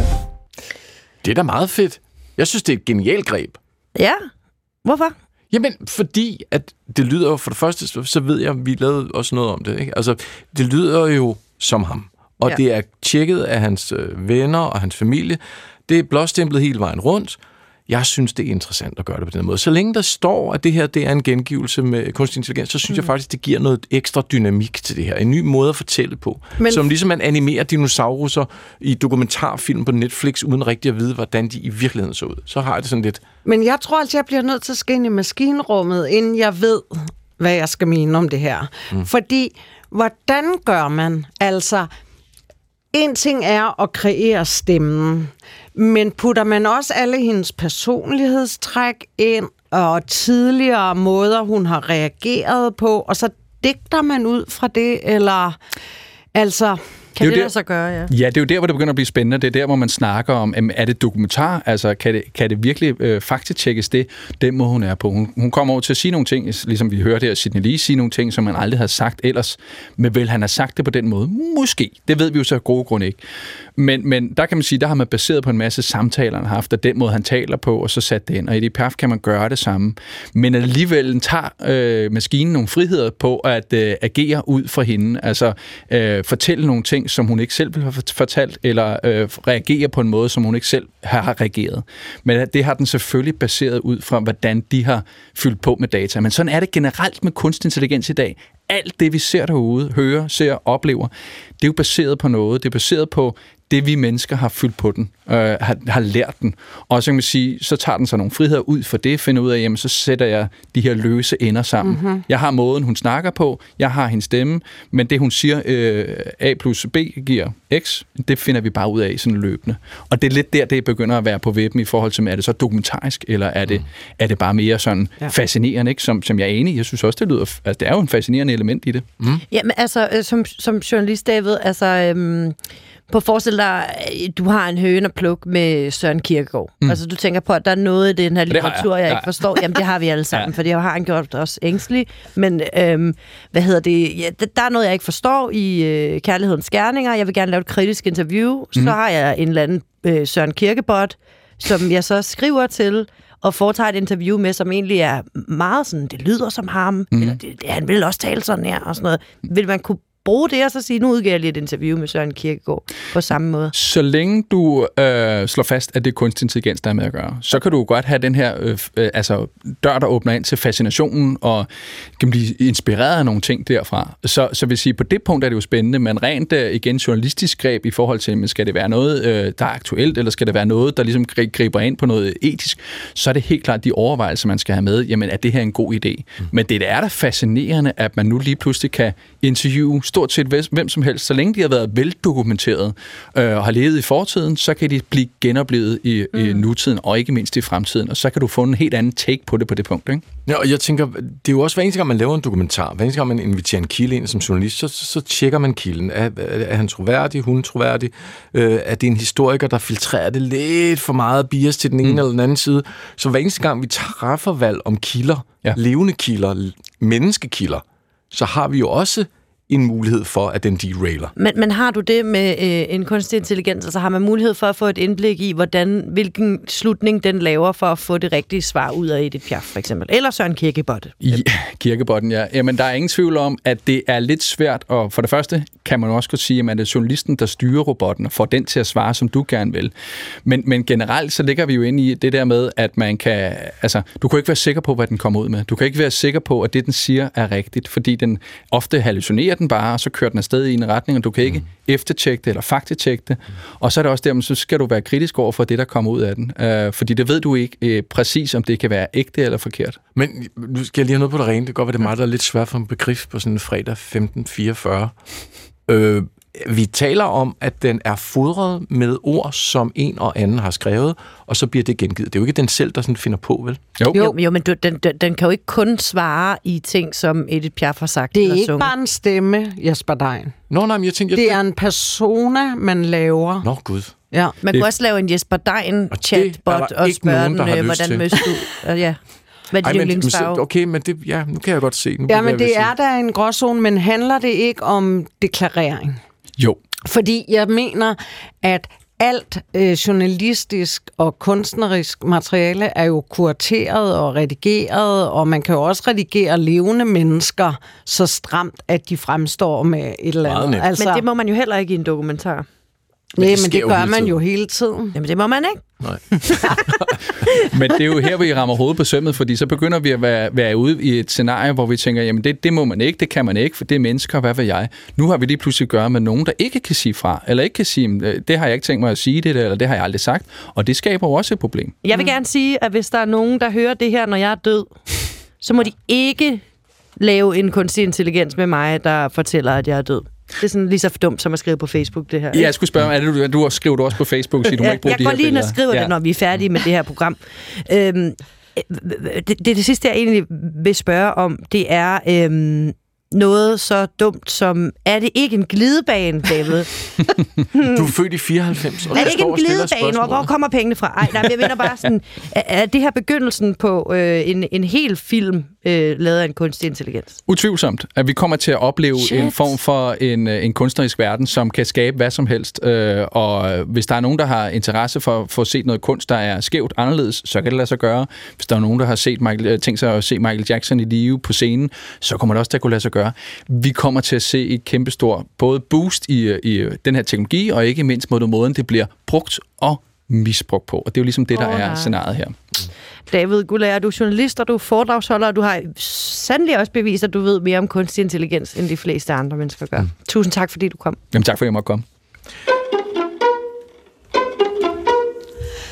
Det er da meget fedt. Jeg synes, det er et genialt greb. Ja? Hvorfor? Jamen, fordi at det lyder jo, for det første, så ved jeg, at vi lavede også noget om det, ikke? Altså, det lyder jo som ham. Og det er tjekket af hans venner og hans familie. Det er blåstemplet hele vejen rundt. Jeg synes, det er interessant at gøre det på den måde. Så længe der står, at det her det er en gengivelse med kunstig intelligens, så synes jeg faktisk, det giver noget ekstra dynamik til det her. En ny måde at fortælle på. Som ligesom man animerer dinosaurer i dokumentarfilm på Netflix, uden rigtig at vide, hvordan de i virkeligheden så ud. Så har jeg det sådan lidt... Men jeg tror altså, jeg bliver nødt til at skal ind i maskinrummet, inden jeg ved, hvad jeg skal mene om det her. Fordi, hvordan gør man? Altså, en ting er at kreere stemmen, men putter man også alle hendes personlighedstræk ind, og tidligere måder, hun har reageret på, og så digter man ud fra det, eller altså... Kan det lade sig gøre, ja? Ja, det er jo der, hvor det begynder at blive spændende. Det er der, hvor man snakker om, er det dokumentar? Altså, kan det virkelig faktatjekkes det? Den måde, hun er på. Hun kommer over til at sige nogle ting, ligesom vi hørte her, Sidney Lee sige nogle ting, som man aldrig havde sagt ellers. Men vil han have sagt det på den måde? Måske. Det ved vi jo så af gode grunde ikke. Men der kan man sige, der har man baseret på en masse samtaler, han har haft, og den måde, han taler på, og så sat det ind. Og i Edith Piaf kan man gøre det samme. Men alligevel tager maskinen nogle friheder på at agere ud fra hende. Altså, fortælle nogle ting, som hun ikke selv vil have fortalt, eller reagere på en måde, som hun ikke selv har reageret. Men det har den selvfølgelig baseret ud fra, hvordan de har fyldt på med data. Men sådan er det generelt med kunstig intelligens i dag. Alt det, vi ser derude, hører, ser, oplever, det er jo baseret på noget. Det er baseret på det, vi mennesker har fyldt på den, har lært den. Og så kan man sige, så tager den så nogle friheder ud for det, finder ud af, jamen så sætter jeg de her løse ender sammen. Mm-hmm. Jeg har måden, hun snakker på, jeg har hendes stemme, men det, hun siger, A plus B giver X, det finder vi bare ud af sådan løbende. Og det er lidt der, det begynder at være på vippen i forhold til, er det så dokumentarisk, eller er det bare mere sådan fascinerende, ikke? Som jeg er enig i. Jeg synes også, det lyder, altså, det er jo en fascinerende element i det. Jamen altså, som journalist, David, altså... på at forestille dig, du har en høne at plukke med Søren Kierkegaard. Altså, du tænker på, at der er noget i den her litteratur, jeg ikke forstår. Jamen, det har vi alle sammen, for det har han gjort os ængstelig. Men, der er noget, jeg ikke forstår i Kærlighedens Gerninger. Jeg vil gerne lave et kritisk interview. Så har jeg en eller anden Søren Kierkegaard, som jeg så skriver til, og foretager et interview med, som egentlig er meget sådan, det lyder som ham, eller han vil også tale sådan her, og sådan noget. Vil man kunne bruge det, og så sige, nu udgiver jeg lige et interview med Søren Kierkegaard på samme måde? Så længe du slår fast, at det er kunstig intelligens, der er med at gøre, så kan du godt have den her dør, der åbner ind til fascinationen, og kan blive inspireret af nogle ting derfra. Så vil sige, på det punkt er det jo spændende, men rent igen journalistisk greb i forhold til, skal det være noget, der er aktuelt, eller skal det være noget, der ligesom griber ind på noget etisk, så er det helt klart de overvejelser, man skal have med, jamen er det her en god idé? Men det er da fascinerende, at man nu lige pludselig kan interviewe stort set hvem som helst. Så længe de har været veldokumenteret og har levet i fortiden, så kan de blive genoplevet i nutiden, og ikke mindst i fremtiden. Og så kan du få en helt anden take på det punkt, ikke? Ja, og jeg tænker, det er jo også hver eneste gang, man laver en dokumentar, hver eneste gang, man inviterer en kilde ind som journalist, så tjekker man kilden. Er han troværdig? Hun troværdig? Er det en historiker, der filtrerer det lidt for meget bias til den ene eller den anden side? Så hver eneste gang, vi træffer valg om kilder, levende kilder, menneskekilder, så har vi jo også en mulighed for, at den derailer. Men har du det med en kunstig intelligens, altså har man mulighed for at få et indblik i, hvilken slutning den laver for at få det rigtige svar ud af Edith Piaf, for eksempel? Eller Søren Kierkegaard? Ja, Kierkegaard, ja. Jamen, der er ingen tvivl om, at det er lidt svært, og for det første kan man også godt sige, at det er journalisten, der styrer robotten og får den til at svare, som du gerne vil. Men generelt, så ligger vi jo inde i det der med, at man kan, altså, du kan ikke være sikker på, hvad den kommer ud med. Du kan ikke være sikker på, at det, den siger, er rigtigt, fordi den ofte hallucinerer den bare, og så kører den afsted i en retning, og du kan ikke eftertjekke det eller faktatjekke det. Og så er det også der, så skal du være kritisk over for det, der kommer ud af den. Fordi det ved du ikke præcis, om det kan være ægte eller forkert. Men nu skal jeg lige have noget på det rene. Det kan godt være, det er mig, der er lidt svært for en begrif på sådan en fredag 15:44. Vi taler om, at den er fodret med ord, som en og anden har skrevet, og så bliver det gengivet. Det er jo ikke den selv, der sådan finder på, vel? Jo, men den kan jo ikke kun svare i ting, som Edith Piaf har sagt. Det er ikke bare en stemme, Jesper Dein. Nej, men jeg tænker... Det er en persona, man laver. Nå, gud. Ja, man kan også lave en Jesper Dein chatbot og spørge den, hvordan mødte du... Ja. Okay, men det, nu kan jeg godt se. Ja, men det er da en gråzone, men handler det ikke om deklarering? Jo. Fordi jeg mener, at alt journalistisk og kunstnerisk materiale er jo kurateret og redigeret, og man kan jo også redigere levende mennesker så stramt, at de fremstår med et eller andet. Altså, men det må man jo heller ikke i en dokumentar. Nej, men det gør man jo hele tiden. Jamen, det må man ikke. Nej. Men det er jo her, vi rammer hovedet på sømmet, fordi så begynder vi at være ude i et scenarie, hvor vi tænker, jamen det må man ikke, det kan man ikke, for det er mennesker, hvad ved jeg. Nu har vi lige pludselig at gøre med nogen, der ikke kan sige fra, eller ikke kan sige, det har jeg ikke tænkt mig at sige det, eller det har jeg aldrig sagt, og det skaber jo også et problem. Jeg vil gerne sige, at hvis der er nogen, der hører det her, når jeg er død, så må de ikke lave en kunstig intelligens med mig, der fortæller, at jeg er død. Det er sådan lige så dumt, som at skrive på Facebook, det her. Ja, jeg skulle spørge, er det du skriver du også på Facebook? Siger, du må ikke bruge jeg de går her lige ind og billeder. skriver det, når vi er færdige med det her program. Det sidste, jeg egentlig vil spørge om, det er noget så dumt som, er det ikke en glidebane, David? Du er født i 94. Er det ikke en glidebane? Hvor kommer pengene fra? Nej, jeg mener bare sådan, er det her begyndelsen på en hel film lavet af en kunstig intelligens? Utvivlsomt, at vi kommer til at opleve en form for en kunstnerisk verden, som kan skabe hvad som helst. Og hvis der er nogen, der har interesse for at få set noget kunst, der er skævt anderledes, så kan det lade sig gøre. Hvis der er nogen, der har tænkt sig at se Michael Jackson i live på scenen, så kommer det også til at kunne lade sig gøre. Vi kommer til at se et kæmpestort både boost i den her teknologi, og ikke mindst mod måden, det bliver brugt og misbrugt på. Og det er jo ligesom det, der er scenariet her. David Guldager, du er journalist, og du er foredragsholder, og du har sandelig også bevist, at du ved mere om kunstig intelligens, end de fleste andre mennesker gør. Tusind tak, fordi du kom. Jamen tak, fordi jeg måtte komme.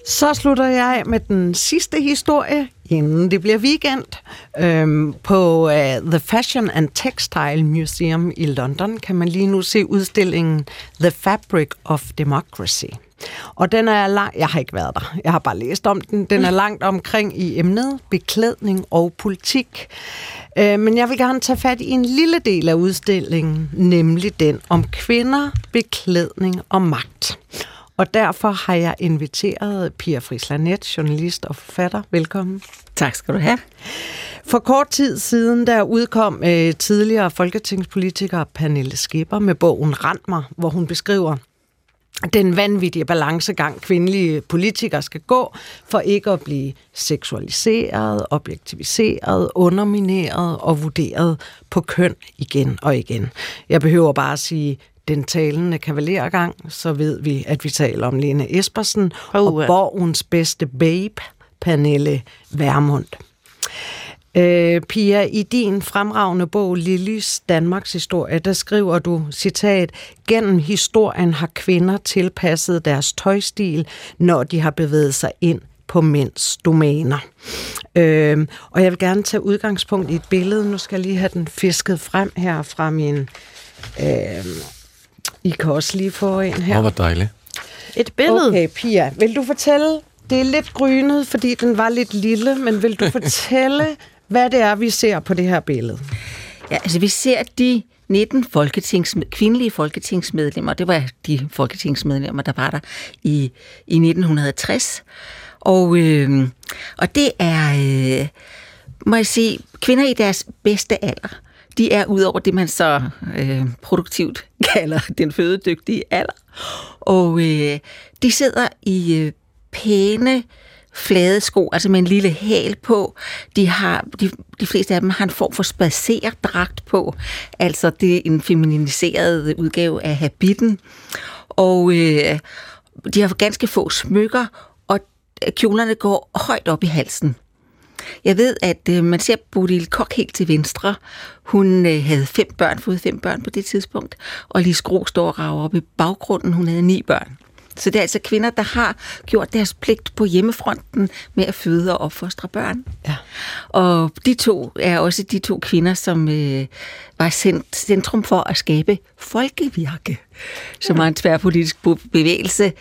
Så slutter jeg af med den sidste historie, inden det bliver weekend, på The Fashion and Textile Museum i London kan man lige nu se udstillingen The Fabric of Democracy. Og den er lang, jeg har ikke været der, jeg har bare læst om den. Den er langt omkring i emnet beklædning og politik. Men jeg vil gerne tage fat i en lille del af udstillingen, nemlig den om kvinder, beklædning og magt. Og derfor har jeg inviteret Pia Fris-Laneth, journalist og forfatter. Velkommen. Tak skal du have. For kort tid siden, der udkom tidligere folketingspolitiker Pernille Skipper med bogen Rend mig, hvor hun beskriver den vanvittige balancegang kvindelige politikere skal gå for ikke at blive seksualiseret, objektiviseret, undermineret og vurderet på køn igen og igen. Jeg behøver bare at sige den talende kavalergang, så ved vi, at vi taler om Lene Espersen og borgens bedste babe, Pernille Vermund. Pia, i din fremragende bog Lillys Danmarks historie, der skriver du, citat, gennem historien har kvinder tilpasset deres tøjstil, når de har bevæget sig ind på mænds domæner. Og jeg vil gerne tage udgangspunkt i et billede. Nu skal jeg lige have den fisket frem her fra min... I kan også lige få en her. Hvor dejligt. Et billede. Okay, Pia, vil du fortælle, det er lidt grynet, fordi den var lidt lille, men vil du fortælle, hvad det er, vi ser på det her billede? Ja, altså vi ser de 19 kvindelige folketingsmedlemmer. Det var de folketingsmedlemmer, der var der i 1960. Og det er, må jeg sige, kvinder i deres bedste alder. De er ud over det, man så produktivt kalder den fødedygtige alder. Og de sidder i pæne, flade sko, altså med en lille hæl på. De fleste af dem har en form for spacerdragt på. Altså det er en feminiseret udgave af habitten. Og de har ganske få smykker, og kjolerne går højt op i halsen. Jeg ved, at man ser Bodil Koch helt til venstre. Hun havde 5 børn på det tidspunkt, og Lise Gro står og rager op i baggrunden. Hun havde 9 børn. Så det er altså kvinder, der har gjort deres pligt på hjemmefronten med at føde og opfostre børn. Ja. Og de to er også de 2 kvinder, som var centrum for at skabe Folkevirke, som var en tværpolitisk bevægelse,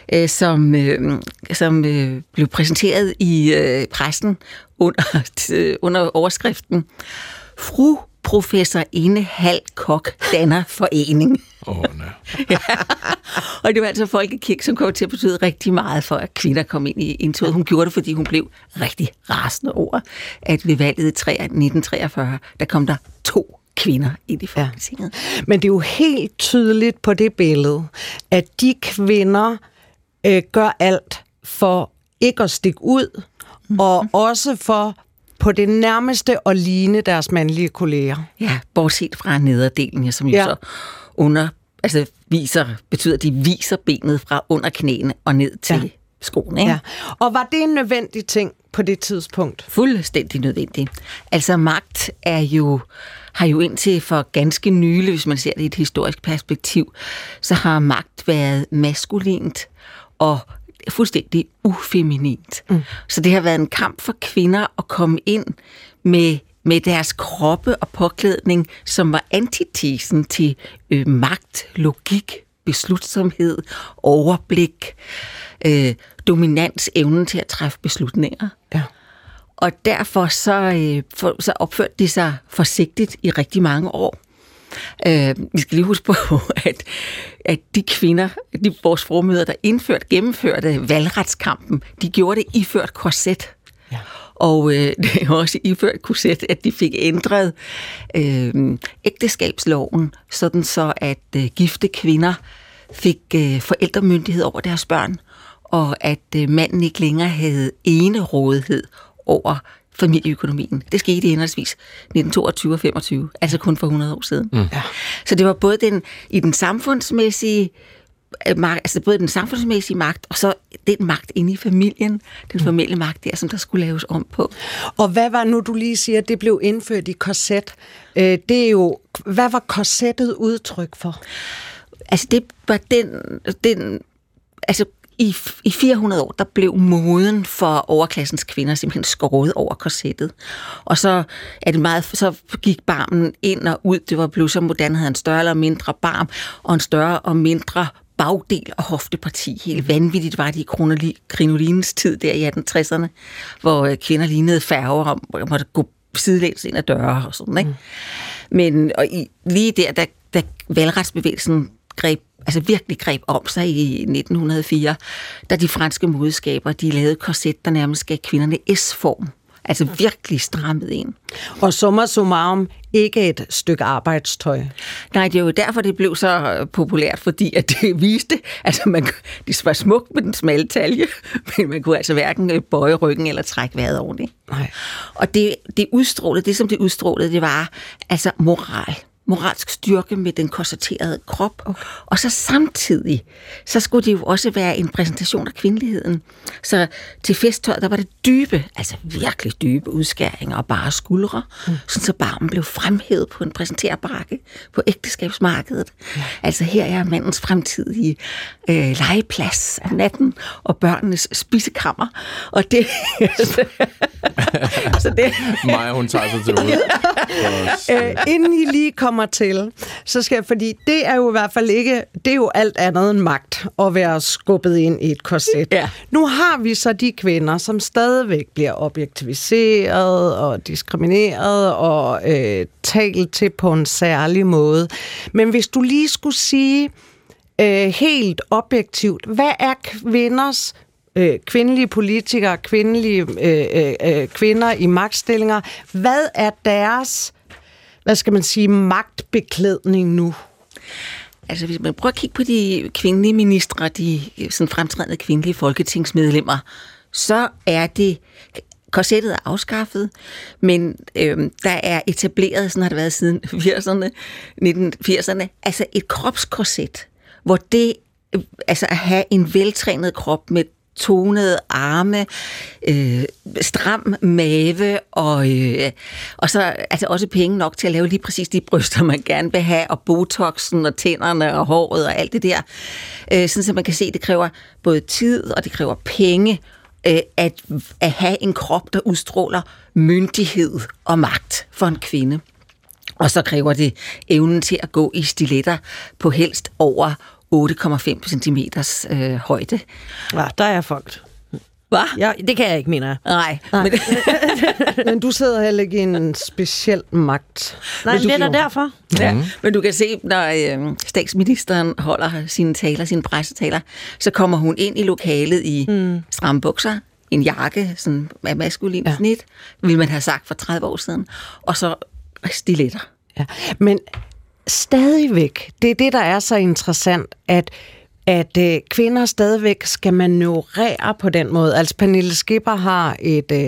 som blev præsenteret i pressen under overskriften Fru Professor Ine Hald Koch danner forening. Ja. Og det var altså Folkekirke, som kom til at betyde rigtig meget for, at kvinder kom ind i indtoget. Hun gjorde det, fordi hun blev rigtig rasende over, at ved valget i 1943, der kom der 2 kvinder ind i Folketinget. Ja. Men det er jo helt tydeligt på det billede, at de kvinder gør alt for ikke at stikke ud, og også for på det nærmeste at ligne deres mandlige kolleger. Ja, bortset fra nederdelen, som jo så betyder, at de viser benet fra under knæene og ned til skoene. Ikke? Ja. Og var det en nødvendig ting på det tidspunkt? Fuldstændig nødvendigt. Altså magt har jo indtil for ganske nylig, hvis man ser det i et historisk perspektiv, så har magt været maskulint og fuldstændig ufeminint. Så det har været en kamp for kvinder at komme ind med deres kroppe og påklædning, som var antitesen til magt, logik, beslutsomhed, overblik, dominans, evnen til at træffe beslutninger. Ja. Og derfor så opførte de sig forsigtigt i rigtig mange år. Vi skal lige huske på, at de kvinder, vores formødre, der gennemførte valgretskampen, de gjorde det iført korset. Ja. Og det er også iført korset, at de fik ændret ægteskabsloven, sådan så at gifte kvinder fik forældremyndighed over deres børn, og at manden ikke længere havde enerådighed over familieøkonomien. Det skete i henholdsvis 1922 og 25, altså kun for 100 år siden. Ja. Så det var både den samfundsmæssige magt, og så den magt inde i familien, den familiemagt der, som der skulle laves om på. Og hvad var nu, du lige siger, det blev indført i korset? Det er jo, hvad var korsettet udtryk for? Altså det var altså i 400 år, der blev moden for overklassens kvinder simpelthen skåret over korsettet. Og så så gik barmen ind og ud. Det var blevet så moderne, havde en større eller mindre barm, og en større og mindre bagdel og hofteparti. Helt vanvittigt var det i krinolinens tid der i 1860'erne, hvor kvinder lignede færger og måtte gå sidelæns ind ad døre og sådan, ikke? Men lige da valgretsbevægelsen virkelig greb om sig i 1904, da de franske modeskaber, de lavede korset, der nærmest gav kvinderne S-form. Altså virkelig strammet ind. Og summa summarum, ikke et stykke arbejdstøj. Nej, det er jo derfor, det blev så populært, fordi at det viste, altså det var smukt med den smalle talje, men man kunne altså hverken bøje ryggen eller trække vejret ordentligt. Nej. Og det som det udstrålede, det var altså moralsk styrke med den korsetterede krop. Okay. Og så samtidig, så skulle det jo også være en præsentation af kvindeligheden. Så til festtøjet, der var det dybe, altså virkelig dybe udskæringer og bare skuldre, sådan så barmen blev fremhævet på en præsenterbakke på ægteskabsmarkedet. Ja. Altså her er mandens fremtidige legeplads af natten og børnenes spisekammer. Og det... altså det Maja, hun tager sig til hovedet. Inden I lige kommer til, så skal fordi det er jo i hvert fald ikke, det er jo alt andet end magt at være skubbet ind i et korset. Ja. Nu har vi så de kvinder, som stadigvæk bliver objektiviseret og diskrimineret og talt til på en særlig måde. Men hvis du lige skulle sige helt objektivt, hvad er kvinders kvindelige politikere, kvinder i magtstillinger, hvad er deres, hvad skal man sige, magtbeklædning nu? Altså, hvis man prøver at kigge på de kvindelige ministre, de sådan fremtrædende kvindelige folketingsmedlemmer, så er det korsettet er afskaffet, men der er etableret, sådan har det været siden 1980'erne, altså et kropskorset, hvor det, altså at have en veltrænet krop med tonede arme, stram mave og så altså også penge nok til at lave lige præcis de bryster, man gerne vil have, og botoxen og tænderne og håret og alt det der. Sådan så man kan se, det kræver både tid og det kræver penge at have en krop, der udstråler myndighed og magt for en kvinde. Og så kræver det evnen til at gå i stiletter på helst over 8,5 centimeters højde. Ja, der er folk. Hvad? Ja, det kan jeg ikke, mener jeg. Nej. Men du sidder heller ikke i en speciel magt. Nej, det er der derfor. Ja, men du kan se, når statsministeren holder sine taler, sine pressetaler, så kommer hun ind i lokalet i stramme bukser, en jakke, sådan af maskulin snit, ville man have sagt for 30 år siden, og så stiletter. Ja, men stadigvæk, det er det, der er så interessant, at kvinder stadigvæk skal manøvrere på den måde. Altså Pernille Skipper har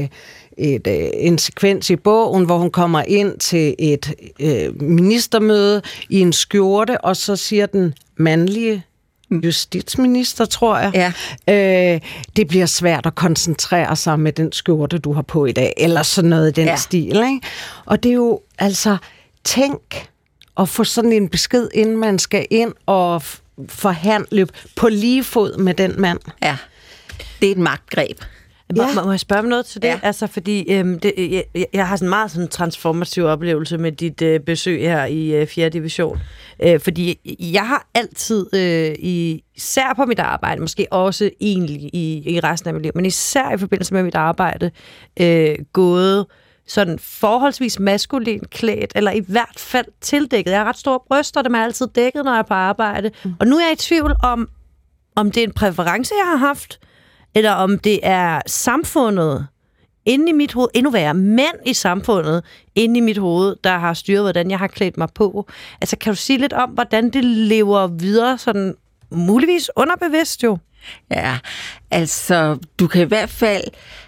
en sekvens i bogen, hvor hun kommer ind til et ministermøde i en skjorte, og så siger den mandlige justitsminister, tror jeg. Ja. Det bliver svært at koncentrere sig med den skjorte, du har på i dag, eller sådan noget i den stil. Ikke? Og det er jo altså, tænk at få sådan en besked, inden man skal ind og forhandle på lige fod med den mand. Ja, det er et magtgreb. Må jeg spørge om noget til det? Ja. Altså, fordi jeg har sådan en meget sådan transformativ oplevelse med dit besøg her i 4. division. Fordi jeg har altid, især på mit arbejde, måske også egentlig i resten af mit liv, men især i forbindelse med mit arbejde, gået sådan forholdsvis maskulint klædt, eller i hvert fald tildækket. Jeg har ret store bryster, dem er altid dækket, når jeg er på arbejde. Og nu er jeg i tvivl om det er en præference, jeg har haft, eller om det er samfundet inde i mit hoved, endnu værre, mænd i samfundet inde i mit hoved, der har styret, hvordan jeg har klædt mig på. Altså, kan du sige lidt om, hvordan det lever videre, sådan muligvis underbevidst jo? Ja, altså, du kan i hvert fald...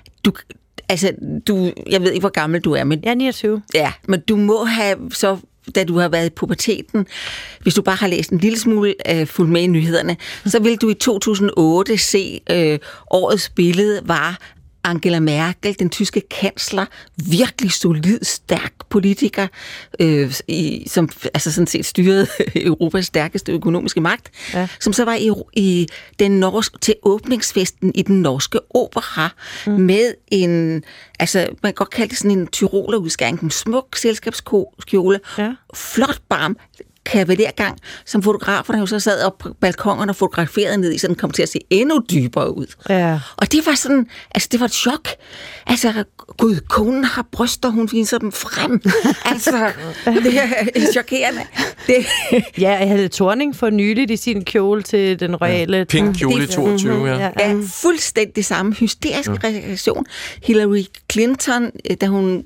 jeg ved ikke, hvor gammel du er, men... Jeg er 29. Ja, men du må have så... Da du har været i puberteten, hvis du bare har læst en lille smule fuldt med i nyhederne, så vil du i 2008 se, årets billede var Angela Merkel, den tyske kansler, virkelig solid, stærk politiker, som altså sådan set styrede Europas stærkeste økonomiske magt, som så var i den til åbningsfesten i den norske opera med en, altså man kan godt kalde det sådan en tyrolerudskæring, en smuk selskabskjole, flot barm, kavalergang, som fotograferne jo så sad op på balkonerne og fotograferede ned i, så den kom til at se endnu dybere ud. Ja. Og det var sådan, altså det var et chok. Altså, gud, konen har bryster, hun viser dem frem. Altså, det er chokerende. Ja, jeg havde Thorning for nyligt i sin kjole til den royale... Pink kjole 22, ja. Fuldstændig samme hysteriske reaktion. Hillary Clinton, da hun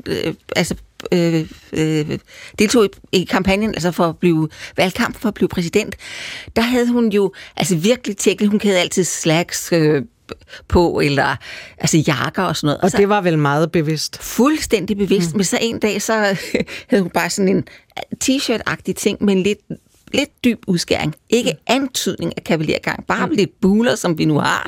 deltog i kampagnen, altså for at blive valgkamp for at blive præsident, der havde hun jo altså virkelig tjekket, hun havde altid slacks på, eller altså jakker og sådan noget. Og det var vel meget bevidst? Fuldstændig bevidst, men så en dag, så havde hun bare sådan en t-shirt-agtig ting, med en lidt dyb udskæring. Ikke antydning af kavalergang, bare lidt buler, som vi nu har.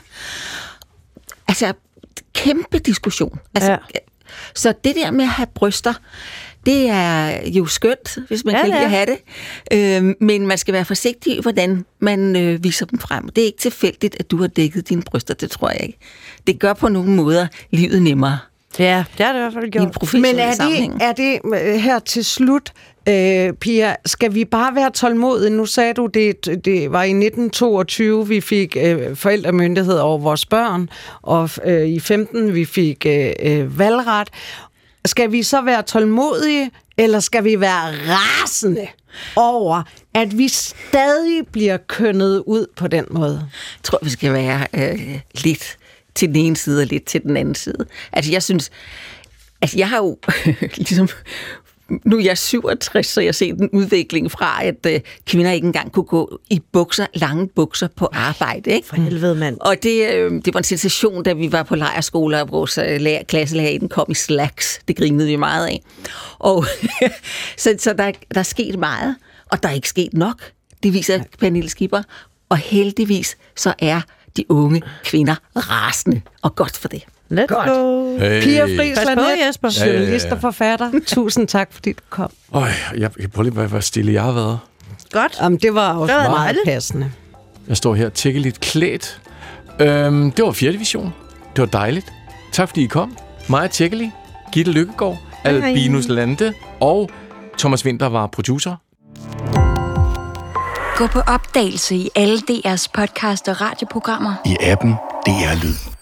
Altså, kæmpe diskussion. Altså, så det der med at have bryster, det er jo skønt, hvis man kan lide at have det. Men man skal være forsigtig, hvordan man viser dem frem. Det er ikke tilfældigt, at du har dækket dine bryster, det tror jeg ikke. Det gør på nogle måder livet nemmere. Ja, det har det i hvert fald gjort. Men er det her til slut, Pia, skal vi bare være tålmodige? Nu sagde du, det var i 1922, vi fik forældremyndighed over vores børn, og i 15 vi fik valgret. Skal vi så være tålmodige, eller skal vi være rasende over, at vi stadig bliver kønnet ud på den måde? Jeg tror, vi skal være lidt til den ene side og lidt til den anden side. Altså, jeg synes... Altså, jeg har jo ligesom... Nu er jeg 67, så jeg ser den udvikling fra, at kvinder ikke engang kunne gå i bukser, lange bukser på arbejde. Ikke? For helvede, mand. Og det var en sensation, da vi var på lejrskoler, og vores klasselærer, den kom i slacks. Det grinede vi meget af. Og så der er sket meget, og der er ikke sket nok. Det viser Pernille Skipper. Og heldigvis så er de unge kvinder rasende, og godt for det. Let's go. Hey. Pia Friis Laneth, Jesper. Journalist og forfatter. Tusind tak, fordi du kom. Jeg kan prøve lige, hvor stille jeg har været. Godt. Jamen, det var også meget passende. Jeg står her og tækker lidt klædt. Det var 4. division. Det var dejligt. Tak fordi I kom. Maja Tjekkeli, Gitte Lykkegaard, Albinus Lande og Thomas Winter var producer. Gå på opdagelse i alle DR's podcast og radioprogrammer. I appen DR Lyd.